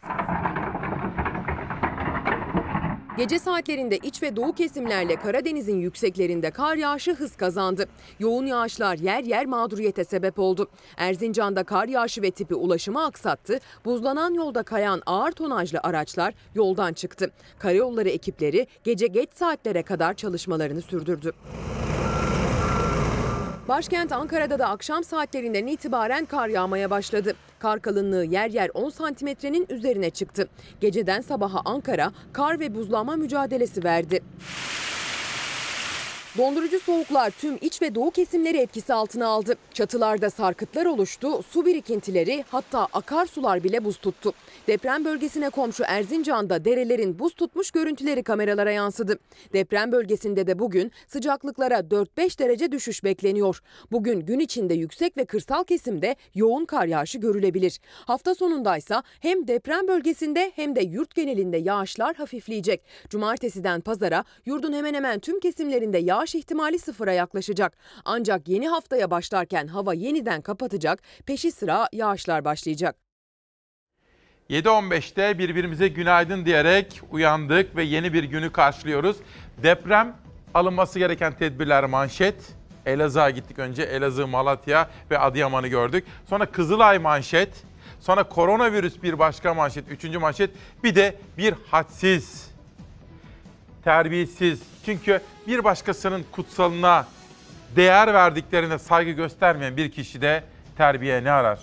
Gece saatlerinde iç ve doğu kesimlerle Karadeniz'in yükseklerinde kar yağışı hız kazandı. Yoğun yağışlar yer yer mağduriyete sebep oldu. Erzincan'da kar yağışı ve tipi ulaşımı aksattı. Buzlanan yolda kayan ağır tonajlı araçlar yoldan çıktı. Karayolları ekipleri gece geç saatlere kadar çalışmalarını sürdürdü. Başkent Ankara'da da akşam saatlerinden itibaren kar yağmaya başladı. Kar kalınlığı yer yer 10 santimetrenin üzerine çıktı. Geceden sabaha Ankara kar ve buzlanma mücadelesi verdi. Dondurucu soğuklar tüm iç ve doğu kesimleri etkisi altına aldı. Çatılarda sarkıtlar oluştu, su birikintileri, hatta akarsular bile buz tuttu. Deprem bölgesine komşu Erzincan'da derelerin buz tutmuş görüntüleri kameralara yansıdı. Deprem bölgesinde de bugün sıcaklıklara 4-5 derece düşüş bekleniyor. Bugün gün içinde yüksek ve kırsal kesimde yoğun kar yağışı görülebilir. Hafta sonundaysa hem deprem bölgesinde hem de yurt genelinde yağışlar hafifleyecek. Cumartesiden pazara yurdun hemen hemen tüm kesimlerinde yağış ihtimali sıfıra yaklaşacak. Ancak yeni haftaya başlarken hava yeniden kapatacak, peşi sıra yağışlar başlayacak. 7.15'te birbirimize günaydın diyerek uyandık ve yeni bir günü karşılıyoruz. Deprem, alınması gereken tedbirler manşet. Elazığ'a gittik önce. Elazığ, Malatya ve Adıyaman'ı gördük. Sonra Kızılay manşet. Sonra koronavirüs bir başka manşet. 3. manşet. Bir de bir hadsiz, terbiyesiz. Çünkü bir başkasının kutsalına, değer verdiklerine saygı göstermeyen bir kişi de terbiye ne arar?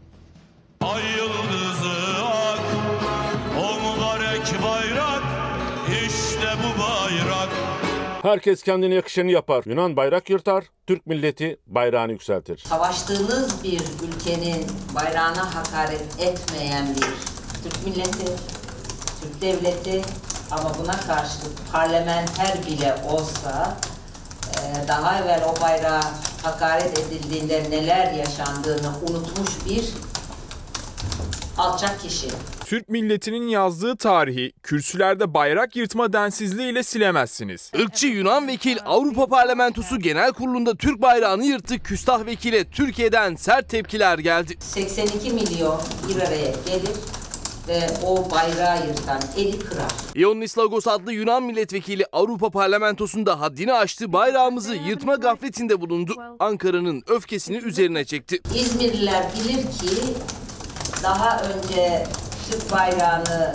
Ay yıldızı ak, o mübarek bayrak, işte bu bayrak. Herkes kendine yakışanı yapar. Yunan bayrak yırtar, Türk milleti bayrağını yükseltir. Savaştığınız bir ülkenin bayrağına hakaret etmeyen bir Türk milleti, Türk devleti, ama buna karşılık parlamenter bile olsa daha evvel o bayrağa hakaret edildiğinde neler yaşandığını unutmuş bir alçak kişi. Türk milletinin yazdığı tarihi kürsülerde bayrak yırtma densizliğiyle silemezsins. Irkçı Yunan vekil Avrupa Parlamentosu Genel Kurulu'nda Türk bayrağını yırttı. Küstah vekile Türkiye'den sert tepkiler geldi. 82 milyon bir araya gelir ve o bayrağı yırtan eli kırar. Ioannis Lagos adlı Yunan milletvekili Avrupa Parlamentosu'nda haddini aştı, bayrağımızı yırtma gafletinde bulundu. Ankara'nın öfkesini üzerine çekti. İzmirliler bilir ki daha önce Türk bayrağına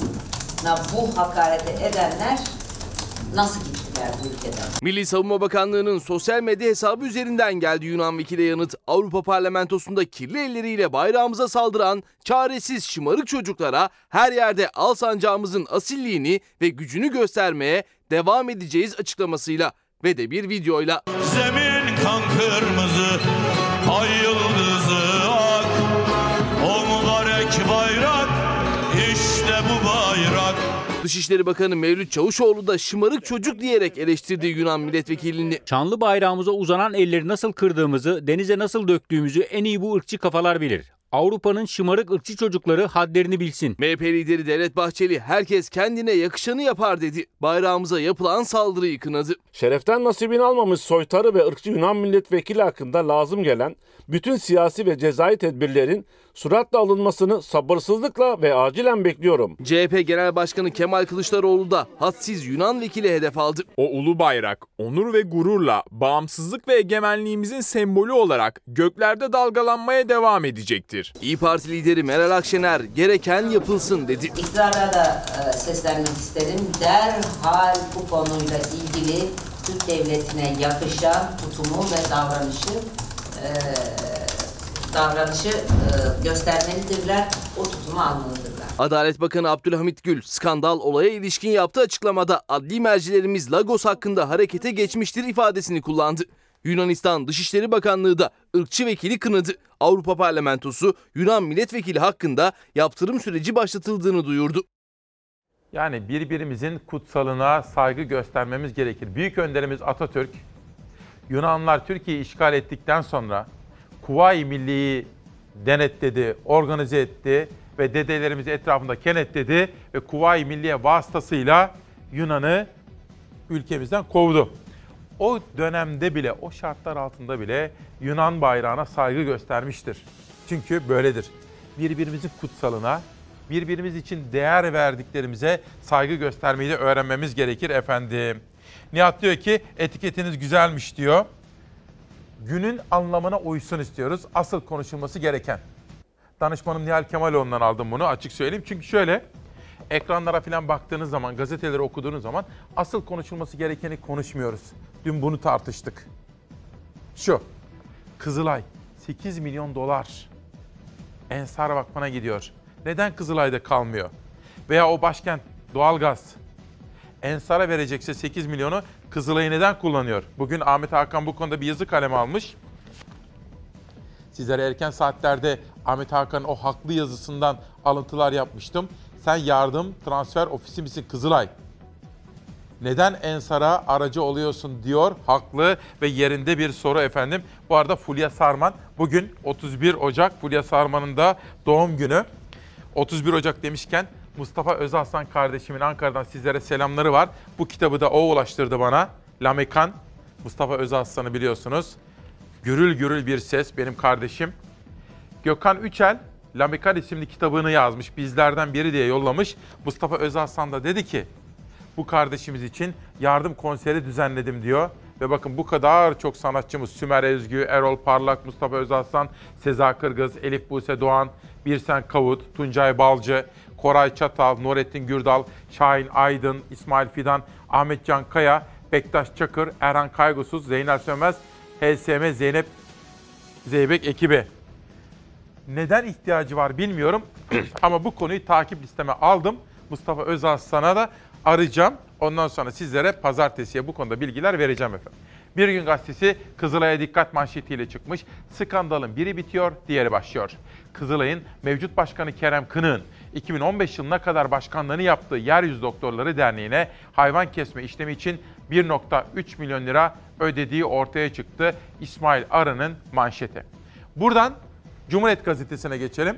bu hakareti edenler nasıl gittiler bu ülkeden? Milli Savunma Bakanlığı'nın sosyal medya hesabı üzerinden geldi Yunan vekile yanıt. Avrupa Parlamentosu'nda kirli elleriyle bayrağımıza saldıran çaresiz şımarık çocuklara her yerde al sancağımızın asilliğini ve gücünü göstermeye devam edeceğiz açıklamasıyla ve de bir videoyla. Zemin kan kırmızı, ay yıldızı ak, o mübarek bayrak, işte bu bayrak. Dışişleri Bakanı Mevlüt Çavuşoğlu da şımarık çocuk diyerek eleştirdi Yunan milletvekilini. Şanlı bayrağımıza uzanan elleri nasıl kırdığımızı, denize nasıl döktüğümüzü en iyi bu ırkçı kafalar bilir. Avrupa'nın şımarık ırkçı çocukları hadlerini bilsin. MHP lideri Devlet Bahçeli herkes kendine yakışanı yapar dedi. Bayrağımıza yapılan saldırıyı kınadı. Şereften nasibini almamış soytarı ve ırkçı Yunan milletvekili hakkında lazım gelen bütün siyasi ve cezai tedbirlerin süratle alınmasını sabırsızlıkla ve acilen bekliyorum. CHP Genel Başkanı Kemal Kılıçdaroğlu da hadsiz Yunan vekili hedef aldı. O ulu bayrak onur ve gururla bağımsızlık ve egemenliğimizin sembolü olarak göklerde dalgalanmaya devam edecektir. İYİ Parti lideri Meral Akşener gereken yapılsın dedi. İktidara da seslenmek isterim. Derhal bu konuyla ilgili Türk devletine yakışan tutumu ve davranışı göstermelidirler, o tutumu almalıdırlar. Adalet Bakanı Abdülhamit Gül, skandal olaya ilişkin yaptığı açıklamada adli mercilerimiz Lagos hakkında harekete geçmiştir ifadesini kullandı. Yunanistan Dışişleri Bakanlığı da ırkçı vekili kınadı. Avrupa Parlamentosu Yunan milletvekili hakkında yaptırım süreci başlatıldığını duyurdu. Yani birbirimizin kutsalına saygı göstermemiz gerekir. Büyük önderimiz Atatürk, Yunanlar Türkiye'yi işgal ettikten sonra Kuvayi Milliye'yi denetledi, organize etti ve dedelerimizi etrafında kenetledi ve Kuvayi Milliye vasıtasıyla Yunan'ı ülkemizden kovdu. O dönemde bile, o şartlar altında bile Yunan bayrağına saygı göstermiştir. Çünkü böyledir. Birbirimizin kutsalına, birbirimiz için değer verdiklerimize saygı göstermeyi de öğrenmemiz gerekir efendim. Nihat diyor ki etiketiniz güzelmiş diyor. Günün anlamına uysun istiyoruz. Asıl konuşulması gereken. Danışmanım Nihal Kemaloğlu'ndan aldım bunu, açık söyleyeyim. Çünkü şöyle, ekranlara falan baktığınız zaman, gazeteleri okuduğunuz zaman asıl konuşulması gerekeni konuşmuyoruz. Dün bunu tartıştık. Şu, Kızılay 8 milyon dolar Ensar Vakfı'na gidiyor. Neden Kızılay'da kalmıyor? Veya o başkent doğalgaz Ensar'a verecekse 8 milyonu Kızılay'ı neden kullanıyor? Bugün Ahmet Hakan bu konuda bir yazı kaleme almış. Sizlere erken saatlerde Ahmet Hakan'ın o haklı yazısından alıntılar yapmıştım. Sen yardım transfer ofisi misin Kızılay? Neden Ensar'a aracı oluyorsun diyor. Haklı ve yerinde bir soru efendim. Bu arada Fulya Sarman bugün 31 Ocak Fulya Sarman'ın da doğum günü. 31 Ocak demişken Mustafa Özaslan kardeşimin Ankara'dan sizlere selamları var. Bu kitabı da o ulaştırdı bana. Lamekan, Mustafa Özaslan'ı biliyorsunuz. Gürül gürül bir ses benim kardeşim. Gökhan Üçel, Lamekan isimli kitabını yazmış. Bizlerden biri diye yollamış. Mustafa Özaslan da dedi ki, bu kardeşimiz için yardım konseri düzenledim diyor. Ve bakın bu kadar çok sanatçımız Sümer Özgü, Erol Parlak, Mustafa Özaslan, Seza Kırgız, Elif Buse Doğan, Birsen Kavut, Tuncay Balcı, Koray Çatal, Nurettin Gürdal, Şahin Aydın, İsmail Fidan, Ahmet Can Kaya, Bektaş Çakır, Erhan Kaygusuz, Zeynel Sönmez, HSM Zeynep Zeybek ekibi. Neden ihtiyacı var bilmiyorum ama bu konuyu takip listeme aldım. Mustafa Özaslan'a da arayacağım. Ondan sonra sizlere pazartesiye bu konuda bilgiler vereceğim efendim. Bir Gün Gazetesi Kızılay'a dikkat manşetiyle çıkmış. Skandalın biri bitiyor, diğeri başlıyor. Kızılay'ın mevcut başkanı Kerem Kınık'ın 2015 yılına kadar başkanlığını yaptığı Yeryüzü Doktorları Derneği'ne hayvan kesme işlemi için 1,3 milyon lira ödediği ortaya çıktı. İsmail Arı'nın manşeti. Buradan Cumhuriyet Gazetesi'ne geçelim.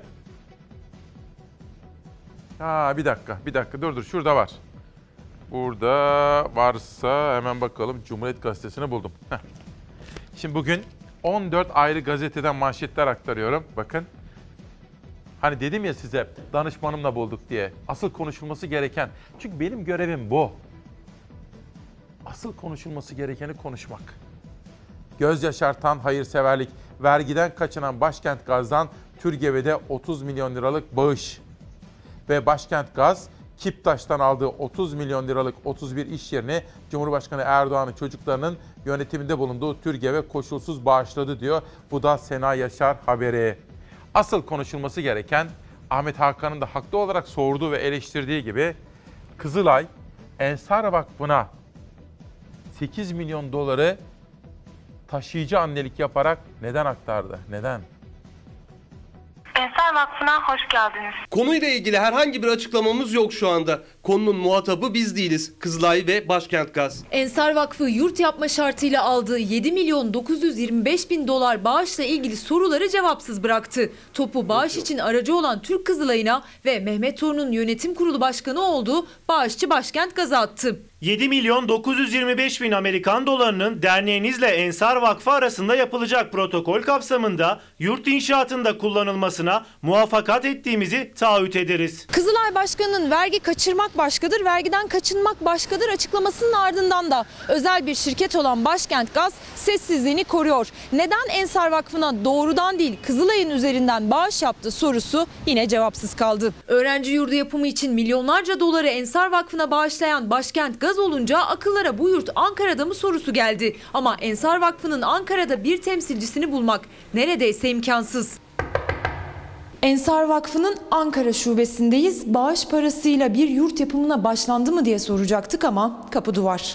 Bir dakika dur şurada var. Burada varsa hemen bakalım. Cumhuriyet Gazetesi'ni buldum. Şimdi bugün 14 ayrı gazeteden manşetler aktarıyorum. Bakın. Hani dedim ya size danışmanımla bulduk diye. Asıl konuşulması gereken. Çünkü benim görevim bu. Asıl konuşulması gerekeni konuşmak. Göz yaşartan hayırseverlik. Vergiden kaçınan Başkent Gaz'dan TÜRGEV'de 30 milyon liralık bağış. Ve Başkent Gaz, Kiptaş'tan aldığı 30 milyon liralık 31 iş yerini Cumhurbaşkanı Erdoğan'ın çocuklarının yönetiminde bulunduğu TÜRGEV'e koşulsuz bağışladı diyor. Bu da Sena Yaşar haberi. Asıl konuşulması gereken Ahmet Hakan'ın da haklı olarak sorduğu ve eleştirdiği gibi Kızılay Ensar Vakfı'na 8 milyon doları taşıyıcı annelik yaparak neden aktardı? Neden? Ensar Vakfı'na hoş geldiniz. Konuyla ilgili herhangi bir açıklamamız yok şu anda. Konunun muhatabı biz değiliz. Kızılay ve Başkent Gaz. Ensar Vakfı yurt yapma şartıyla aldığı 7 milyon 925 bin dolar bağışla ilgili soruları cevapsız bıraktı. Topu bağış için aracı olan Türk Kızılay'ına ve Mehmet Torun'un yönetim kurulu başkanı olduğu bağışçı Başkent Gaz'a attı. 7 milyon 925 bin Amerikan dolarının derneğinizle Ensar Vakfı arasında yapılacak protokol kapsamında yurt inşaatında kullanılmasına muvaffakat ettiğimizi taahhüt ederiz. Kızılay Başkanı'nın vergi kaçırmak başkadır, vergiden kaçınmak başkadır açıklamasının ardından da özel bir şirket olan Başkent Gaz sessizliğini koruyor. Neden Ensar Vakfı'na doğrudan değil Kızılay'ın üzerinden bağış yaptı sorusu yine cevapsız kaldı. Öğrenci yurdu yapımı için milyonlarca doları Ensar Vakfı'na bağışlayan Başkent Gaz olunca akıllara bu yurt Ankara'da mı sorusu geldi. Ama Ensar Vakfı'nın Ankara'da bir temsilcisini bulmak neredeyse imkansız. Ensar Vakfı'nın Ankara şubesindeyiz. Bağış parasıyla bir yurt yapımına başlandı mı diye soracaktık ama kapı duvar.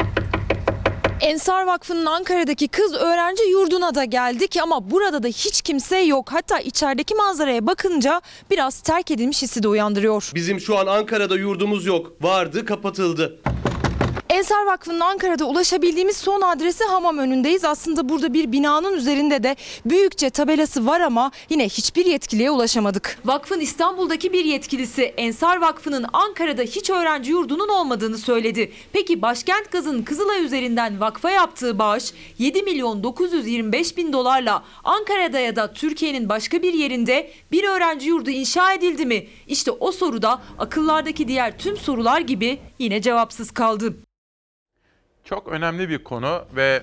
Ensar Vakfı'nın Ankara'daki kız öğrenci yurduna da geldik ama burada da hiç kimse yok. Hatta içerideki manzaraya bakınca biraz terk edilmiş hissi de uyandırıyor. Bizim şu an Ankara'da yurdumuz yok. Vardı, kapatıldı. Ensar Vakfı'nın Ankara'da ulaşabildiğimiz son adresi hamam önündeyiz. Aslında burada bir binanın üzerinde de büyükçe tabelası var ama yine hiçbir yetkiliye ulaşamadık. Vakfın İstanbul'daki bir yetkilisi Ensar Vakfı'nın Ankara'da hiç öğrenci yurdunun olmadığını söyledi. Peki Başkent Gaz'ın Kızılay üzerinden vakfa yaptığı bağış 7.925.000 dolarla Ankara'da ya da Türkiye'nin başka bir yerinde bir öğrenci yurdu inşa edildi mi? İşte o soruda akıllardaki diğer tüm sorular gibi yine cevapsız kaldı. Çok önemli bir konu ve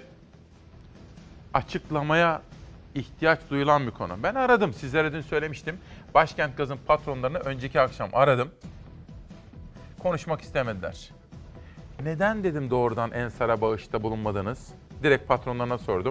açıklamaya ihtiyaç duyulan bir konu. Ben aradım, sizlere dün söylemiştim. Başkent Gaz'ın patronlarını önceki akşam aradım. Konuşmak istemediler. Neden dedim doğrudan Ensar'a bağışta bulunmadınız? Direkt patronlarına sordum.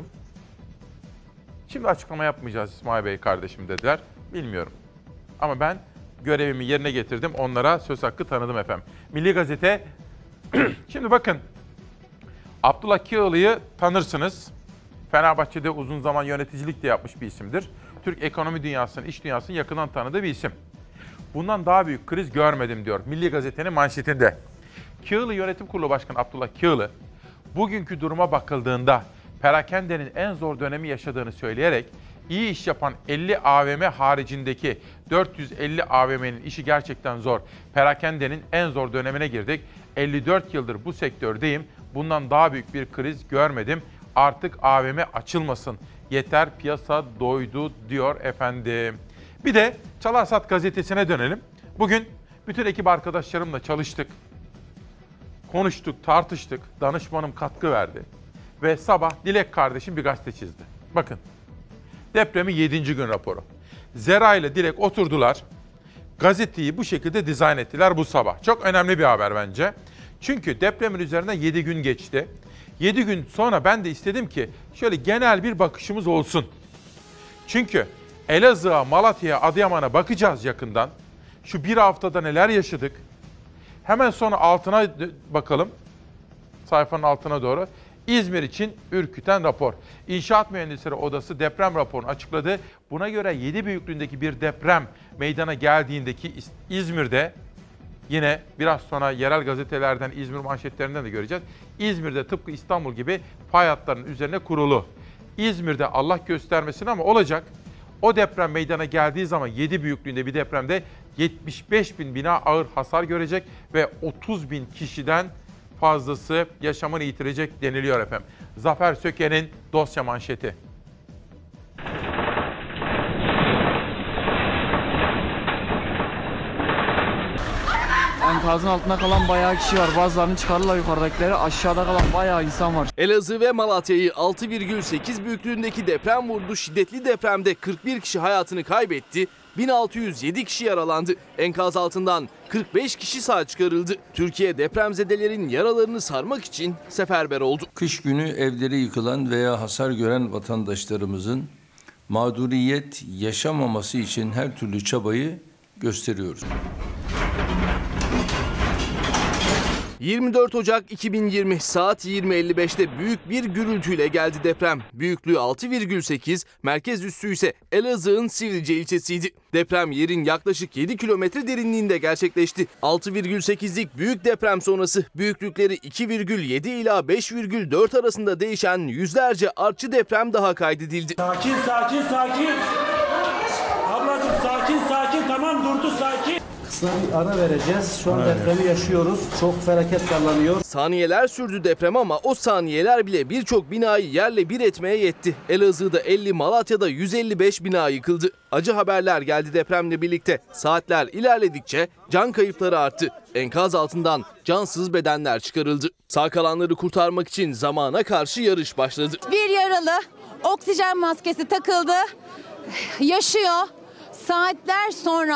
Şimdi açıklama yapmayacağız İsmail Bey kardeşim dediler. Bilmiyorum. Ama ben görevimi yerine getirdim. Onlara söz hakkı tanıdım efendim. Milli Gazete, şimdi bakın. Abdullah Kiyılı'yı tanırsınız. Fenerbahçe'de uzun zaman yöneticilik de yapmış bir isimdir. Türk ekonomi dünyasının, iş dünyasının yakından tanıdığı bir isim. Bundan daha büyük kriz görmedim diyor Milli Gazete'nin manşetinde. Kiyılı Yönetim Kurulu Başkanı Abdullah Kiyılı, bugünkü duruma bakıldığında perakendenin en zor dönemi yaşadığını söyleyerek iyi iş yapan 50 AVM haricindeki 450 AVM'nin işi gerçekten zor. Perakendenin en zor dönemine girdik. 54 yıldır bu sektördeyim. Bundan daha büyük bir kriz görmedim. Artık AVM açılmasın. Yeter, piyasa doydu diyor efendim. Bir de Çalarsat gazetesine dönelim. Bugün bütün ekip arkadaşlarımla çalıştık. Konuştuk, tartıştık. Danışmanım katkı verdi. Ve sabah Dilek kardeşim bir gazete çizdi. Bakın. Depremin 7. gün raporu. Zera ile Dilek oturdular. Gazeteyi bu şekilde dizayn ettiler bu sabah. Çok önemli bir haber bence. Çünkü depremin üzerinden 7 gün geçti. 7 gün sonra ben de istedim ki şöyle genel bir bakışımız olsun. Çünkü Elazığ'a, Malatya'ya, Adıyaman'a bakacağız yakından. Şu bir haftada neler yaşadık. Hemen sonra altına bakalım. Sayfanın altına doğru. İzmir için ürküten rapor. İnşaat Mühendisleri Odası deprem raporunu açıkladı. Buna göre 7 büyüklüğündeki bir deprem meydana geldiğindeki İzmir'de, yine biraz sonra yerel gazetelerden, İzmir manşetlerinden de göreceğiz. İzmir'de tıpkı İstanbul gibi fay hatlarının üzerine kurulu. İzmir'de Allah göstermesin ama olacak. O deprem meydana geldiği zaman 7 büyüklüğünde bir depremde 75.000 bina ağır hasar görecek ve 30.000 kişiden fazlası yaşamını yitirecek deniliyor efendim. Zafer Söke'nin dosya manşeti. Enkazın altında kalan bayağı kişi var. Bazılarını çıkarırlar yukarıdakileri. Aşağıda kalan bayağı insan var. Elazığ ve Malatya'yı 6,8 büyüklüğündeki deprem vurdu. Şiddetli depremde 41 kişi hayatını kaybetti. 1607 kişi yaralandı. Enkaz altından 45 kişi sağ çıkarıldı. Türkiye depremzedelerin yaralarını sarmak için seferber oldu. Kış günü evleri yıkılan veya hasar gören vatandaşlarımızın mağduriyet yaşamaması için her türlü çabayı gösteriyoruz. 24 Ocak 2020 saat 20.55'te büyük bir gürültüyle geldi deprem. Büyüklüğü 6,8, merkez üssü ise Elazığ'ın Sivrice ilçesiydi. Deprem yerin yaklaşık 7 kilometre derinliğinde gerçekleşti. 6,8'lik büyük deprem sonrası büyüklükleri 2,7 ila 5,4 arasında değişen yüzlerce artçı deprem daha kaydedildi. Sakin. Ablacığım sakin tamam durdu sakin. Kısa bir ara vereceğiz. Şu an depremi yaşıyoruz. Çok felaket sallanıyor. Saniyeler sürdü deprem ama o saniyeler bile birçok binayı yerle bir etmeye yetti. Elazığ'da 50, Malatya'da 155 bina yıkıldı. Acı haberler geldi depremle birlikte. Saatler ilerledikçe can kayıpları arttı. Enkaz altından cansız bedenler çıkarıldı. Sağ kalanları kurtarmak için zamana karşı yarış başladı. Bir yaralı oksijen maskesi takıldı. Yaşıyor. Saatler sonra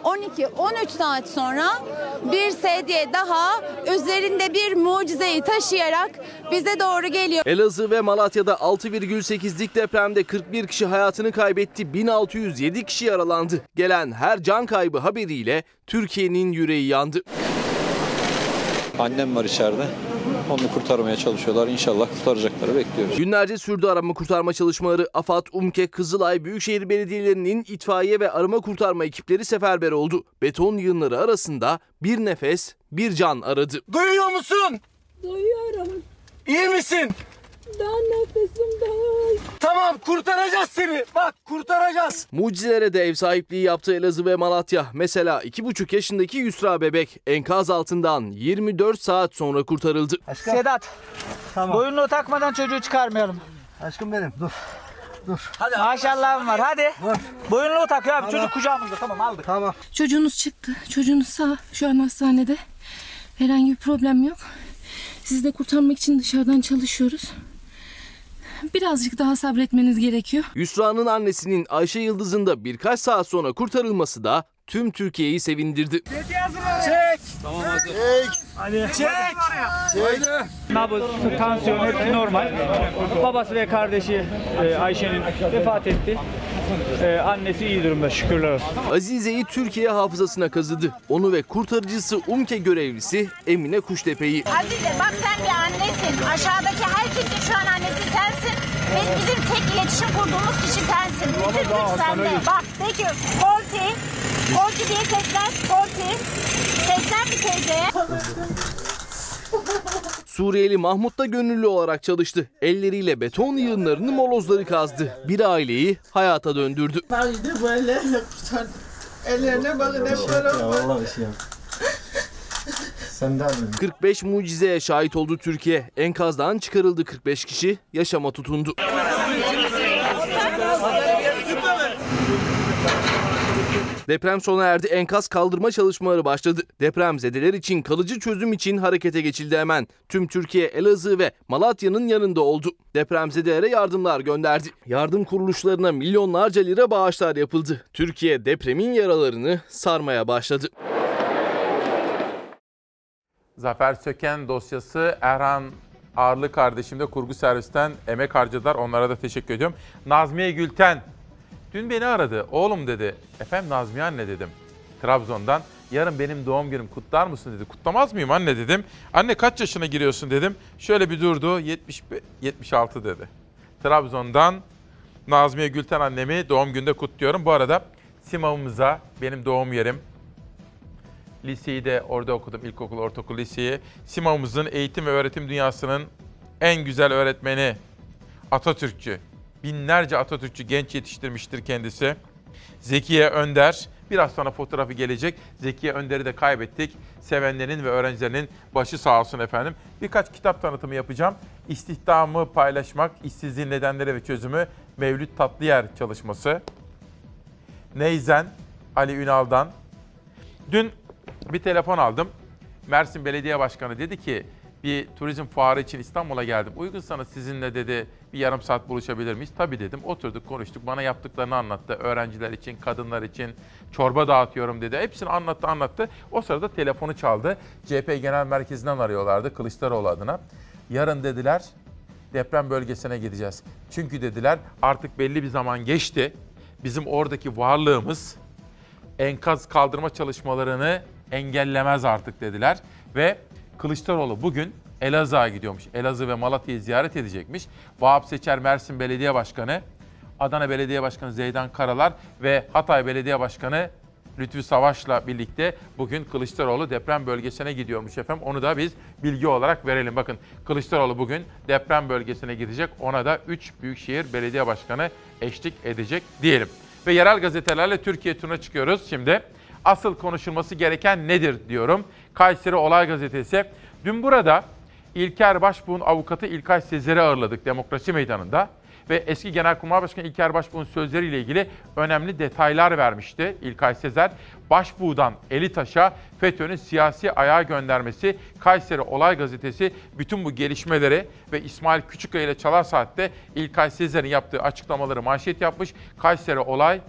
12-13 saat sonra bir sedye daha üzerinde bir mucizeyi taşıyarak bize doğru geliyor. Elazığ ve Malatya'da 6,8'lik depremde 41 kişi hayatını kaybetti, 1607 kişi yaralandı. Gelen her can kaybı haberiyle Türkiye'nin yüreği yandı. Annem var içeride. Onu kurtarmaya çalışıyorlar. İnşallah kurtaracakları bekliyoruz. Günlerce sürdü arama kurtarma çalışmaları. AFAD, UMKE, Kızılay, Büyükşehir Belediyelerinin itfaiye ve arama kurtarma ekipleri seferber oldu. Beton yığınları arasında bir nefes, bir can aradı. Duyuyor musun? Duyuyorum. İyi misin? Daha nefesim daha. Tamam, kurtaracağız seni. Bak, kurtaracağız. Mucizelere de ev sahipliği yaptı Elazığ ve Malatya. Mesela 2,5 yaşındaki Yusra bebek enkaz altından 24 saat sonra kurtarıldı. Sedat, tamam. Boyunluğu takmadan çocuğu çıkarmayalım. Aşkım benim, dur. Dur. Hadi. Maşallahım var, hadi. Dur. Boyunluğu tak ya, çocuk kucağımızda. Tamam, aldık. Tamam. Çocuğunuz çıktı. Çocuğunuz sağ. Şu an hastanede. Herhangi bir problem yok. Sizi de kurtarmak için dışarıdan çalışıyoruz. Birazcık daha sabretmeniz gerekiyor. Yusra'nın annesinin Ayşe Yıldız'ın da birkaç saat sonra kurtarılması da tüm Türkiye'yi sevindirdi. Çek. Tamam hadi. Çek. Hadi. Çek. Çek. Nabız, tansiyon hepsi normal. Babası ve kardeşi Ayşe'nin vefat etti. Annesi iyi durumda, şükürler olsun. Azize'yi Türkiye hafızasına kazıdı. Onu ve kurtarıcısı UMKE görevlisi Emine Kuştepe'yi. Azize bak sen bir annesin. Aşağıdaki herkesin şu an annesi sensin. Ve bizim tek iletişim kurduğumuz kişi sensin. Bütün güç sende. Bak de ki Kolti diye seslen. Kolti. Seslen bir teyzeye. Suriyeli Mahmut da gönüllü olarak çalıştı. Elleriyle beton yığınlarını, molozları kazdı. Bir aileyi hayata döndürdü. Haydi bu ellerle kurtardı. Ellerine bakın hep böyle. Ya vallahi bir şey yok. Sen de anladın. 45 mucizeye şahit oldu Türkiye. Enkazdan çıkarıldı 45 kişi, yaşama tutundu. Deprem sona erdi, enkaz kaldırma çalışmaları başladı. Depremzedeler için kalıcı çözüm için harekete geçildi hemen. Tüm Türkiye Elazığ ve Malatya'nın yanında oldu. Depremzedelere yardımlar gönderdi. Yardım kuruluşlarına milyonlarca lira bağışlar yapıldı. Türkiye depremin yaralarını sarmaya başladı. Zafer Söken dosyası Erhan Ağırlı kardeşim de kurgu servisten emek harcadılar. Onlara da teşekkür ediyorum. Nazmiye Gülten dün beni aradı. Oğlum dedi. Efendim Nazmiye anne dedim. Trabzon'dan. Yarın benim doğum günüm, kutlar mısın dedi. Kutlamaz mıyım anne dedim. Anne kaç yaşına giriyorsun dedim. Şöyle bir durdu. 76 dedi. Trabzon'dan Nazmiye Gülten annemi doğum günde kutluyorum. Bu arada Simav'ımıza, benim doğum yerim. Liseyi de orada okudum. İlkokul, ortaokul, liseyi. Simav'ımızın eğitim ve öğretim dünyasının en güzel öğretmeni, Atatürkçü. Binlerce Atatürkçü genç yetiştirmiştir kendisi. Zekiye Önder. Biraz sonra fotoğrafı gelecek. Zekiye Önder'i de kaybettik. Sevenlerinin ve öğrencilerinin başı sağ olsun efendim. Birkaç kitap tanıtımı yapacağım. İstihdamı paylaşmak, işsizliğin nedenleri ve çözümü, Mevlüt Tatlıyer çalışması. Neyzen, Ali Ünal'dan. Dün bir telefon aldım. Mersin Belediye Başkanı dedi ki, bir turizm fuarı için İstanbul'a geldim. Uygunsanız sizinle dedi bir yarım saat buluşabilir miyiz? Tabii dedim. Oturduk, konuştuk. Bana yaptıklarını anlattı. Öğrenciler için, kadınlar için çorba dağıtıyorum dedi. Hepsini anlattı. O sırada telefonu çaldı. CHP Genel Merkezi'nden arıyorlardı Kılıçdaroğlu adına. Yarın dediler deprem bölgesine gideceğiz. Çünkü dediler artık belli bir zaman geçti. Bizim oradaki varlığımız enkaz kaldırma çalışmalarını engellemez artık dediler. Ve Kılıçdaroğlu bugün Elazığ'a gidiyormuş. Elazığ ve Malatya'yı ziyaret edecekmiş. Vahap Seçer Mersin Belediye Başkanı, Adana Belediye Başkanı Zeydan Karalar ve Hatay Belediye Başkanı Lütfü Savaş'la birlikte bugün Kılıçdaroğlu deprem bölgesine gidiyormuş efendim. Onu da biz bilgi olarak verelim. Bakın Kılıçdaroğlu bugün deprem bölgesine gidecek. Ona da 3 Büyükşehir Belediye Başkanı eşlik edecek diyelim. Ve yerel gazetelerle Türkiye turuna çıkıyoruz şimdi. Asıl konuşulması gereken nedir diyorum. Kayseri Olay Gazetesi. Dün burada İlker Başbuğ'un avukatı İlkay Sezer'i ağırladık Demokrasi Meydanı'nda. Ve eski Genelkurmay Başkanı İlker Başbuğ'un sözleriyle ilgili önemli detaylar vermişti İlkay Sezer. Başbuğ'dan Elitaş'a FETÖ'nün siyasi ayağı göndermesi, Kayseri Olay Gazetesi bütün bu gelişmeleri ve İsmail Küçükkaya ile Çalar Saat'te İlkay Sezer'in yaptığı açıklamaları manşet yapmış. Kayseri Olay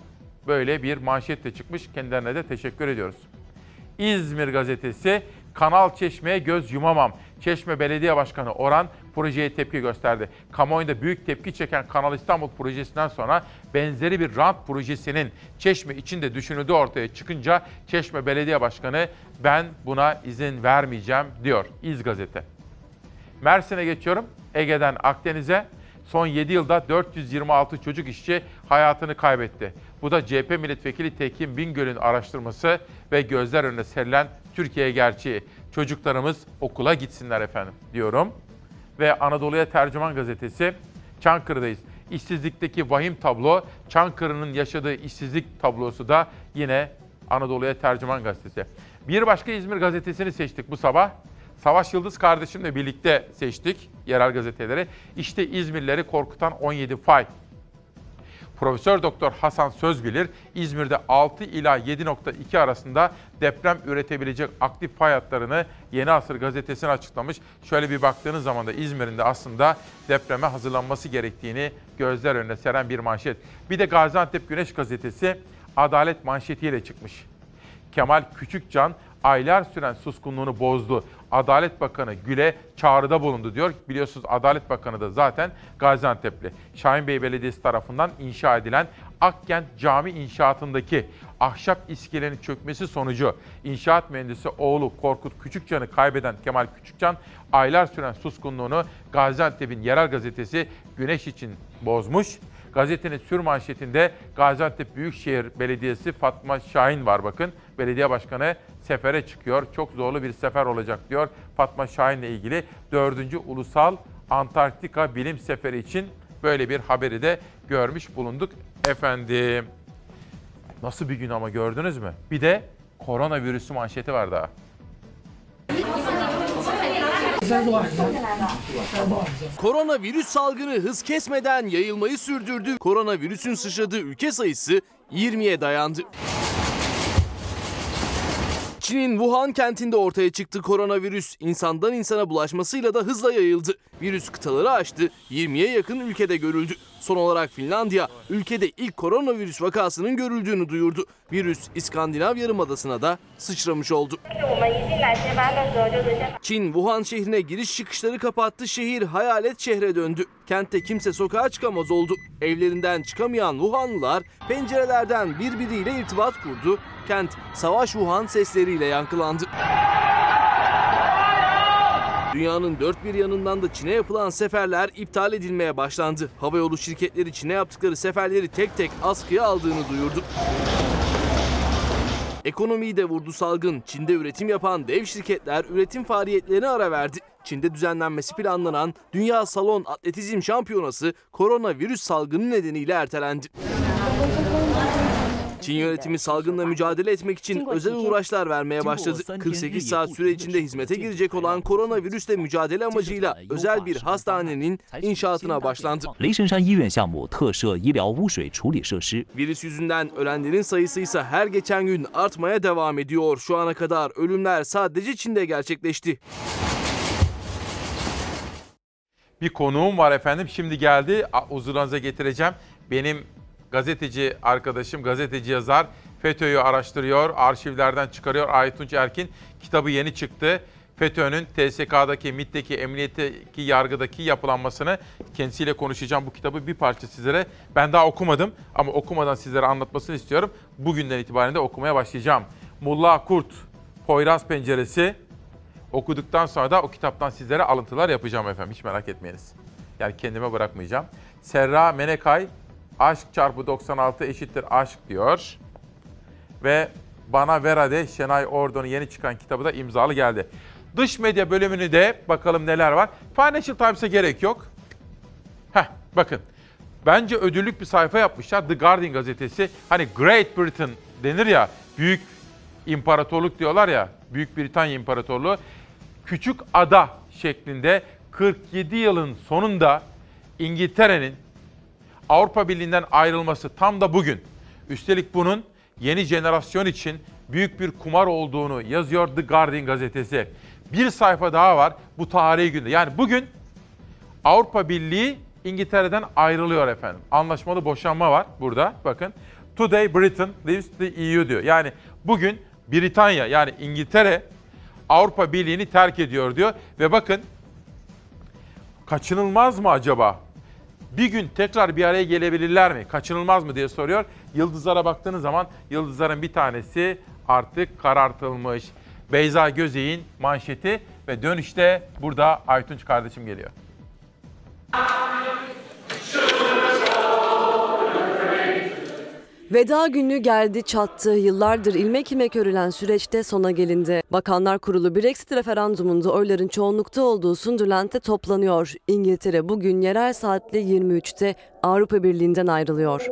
Böyle bir manşetle çıkmış. Kendilerine de teşekkür ediyoruz. İzmir gazetesi, Kanal Çeşme'ye göz yumamam. Çeşme Belediye Başkanı Orhan projeye tepki gösterdi. Kamuoyunda büyük tepki çeken Kanal İstanbul projesinden sonra benzeri bir rant projesinin Çeşme içinde düşünüldüğü ortaya çıkınca Çeşme Belediye Başkanı ben buna izin vermeyeceğim diyor İz Gazete. Mersin'e geçiyorum. Ege'den Akdeniz'e. Son 7 yılda 426 çocuk işçi hayatını kaybetti. Bu da CHP milletvekili Tekin Bingöl'ün araştırması ve gözler önüne serilen Türkiye gerçeği. Çocuklarımız okula gitsinler efendim diyorum. Ve Anadolu'ya Tercüman gazetesi, Çankırı'dayız. İşsizlikteki vahim tablo, Çankırı'nın yaşadığı işsizlik tablosu da yine Anadolu'ya Tercüman gazetesi. Bir başka İzmir gazetesini seçtik bu sabah. Savaş Yıldız kardeşimle birlikte seçtik yerel gazeteleri. İşte İzmirlileri korkutan 17 fay. Profesör Doktor Hasan Sözbilir, İzmir'de 6 ila 7.2 arasında deprem üretebilecek aktif fay hatlarını Yeni Asır gazetesine açıklamış. Şöyle bir baktığınız zaman da İzmir'in de aslında depreme hazırlanması gerektiğini gözler önüne seren bir manşet. Bir de Gaziantep Güneş gazetesi adalet manşetiyle çıkmış. Kemal Küçükcan aylar süren suskunluğunu bozdu. Adalet Bakanı Gül'e çağrıda bulundu diyor. Biliyorsunuz Adalet Bakanı da zaten Gaziantep'li. Şahinbey Belediyesi tarafından inşa edilen Akkent Cami inşaatındaki ahşap iskelenin çökmesi sonucu inşaat mühendisi oğlu Korkut Küçükcan'ı kaybeden Kemal Küçükcan aylar süren suskunluğunu Gaziantep'in yerel gazetesi Güneş için bozmuş. Gazetenin sürmanşetinde Gaziantep Büyükşehir Belediyesi Fatma Şahin var bakın. Belediye başkanı sefere çıkıyor. Çok zorlu bir sefer olacak diyor. Fatma Şahin'le ilgili 4. Ulusal Antarktika Bilim Seferi için böyle bir haberi de görmüş bulunduk efendim. Nasıl bir gün ama gördünüz mü? Bir de koronavirüsü manşeti var daha. Koronavirüs salgını hız kesmeden yayılmayı sürdürdü. Koronavirüsün sıçradığı ülke sayısı 20'ye dayandı. Çin'in Wuhan kentinde ortaya çıktı koronavirüs. İnsandan insana bulaşmasıyla da hızla yayıldı. Virüs kıtaları aştı, 20'ye yakın ülkede görüldü. Son olarak Finlandiya, ülkede ilk koronavirüs vakasının görüldüğünü duyurdu. Virüs İskandinav Yarımadası'na da sıçramış oldu. Çin, Wuhan şehrine giriş çıkışları kapattı, şehir hayalet şehre döndü. Kentte kimse sokağa çıkamaz oldu. Evlerinden çıkamayan Wuhanlılar pencerelerden birbiriyle irtibat kurdu. Kent, savaş Wuhan sesleriyle yankılandı. Dünyanın dört bir yanından da Çin'e yapılan seferler iptal edilmeye başlandı. Havayolu şirketleri Çin'e yaptıkları seferleri tek tek askıya aldığını duyurdu. Ekonomiyi de vurdu salgın. Çin'de üretim yapan dev şirketler üretim faaliyetlerine ara verdi. Çin'de düzenlenmesi planlanan Dünya Salon Atletizm Şampiyonası koronavirüs salgını nedeniyle ertelendi. Çin yönetimi salgınla mücadele etmek için özel uğraşlar vermeye başladı. 48 saat süre içinde hizmete girecek olan koronavirüsle mücadele amacıyla özel bir hastanenin inşaatına başlandı. Virüs yüzünden ölenlerin sayısı ise her geçen gün artmaya devam ediyor. Şu ana kadar ölümler sadece Çin'de gerçekleşti. Bir konuğum var efendim. Şimdi geldi. Huzurunuza getireceğim. Benim gazeteci arkadaşım, gazeteci yazar, FETÖ'yü araştırıyor, arşivlerden çıkarıyor. Aytunç Erkin kitabı yeni çıktı. FETÖ'nün TSK'daki, MİT'teki, emniyetteki, yargıdaki yapılanmasını kendisiyle konuşacağım. Bu kitabı bir parça sizlere, ben daha okumadım ama okumadan sizlere anlatmasını istiyorum. Bugünden itibaren de okumaya başlayacağım. Mulla Kurt, Poyraz Penceresi. Okuduktan sonra da o kitaptan sizlere alıntılar yapacağım efendim. Hiç merak etmeyiniz. Yani kendime bırakmayacağım. Serra Menekay, Aşk çarpı 96 eşittir aşk diyor. Ve Bana Verade, Şenay Ordu'nun yeni çıkan kitabı da imzalı geldi. Dış medya bölümünü de bakalım neler var. Financial Times'a gerek yok. Bakın. Bence ödüllük bir sayfa yapmışlar. The Guardian gazetesi. Hani Great Britain denir ya, büyük imparatorluk diyorlar ya, Büyük Britanya İmparatorluğu. Küçük ada şeklinde 47 yılın sonunda İngiltere'nin Avrupa Birliği'nden ayrılması tam da bugün. Üstelik bunun yeni jenerasyon için büyük bir kumar olduğunu yazıyor The Guardian gazetesi. Bir sayfa daha var bu tarihi günde. Yani bugün Avrupa Birliği İngiltere'den ayrılıyor efendim. Anlaşmalı boşanma var burada bakın. Today Britain leaves the EU diyor. Yani bugün Britanya yani İngiltere Avrupa Birliği'ni terk ediyor diyor. Ve bakın kaçınılmaz mı acaba? Bir gün tekrar bir araya gelebilirler mi? Kaçınılmaz mı diye soruyor. Yıldızlara baktığınız zaman yıldızların bir tanesi artık karartılmış. Beyza Gözey'in manşeti ve dönüşte burada Aytunç kardeşim geliyor. Veda günü geldi çattı. Yıllardır ilmek ilmek örülen süreçte sona gelindi. Bakanlar Kurulu Brexit referandumunda oyların çoğunlukta olduğu Sunderland'te toplanıyor. İngiltere bugün yerel saatle 23'te Avrupa Birliği'nden ayrılıyor.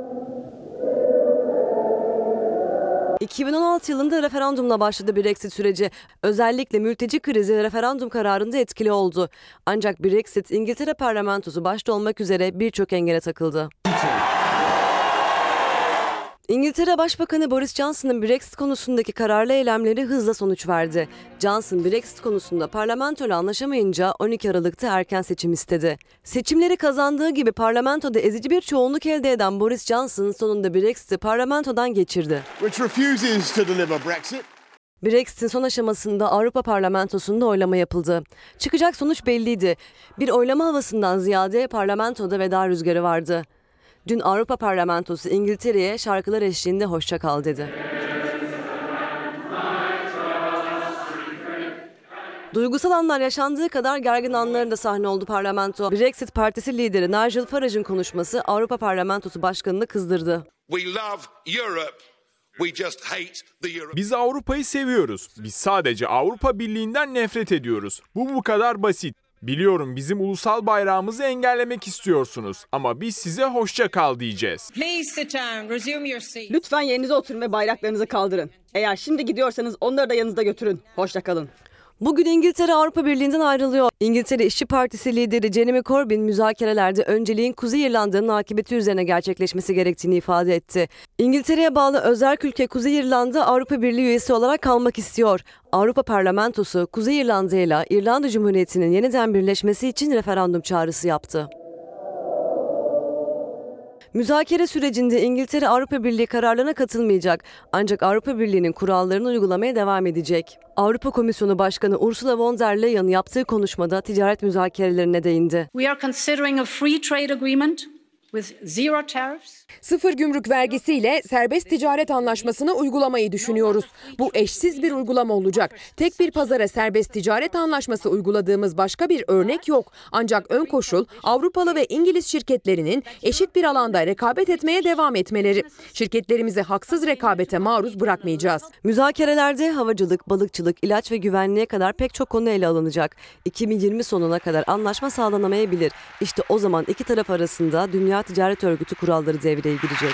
2016 yılında referandumla başladı Brexit süreci. Özellikle mülteci krizi referandum kararında etkili oldu. Ancak Brexit İngiltere parlamentosu başta olmak üzere birçok engele takıldı. İngiltere Başbakanı Boris Johnson'ın Brexit konusundaki kararlı eylemleri hızla sonuç verdi. Johnson Brexit konusunda parlamentoyla anlaşamayınca 12 Aralık'ta erken seçim istedi. Seçimleri kazandığı gibi parlamentoda ezici bir çoğunluk elde eden Boris Johnson sonunda Brexit'i parlamentodan geçirdi. Brexit'in son aşamasında Avrupa Parlamentosu'nda oylama yapıldı. Çıkacak sonuç belliydi. Bir oylama havasından ziyade parlamentoda veda rüzgarı vardı. Dün Avrupa Parlamentosu İngiltere'ye şarkılar eşliğinde hoşça kal dedi. Duygusal anlar yaşandığı kadar gergin anların da sahne oldu parlamento. Brexit Partisi lideri Nigel Farage'ın konuşması Avrupa Parlamentosu Başkanı'nı kızdırdı. Biz Avrupa'yı seviyoruz. Biz sadece Avrupa Birliği'nden nefret ediyoruz. Bu kadar basit. Biliyorum bizim ulusal bayrağımızı engellemek istiyorsunuz ama biz size hoşça kal diyeceğiz. Lütfen yerinize oturun ve bayraklarınızı kaldırın. Eğer şimdi gidiyorsanız onları da yanınızda götürün. Hoşça kalın. Bugün İngiltere Avrupa Birliği'nden ayrılıyor. İngiltere İşçi Partisi lideri Jeremy Corbyn müzakerelerde önceliğin Kuzey İrlanda'nın akıbeti üzerine gerçekleşmesi gerektiğini ifade etti. İngiltere'ye bağlı özerk ülke Kuzey İrlanda Avrupa Birliği üyesi olarak kalmak istiyor. Avrupa Parlamentosu Kuzey İrlanda ile İrlanda Cumhuriyeti'nin yeniden birleşmesi için referandum çağrısı yaptı. Müzakere sürecinde İngiltere Avrupa Birliği kararlarına katılmayacak ancak Avrupa Birliği'nin kurallarını uygulamaya devam edecek. Avrupa Komisyonu Başkanı Ursula von der Leyen yaptığı konuşmada ticaret müzakerelerine değindi. We are considering a free trade agreement with zero tariffs. Sıfır gümrük vergisiyle serbest ticaret anlaşmasını uygulamayı düşünüyoruz. Bu eşsiz bir uygulama olacak. Tek bir pazara serbest ticaret anlaşması uyguladığımız başka bir örnek yok. Ancak ön koşul Avrupalı ve İngiliz şirketlerinin eşit bir alanda rekabet etmeye devam etmeleri. Şirketlerimizi haksız rekabete maruz bırakmayacağız. Müzakerelerde havacılık, balıkçılık, ilaç ve güvenliğe kadar pek çok konu ele alınacak. 2020 sonuna kadar anlaşma sağlanamayabilir. İşte o zaman iki taraf arasında Dünya Ticaret Örgütü kuralları devreye girecek.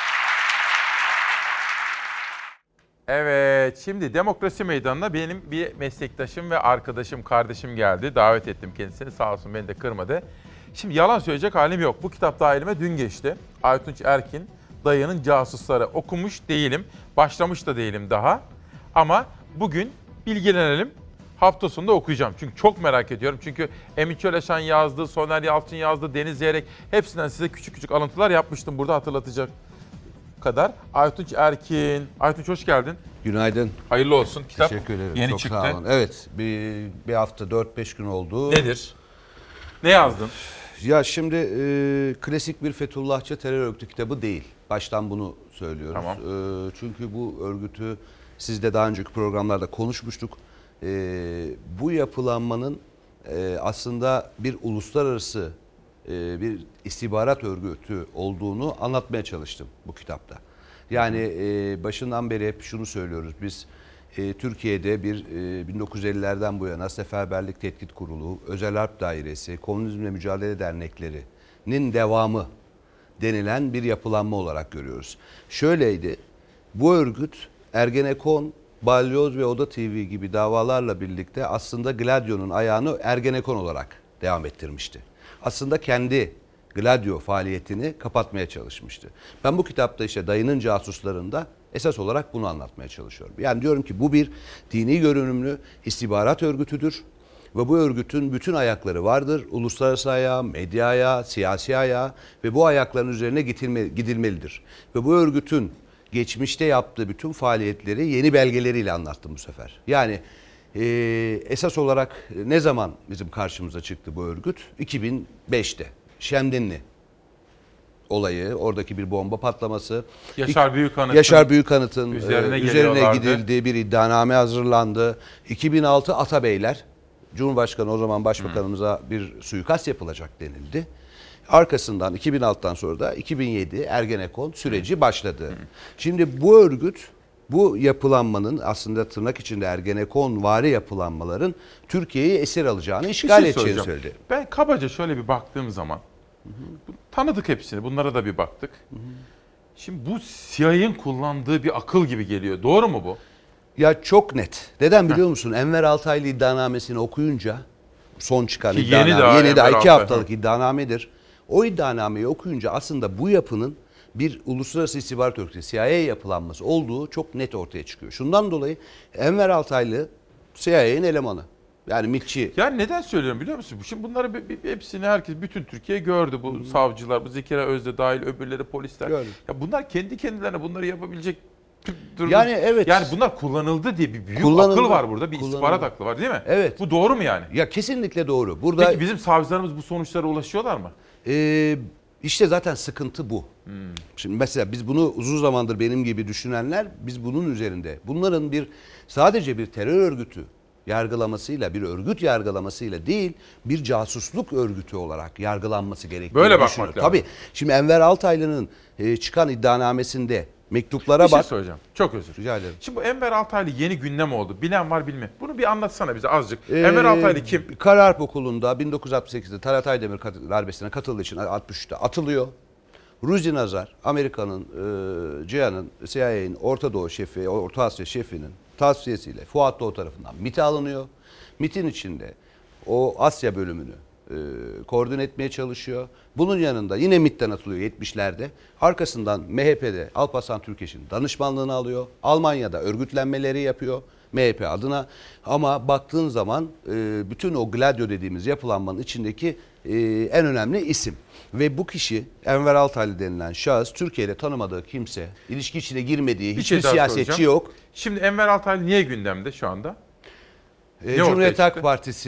Evet, şimdi Demokrasi Meydanı'na benim bir meslektaşım ve arkadaşım, kardeşim geldi. Davet ettim kendisini, sağ olsun beni de kırmadı. Şimdi yalan söyleyecek halim yok. Bu kitap da elime dün geçti. Aytunç Erkin, Dayı'nın Casusları. Okumuş değilim, başlamış da değilim daha. Ama bugün bilgilenelim. Hafta sonunda okuyacağım. Çünkü çok merak ediyorum. Çünkü Emin Çöleşan yazdı, Soner Yalçın yazdı, Deniz Zeyrek. Hepsinden size küçük küçük alıntılar yapmıştım burada hatırlatacak kadar. Aytunç Erkin. Aytunç hoş geldin. Günaydın. Hayırlı olsun. Kitap teşekkür ederim. yeni çok çıktı. Sağ olun. Evet, bir hafta 4-5 gün oldu. Nedir? Ne yazdın? Ya şimdi klasik bir Fethullahçı terör örgütü kitabı değil. Baştan bunu söylüyoruz. Tamam. Çünkü bu örgütü siz de daha önceki programlarda konuşmuştuk. Bu yapılanmanın aslında bir uluslararası bir istihbarat örgütü olduğunu anlatmaya çalıştım bu kitapta. Yani başından beri hep şunu söylüyoruz. Biz Türkiye'de bir 1950'lerden bu yana Seferberlik Tetkik Kurulu, Özel Harp Dairesi, Komünizmle Mücadele Derneklerinin devamı denilen bir yapılanma olarak görüyoruz. Şöyleydi, bu örgüt Ergenekon, Balyoz ve Oda TV gibi davalarla birlikte aslında Gladio'nun ayağını Ergenekon olarak devam ettirmişti. Aslında kendi Gladio faaliyetini kapatmaya çalışmıştı. Ben bu kitapta işte Dayı'nın Casuslarında esas olarak bunu anlatmaya çalışıyorum. Yani diyorum ki bu bir dini görünümlü istihbarat örgütüdür ve bu örgütün bütün ayakları vardır. Uluslararası ayağı, medya ayağı, siyasi ayağı ve bu ayakların üzerine gidilmelidir. Ve bu örgütün geçmişte yaptığı bütün faaliyetleri yeni belgeleriyle anlattım bu sefer. Yani esas olarak ne zaman bizim karşımıza çıktı bu örgüt? 2005'te. Şemdinli olayı, oradaki bir bomba patlaması. Yaşar Büyükanıt'ın üzerine gidildiği bir iddianame hazırlandı. 2006 Atabeyler, Cumhurbaşkanı o zaman Başbakanımıza bir suikast yapılacak denildi. Arkasından 2006'dan sonra da 2007 Ergenekon süreci başladı. Şimdi bu örgüt, bu yapılanmanın aslında tırnak içinde Ergenekon-vari yapılanmaların Türkiye'yi esir alacağını, işgal edeceğini söyledi. Ben kabaca şöyle bir baktığım zaman, tanıdık hepsini, bunlara da bir baktık. Şimdi bu CIA'nin kullandığı bir akıl gibi geliyor. Doğru mu bu? Ya çok net. Neden biliyor musun? Enver Altaylı iddianamesini okuyunca, son çıkan iddianame, yeni de 2 haftalık iddianamedir. O iddianameyi okuyunca aslında bu yapının bir uluslararası istihbarat örgütü, CIA yapılanması olduğu çok net ortaya çıkıyor. Şundan dolayı Enver Altaylı CIA'nin elemanı. Yani MİT'çi. Yani neden söylüyorum biliyor musun? Şimdi bunları hepsini bütün Türkiye gördü. Bu savcılar, bu Zekeriya Özde dahil, öbürleri polisler. Gördüm. Ya bunlar kendi kendilerine bunları yapabilecek durum. Yani evet. Yani bunlar kullanıldı diye bir büyük akıl var burada. Bir istihbarat aklı var değil mi? Evet. Bu doğru mu yani? Ya kesinlikle doğru. Burada Peki bizim savcılarımız bu sonuçlara ulaşıyorlar mı? İşte zaten sıkıntı bu. Şimdi mesela biz bunu uzun zamandır benim gibi düşünenler, biz bunun üzerinde. Bunların sadece bir terör örgütü yargılamasıyla, bir örgüt yargılamasıyla değil, bir casusluk örgütü olarak yargılanması gerektiğini böyle bakmak lazım. Tabii. Şimdi Enver Altaylı'nın çıkan iddianamesinde mektuplara bir şey bak. söyleyeceğim. Çok özür. Rica ederim. Şimdi bu Enver Altaylı yeni gündem oldu. Bilen var bilme. Bunu bir anlatsana bize azıcık. Enver Altaylı kim? Kararp Okulu'nda 1968'de Talat Aydemir darbesine katıldığı için 63'te atılıyor. Ruzi Nazar, Amerika'nın, CIA'nın, CIA'nin Orta Doğu şefi, Orta Asya şefinin tavsiyesiyle Fuat Doğu tarafından MİT'e alınıyor. MİT'in içinde o Asya bölümünü koordine etmeye çalışıyor. Bunun yanında yine MİT'ten atılıyor 70'lerde. Arkasından MHP'de Alparslan Türkeş'in danışmanlığını alıyor. Almanya'da örgütlenmeleri yapıyor MHP adına. Ama baktığın zaman bütün o Gladio dediğimiz yapılanmanın içindeki en önemli isim. Ve bu kişi Enver Altaylı denilen şahıs Türkiye'de tanımadığı kimse, ilişki içine girmediği hiçbir siyasetçi yok. Şimdi Enver Altaylı niye gündemde şu anda? Cumhuriyet Halk Partisi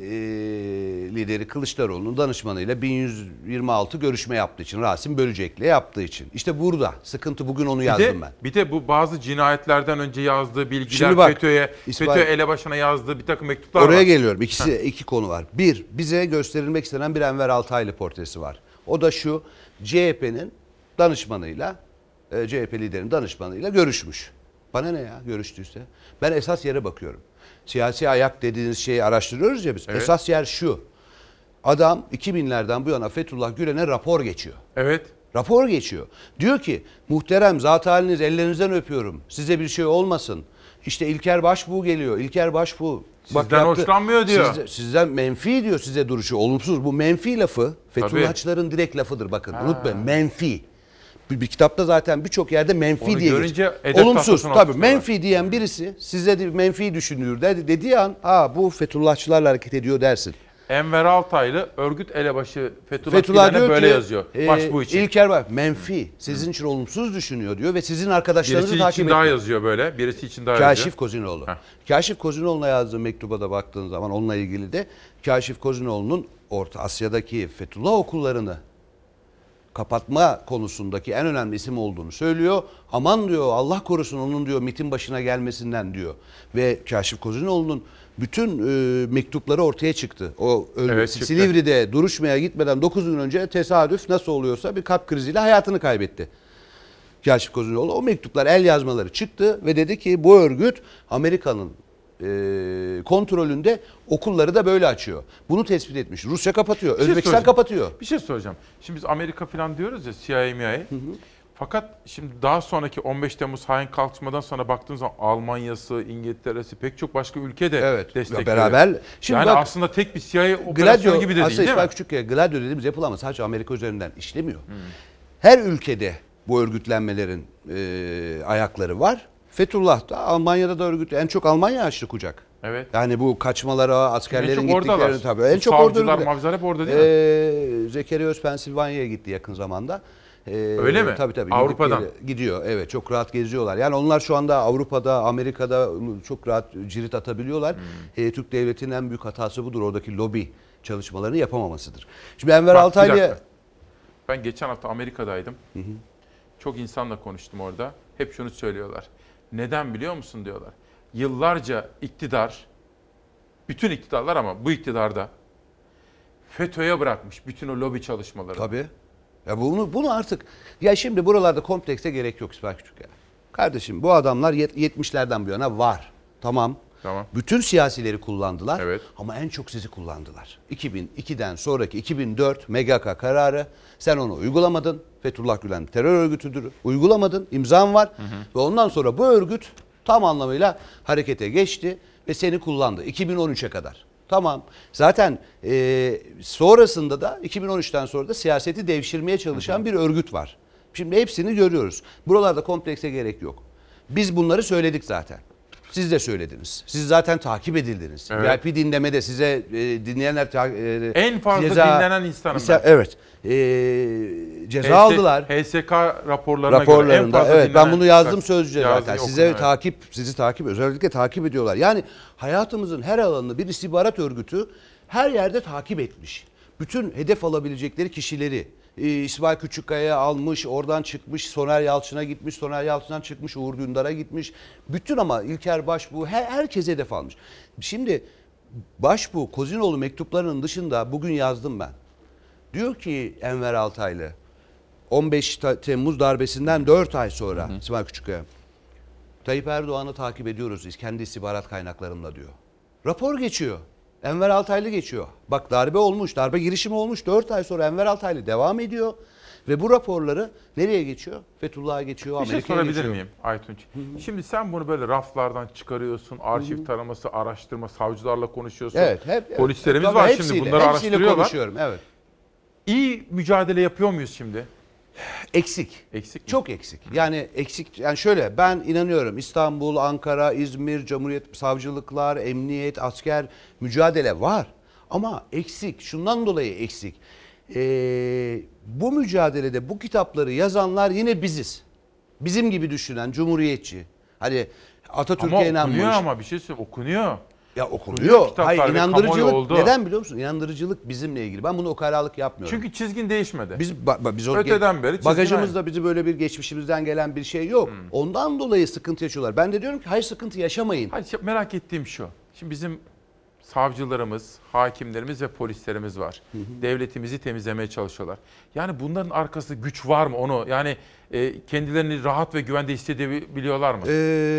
lideri Kılıçdaroğlu'nun danışmanıyla 1126 görüşme yaptığı için, Rasim Bölecek'le yaptığı için. İşte burada sıkıntı, bugün onu yazdım ben. Bir de bu bazı cinayetlerden önce yazdığı bilgiler, FETÖ elebaşına yazdığı bir takım mektuplar var. Oraya geliyorum. İki konu var. Bir, bize gösterilmek istenen bir Enver Altaylı portresi var. O da şu: CHP'nin danışmanıyla, CHP liderinin danışmanıyla görüşmüş. Bana ne ya görüştüyse? Ben esas yere bakıyorum. Siyasi ayak dediğiniz şeyi araştırıyoruz ya biz. Evet. Esas yer şu: adam 2000'lerden bu yana Fethullah Gülen'e rapor geçiyor. Evet. Rapor geçiyor. Diyor ki muhterem zat haliniz, ellerinizden öpüyorum. Size bir şey olmasın. İşte İlker Başbuğ geliyor. İlker Başbuğ sizden hoşlanmıyor diyor. Sizden menfi diyor, size duruşu olumsuz. Bu menfi lafı Fethullahçıların direkt lafıdır bakın. Unutmayın, menfi. Bir kitapta zaten birçok yerde menfi diye geçiyor. Olumsuz tabii. Menfi diyen birisi size de menfi düşünüyor dediği an bu Fethullahçılarla hareket ediyor dersin. Enver Altaylı örgüt elebaşı Fethullah Gülen'e böyle yazıyor. Başbuğ için. İlker var. Menfi. Sizin için olumsuz düşünüyor diyor ve sizin arkadaşlarınızı takip ediyor. Birisi için daha yazıyor böyle. Birisi için daha yazıyor. Kaşif Kozinoğlu. Kaşif Kozinoğlu'na yazdığı mektuba da baktığın zaman onunla ilgili de Kaşif Kozinoğlu'nun Orta Asya'daki Fethullah okullarını kapatma konusundaki en önemli isim olduğunu söylüyor. Aman diyor, Allah korusun onun diyor MİT'in başına gelmesinden diyor. Ve Kaşif Kozinoğlu'nun bütün mektupları ortaya çıktı. O Silivri'de duruşmaya gitmeden 9 gün önce tesadüf nasıl oluyorsa bir kalp kriziyle hayatını kaybetti. Kaşif Kozinoğlu, o mektuplar, el yazmaları çıktı ve dedi ki bu örgüt Amerika'nın kontrolünde okulları da böyle açıyor. Bunu tespit etmiş. Rusya kapatıyor. Özbekistan kapatıyor. Bir şey soracağım. Şimdi biz Amerika falan diyoruz ya, CIA. Fakat şimdi daha sonraki 15 Temmuz hain kalkışmadan sonra baktığınız zaman Almanya'sı, İngiltere'si, pek çok başka ülke de destekliyor. Beraber. Şimdi yani bak, aslında tek bir CIA operasyonu gibi de değil, değil mi? Küçük Gladio dediğimiz yapılanma sadece Amerika üzerinden işlemiyor. Her ülkede bu örgütlenmelerin ayakları var. Fethullah'ta, Almanya'da da örgütlü. En çok Almanya açtı kucak. Evet. Yani bu kaçmalara, askerlerin gittiklerini tabii. En çok savcılar, mavzar hep orada değil mi? Zekeriya Öz Pensilvanya'ya gitti yakın zamanda. Öyle mi? Tabii. Avrupa'dan. Gidiyor. Evet, çok rahat geziyorlar. Yani onlar şu anda Avrupa'da, Amerika'da çok rahat cirit atabiliyorlar. Türk Devleti'nin en büyük hatası budur. Oradaki lobi çalışmalarını yapamamasıdır. Şimdi Enver Altaylı'ya... Ben geçen hafta Amerika'daydım. Çok insanla konuştum orada. Hep şunu söylüyorlar. Neden biliyor musun diyorlar. Yıllarca iktidar, bütün iktidarlar ama bu iktidarda FETÖ'ye bırakmış bütün o lobi çalışmalarını. Tabii. Ya bunu artık, ya şimdi buralarda komplekse gerek yok İsmail Küçük ya. Kardeşim bu adamlar 70'lerden bu yana var. Tamam. Bütün siyasileri kullandılar. Evet. Ama en çok sizi kullandılar. 2002'den sonraki 2004 MGK kararı, sen onu uygulamadın. Fethullah Gülen terör örgütüdür. Uygulamadın. İmzan var. Ve ondan sonra bu örgüt tam anlamıyla harekete geçti ve seni kullandı 2013'e kadar. Tamam. Zaten sonrasında da 2013'ten sonra da siyaseti devşirmeye çalışan bir örgüt var. Şimdi hepsini görüyoruz. Buralarda komplekse gerek yok. Biz bunları söyledik zaten. Siz de söylediniz. Siz zaten takip edildiniz. Evet. VIP dinlemede size dinleyenler... en fazla dinlenen insanım ben. Evet. Ceza aldılar. HSK raporlarına göre en fazla evet, ben bunu yazdım ben, sözcüğe zaten. Sizi takip özellikle takip ediyorlar. Yani hayatımızın her alanını bir istihbarat örgütü her yerde takip etmiş. Bütün hedef alabilecekleri kişileri İsmail Küçükkaya'ya almış, oradan çıkmış, Soner Yalçın'a gitmiş, Soner Yalçın'dan çıkmış, Uğur Dündar'a gitmiş. Bütün ama İlker Başbuğ herkes hedef almış. Şimdi Başbuğ, Kozinoğlu mektuplarının dışında bugün yazdım ben. Diyor ki Enver Altaylı 15 Temmuz darbesinden 4 ay sonra İsmail Küçükkaya, Tayyip Erdoğan'ı takip ediyoruz kendi istihbarat kaynaklarımla diyor. Rapor geçiyor. Enver Altaylı geçiyor. Bak darbe olmuş, darbe girişimi olmuş. 4 ay sonra Enver Altaylı devam ediyor. Ve bu raporları nereye geçiyor? Fethullah'a geçiyor, Amerika'ya geçiyor. Bir şey sorabilir miyim Aytunç? Şimdi sen bunu böyle raflardan çıkarıyorsun, arşiv taraması, araştırma, savcılarla konuşuyorsun. Evet, polislerimiz var şimdi, bunları araştırıyorlar. Konuşuyorum, evet. İyi mücadele yapıyor muyuz şimdi? Eksik. Eksik mi? Çok eksik. Yani eksik. Yani şöyle, ben inanıyorum İstanbul, Ankara, İzmir, Cumhuriyet savcılıklar, emniyet, asker mücadele var. Ama eksik. Şundan dolayı eksik. Bu mücadelede bu kitapları yazanlar yine biziz. Bizim gibi düşünen cumhuriyetçi. Hani Atatürk'e inanmış. Ama okunuyor, ama bir şey söyleyeyim, okunuyor. Ya okunuyor. Hayır, inandırıcılık. Neden biliyor musun? İnandırıcılık bizimle ilgili. Ben bunu ukalalık yapmıyorum. Çünkü çizgin değişmedi. Biz öteden beri bagajımızda bizi böyle bir geçmişimizden gelen bir şey yok. Ondan dolayı sıkıntı yaşıyorlar. Ben de diyorum ki hayır, sıkıntı yaşamayın. Hayır, merak ettiğim şu. Şimdi bizim savcılarımız, hakimlerimiz ve polislerimiz var. Devletimizi temizlemeye çalışıyorlar. Yani bunların arkasında güç var mı onu? Yani kendilerini rahat ve güvende hissedebiliyorlar mı?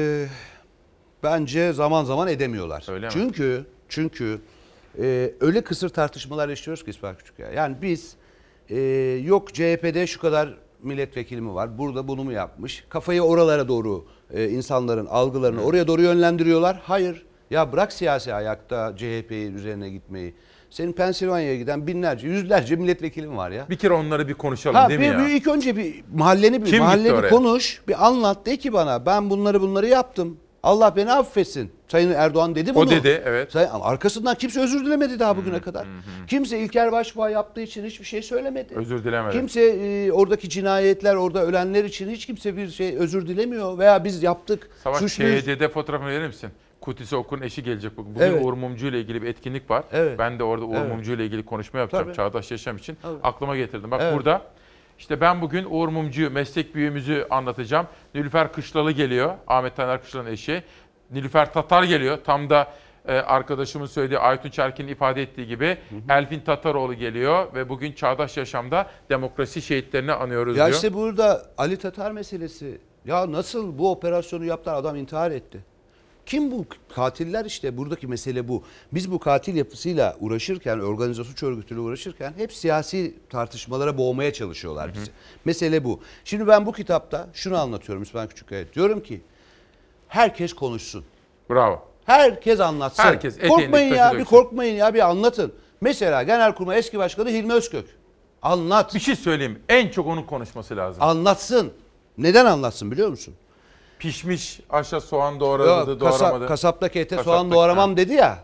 Bence zaman zaman edemiyorlar. Öyle mi? Çünkü öyle kısır tartışmalar yaşıyoruz ki İsmail Küçükkaya. Yani biz yok CHP'de şu kadar milletvekili mi var? Burada bunu mu yapmış? Kafayı oralara doğru insanların algılarını oraya doğru yönlendiriyorlar. Hayır. Ya bırak siyasi ayakta CHP'yi üzerine gitmeyi. Senin Pensilvanya'ya giden binlerce, yüzlerce milletvekilin var ya. Bir kere onları bir konuşalım değil mi ya? İlk önce bir mahalleni konuş, bir anlat. De ki bana ben bunları yaptım. Allah beni affetsin. Sayın Erdoğan dedi bunu. O dedi, evet. Ama arkasından kimse özür dilemedi daha bugüne kadar. Kimse İlker Başbuğ'a yaptığı için hiçbir şey söylemedi. Özür dilemedi. Kimse oradaki cinayetler, orada ölenler için hiç kimse bir şey özür dilemiyor. Veya biz yaptık. Savaş şehirde fotoğrafını verir misin? Kutisi Okur'un eşi gelecek. Bugün Uğur Mumcu ile ilgili bir etkinlik var. Evet. Ben de orada Uğur Mumcu ile ilgili konuşma yapacağım. Tabii. Çağdaş Yaşam için. Tabii. Aklıma getirdim. Bak burada işte ben bugün Uğur Mumcu'yu, meslek büyüğümüzü anlatacağım. Nilüfer Kışlalı geliyor. Ahmet Taner Kışlalı'nın eşi. Nilüfer Tatar geliyor. Tam da arkadaşımın söylediği, Aytunç Erkin'in ifade ettiği gibi Elfin Tataroğlu geliyor ve bugün Çağdaş Yaşam'da demokrasi şehitlerini anıyoruz diyor. Ya işte burada Ali Tatar meselesi. Ya nasıl bu operasyonu yaptılar, adam intihar etti. Kim bu katiller? İşte buradaki mesele bu. Biz bu katil yapısıyla uğraşırken, organize suç örgütüyle uğraşırken hep siyasi tartışmalara boğmaya çalışıyorlar bizi. Mesele bu. Şimdi ben bu kitapta şunu anlatıyorum İsmail Küçükkaya. Diyorum ki herkes konuşsun. Bravo. Herkes anlatsın. Herkes korkmayın ya, bir korkmayın ya, bir anlatın. Mesela Genelkurmay eski başkanı Hilmi Özkök. Anlat. Bir şey söyleyeyim. En çok onun konuşması lazım. Anlatsın. Neden anlatsın biliyor musun? Pişmiş aşağı soğan doğramadı. Kasaptaki ete soğan doğramam dedi ya.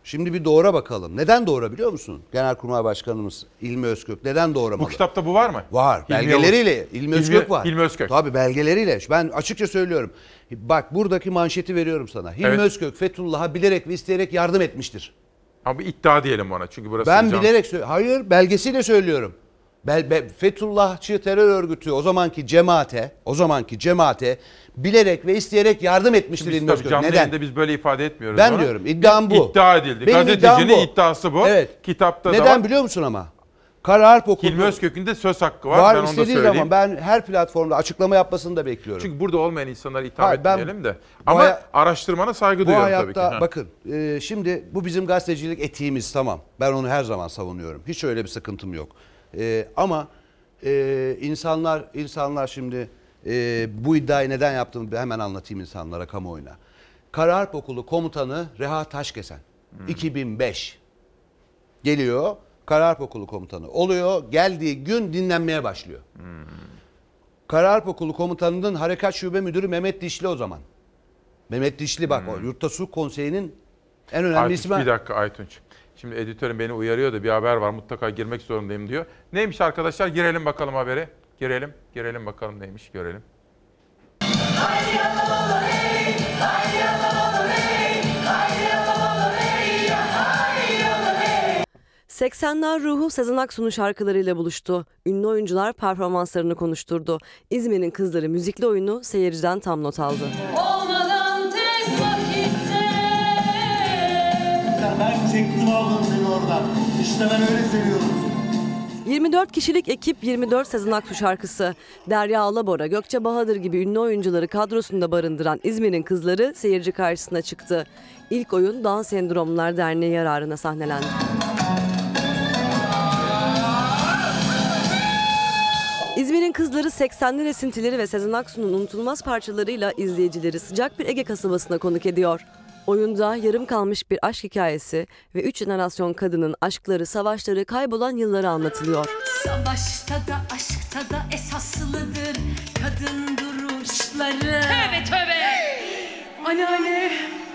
Şimdi bir doğra bakalım. Neden doğra biliyor musun? Genelkurmay Başkanımız İlmi Özkök neden doğramalı? Bu kitapta bu var mı? Var. Hilmi Belgeleriyle. İlmi Özkök var. Hilmi Özkök. Tabii belgeleriyle. Ben açıkça söylüyorum. Bak buradaki manşeti veriyorum sana. Hilmi Özkök Fethullah'a bilerek ve isteyerek yardım etmiştir. Ama iddia diyelim ona çünkü burası... Ben bilerek söylüyorum. Hayır, belgesiyle söylüyorum. Fethullahçı terör örgütü o zamanki cemaate bilerek ve isteyerek yardım etmiştir İlmi Özkök. Canlı Neden? yayında biz böyle ifade etmiyoruz. Ben diyorum. İddiam bu. İddia edildi. Benim Gazetecinin iddiası bu. Evet. Kitapta da var. Neden biliyor musun ama? Kara Harp Okulu. Hilmi Özkök'ün de söz hakkı var. Ben onu da istediği söyleyeyim. zaman ben her platformda açıklama yapmasını da bekliyorum. Çünkü burada olmayan insanlara itham etmeyelim de. Ama araştırmana saygı bu duyuyorum hayatta, tabii ki. Bakın şimdi bu bizim gazetecilik etiğimiz, tamam. Ben onu her zaman savunuyorum. Hiç öyle bir sıkıntım yok. Ama insanlar şimdi bu iddiayı neden yaptığımı hemen anlatayım insanlara, kamuoyuna. Kara Harp Okulu komutanı Reha Taşkesen. 2005 geliyor. Kara Harp Okulu komutanı oluyor. Geldiği gün dinlenmeye başlıyor. Kara Harp Okulu komutanının Harekat Şube Müdürü Mehmet Dişli o zaman. Mehmet Dişli bak o Yurtta Sulh Konseyi'nin en önemli Aytunç, ismi. bir dakika Aytunç. Şimdi editörüm beni uyarıyor da bir haber var, mutlaka girmek zorundayım diyor. Neymiş arkadaşlar? Girelim bakalım habere. Girelim bakalım neymiş, görelim. 80'ler ruhu Sezen Aksu'nun şarkılarıyla buluştu. Ünlü oyuncular performanslarını konuşturdu. İzmir'in Kızları müzikli oyunu seyirciden tam not aldı. Olmadan tez vakitte. Ben çektim aldım seni oradan. İşte ben öyle seviyorum. 24 kişilik ekip 24 Sezen Aksu şarkısı. Derya Alabora, Gökçe Bahadır gibi ünlü oyuncuları kadrosunda barındıran İzmir'in Kızları seyirci karşısına çıktı. İlk oyun Down Sendromlular Derneği yararına sahnelendi. İzmir'in Kızları 80'ler esintileri ve Sezen Aksu'nun unutulmaz parçalarıyla izleyicileri sıcak bir Ege kasabasına konuk ediyor. Oyunda yarım kalmış bir aşk hikayesi ve 3 jenerasyon kadının aşkları, savaşları, kaybolan yılları anlatılıyor. Savaşta da aşkta da esaslıdır kadın duruşları. Tövbe tövbe. Anneanne.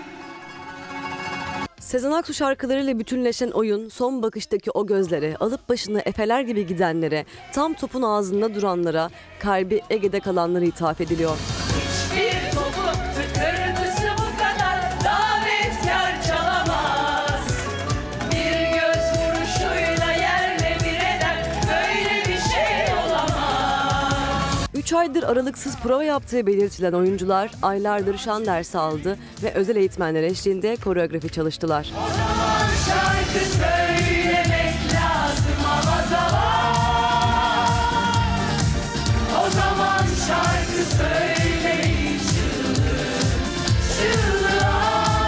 Sezen Aksu şarkılarıyla bütünleşen oyun, son bakıştaki o gözlere, alıp başını efeler gibi gidenlere, tam topun ağzında duranlara, kalbi Ege'de kalanlara ithaf ediliyor. Hiçbir topuk tıkırtısı bu kadar davetkar çalamaz. Bir göz vuruşuyla yerle bir eder, böyle bir şey olamaz. 3 aydır aralıksız prova yaptığı belirtilen oyuncular aylardır şan dersi aldı ve özel eğitmenler eşliğinde koreografi çalıştılar. O zaman şarkı söylemek lazım ama zaman. O zaman şarkı söyleyin çığlığa.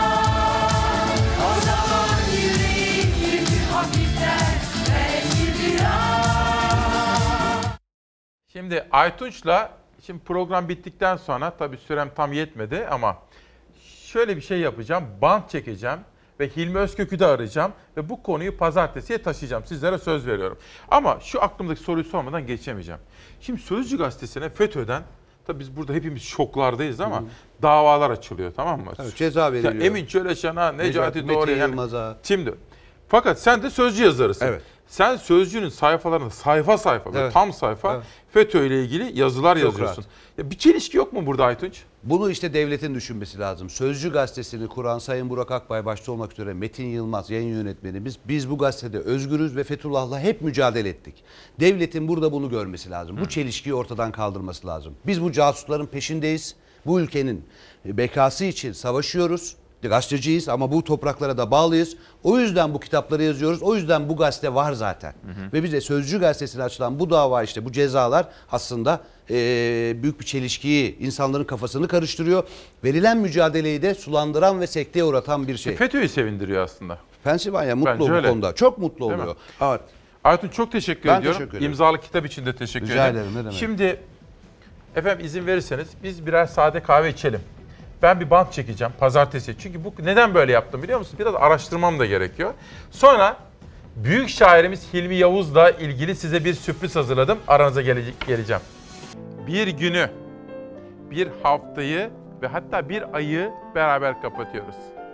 O zaman yüreğin yükü hafifler belki biraz. Şimdi Aytunç'la, şimdi program bittikten sonra tabii sürem tam yetmedi ama şöyle bir şey yapacağım. Bant çekeceğim ve Hilmi Özkök'ü de arayacağım ve bu konuyu pazartesiye taşıyacağım. Sizlere söz veriyorum. Ama şu aklımdaki soruyu sormadan geçemeyeceğim. Şimdi Sözcü Gazetesi'ne FETÖ'den, tabii biz burada hepimiz şoklardayız ama davalar açılıyor, tamam mı? Evet, ceza veriliyor. Emin Çöleşan'a, Necati Metin Doğru'ya. Yılmaz'a. Şimdi fakat sen de Sözcü yazarısın. Evet. Sen Sözcü'nün sayfalarında sayfa böyle tam sayfa FETÖ ile ilgili yazılar yazıyorsun. Ya bir çelişki yok mu burada Aytunç? Bunu işte devletin düşünmesi lazım. Sözcü gazetesini kuran Sayın Burak Akbay başta olmak üzere Metin Yılmaz yayın yönetmenimiz, biz bu gazetede özgürüz ve Fethullah'la hep mücadele ettik. Devletin burada bunu görmesi lazım. Bu çelişkiyi ortadan kaldırması lazım. Biz bu casusların peşindeyiz. Bu ülkenin bekası için savaşıyoruz. Gazeteciyiz ama bu topraklara da bağlıyız. O yüzden bu kitapları yazıyoruz. O yüzden bu gazete var zaten. Ve bize Sözcü Gazetesi'ne açılan bu dava, işte bu cezalar aslında büyük bir çelişkiyi, insanların kafasını karıştırıyor. Verilen mücadeleyi de sulandıran ve sekteye uğratan bir şey. FETÖ'yü sevindiriyor aslında. Pensilvanya mutlu bu konuda. Çok mutlu oluyor. Evet. Aytun çok teşekkür ediyorum. Teşekkür ederim. İmzalı kitap için de teşekkür ederim. Rica ederim. Ne demek. Şimdi efendim izin verirseniz biz birer sade kahve içelim. Ben bir bant çekeceğim pazartesi. Çünkü bu neden böyle yaptım biliyor musun? Biraz araştırmam da gerekiyor. Sonra büyük şairimiz Hilmi Yavuz'la ilgili size bir sürpriz hazırladım. Aranıza geleceğim. Bir günü, bir haftayı ve hatta bir ayı beraber kapatıyoruz.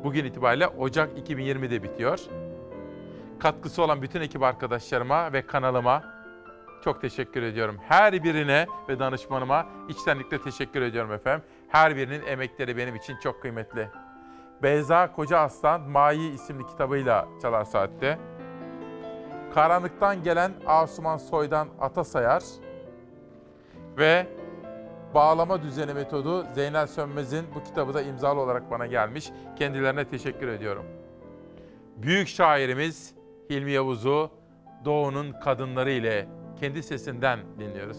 Bugün itibariyle Ocak 2020'de bitiyor. Katkısı olan bütün ekip arkadaşlarıma ve kanalıma çok teşekkür ediyorum. Her birine ve danışmanıma içtenlikle teşekkür ediyorum efendim. Her birinin emekleri benim için çok kıymetli. Beyza Koca Aslan, Mayi isimli kitabıyla Çalar Saat'te. Karanlıktan gelen Asuman Soy'dan Atasayar ve Bağlama Düzeni Metodu Zeynel Sönmez'in bu kitabı da imzalı olarak bana gelmiş. Kendilerine teşekkür ediyorum. Büyük şairimiz Hilmi Yavuz'u Doğu'nun kadınları ile kendi sesinden dinliyoruz.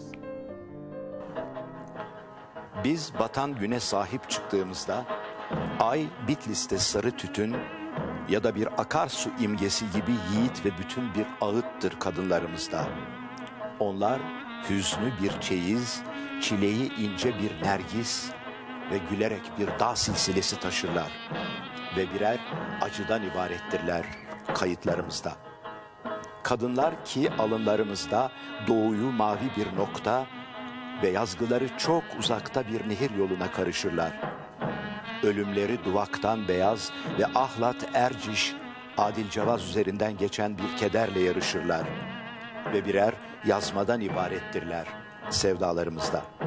Biz batan güne sahip çıktığımızda ay Bitlis'te sarı tütün ya da bir akarsu imgesi gibi yiğit ve bütün bir ağıttır kadınlarımızda. Onlar hüznü bir çeyiz, çileği ince bir nergis ve gülerek bir dağ silsilesi taşırlar. Ve birer acıdan ibarettirler kayıtlarımızda. Kadınlar ki alınlarımızda doğuyu mavi bir nokta ve yazgıları çok uzakta bir nehir yoluna karışırlar. Ölümleri duvaktan beyaz ve Ahlat Erciş, Adil Cevaz üzerinden geçen bir kederle yarışırlar. Ve birer yazmadan ibarettirler sevdalarımızda.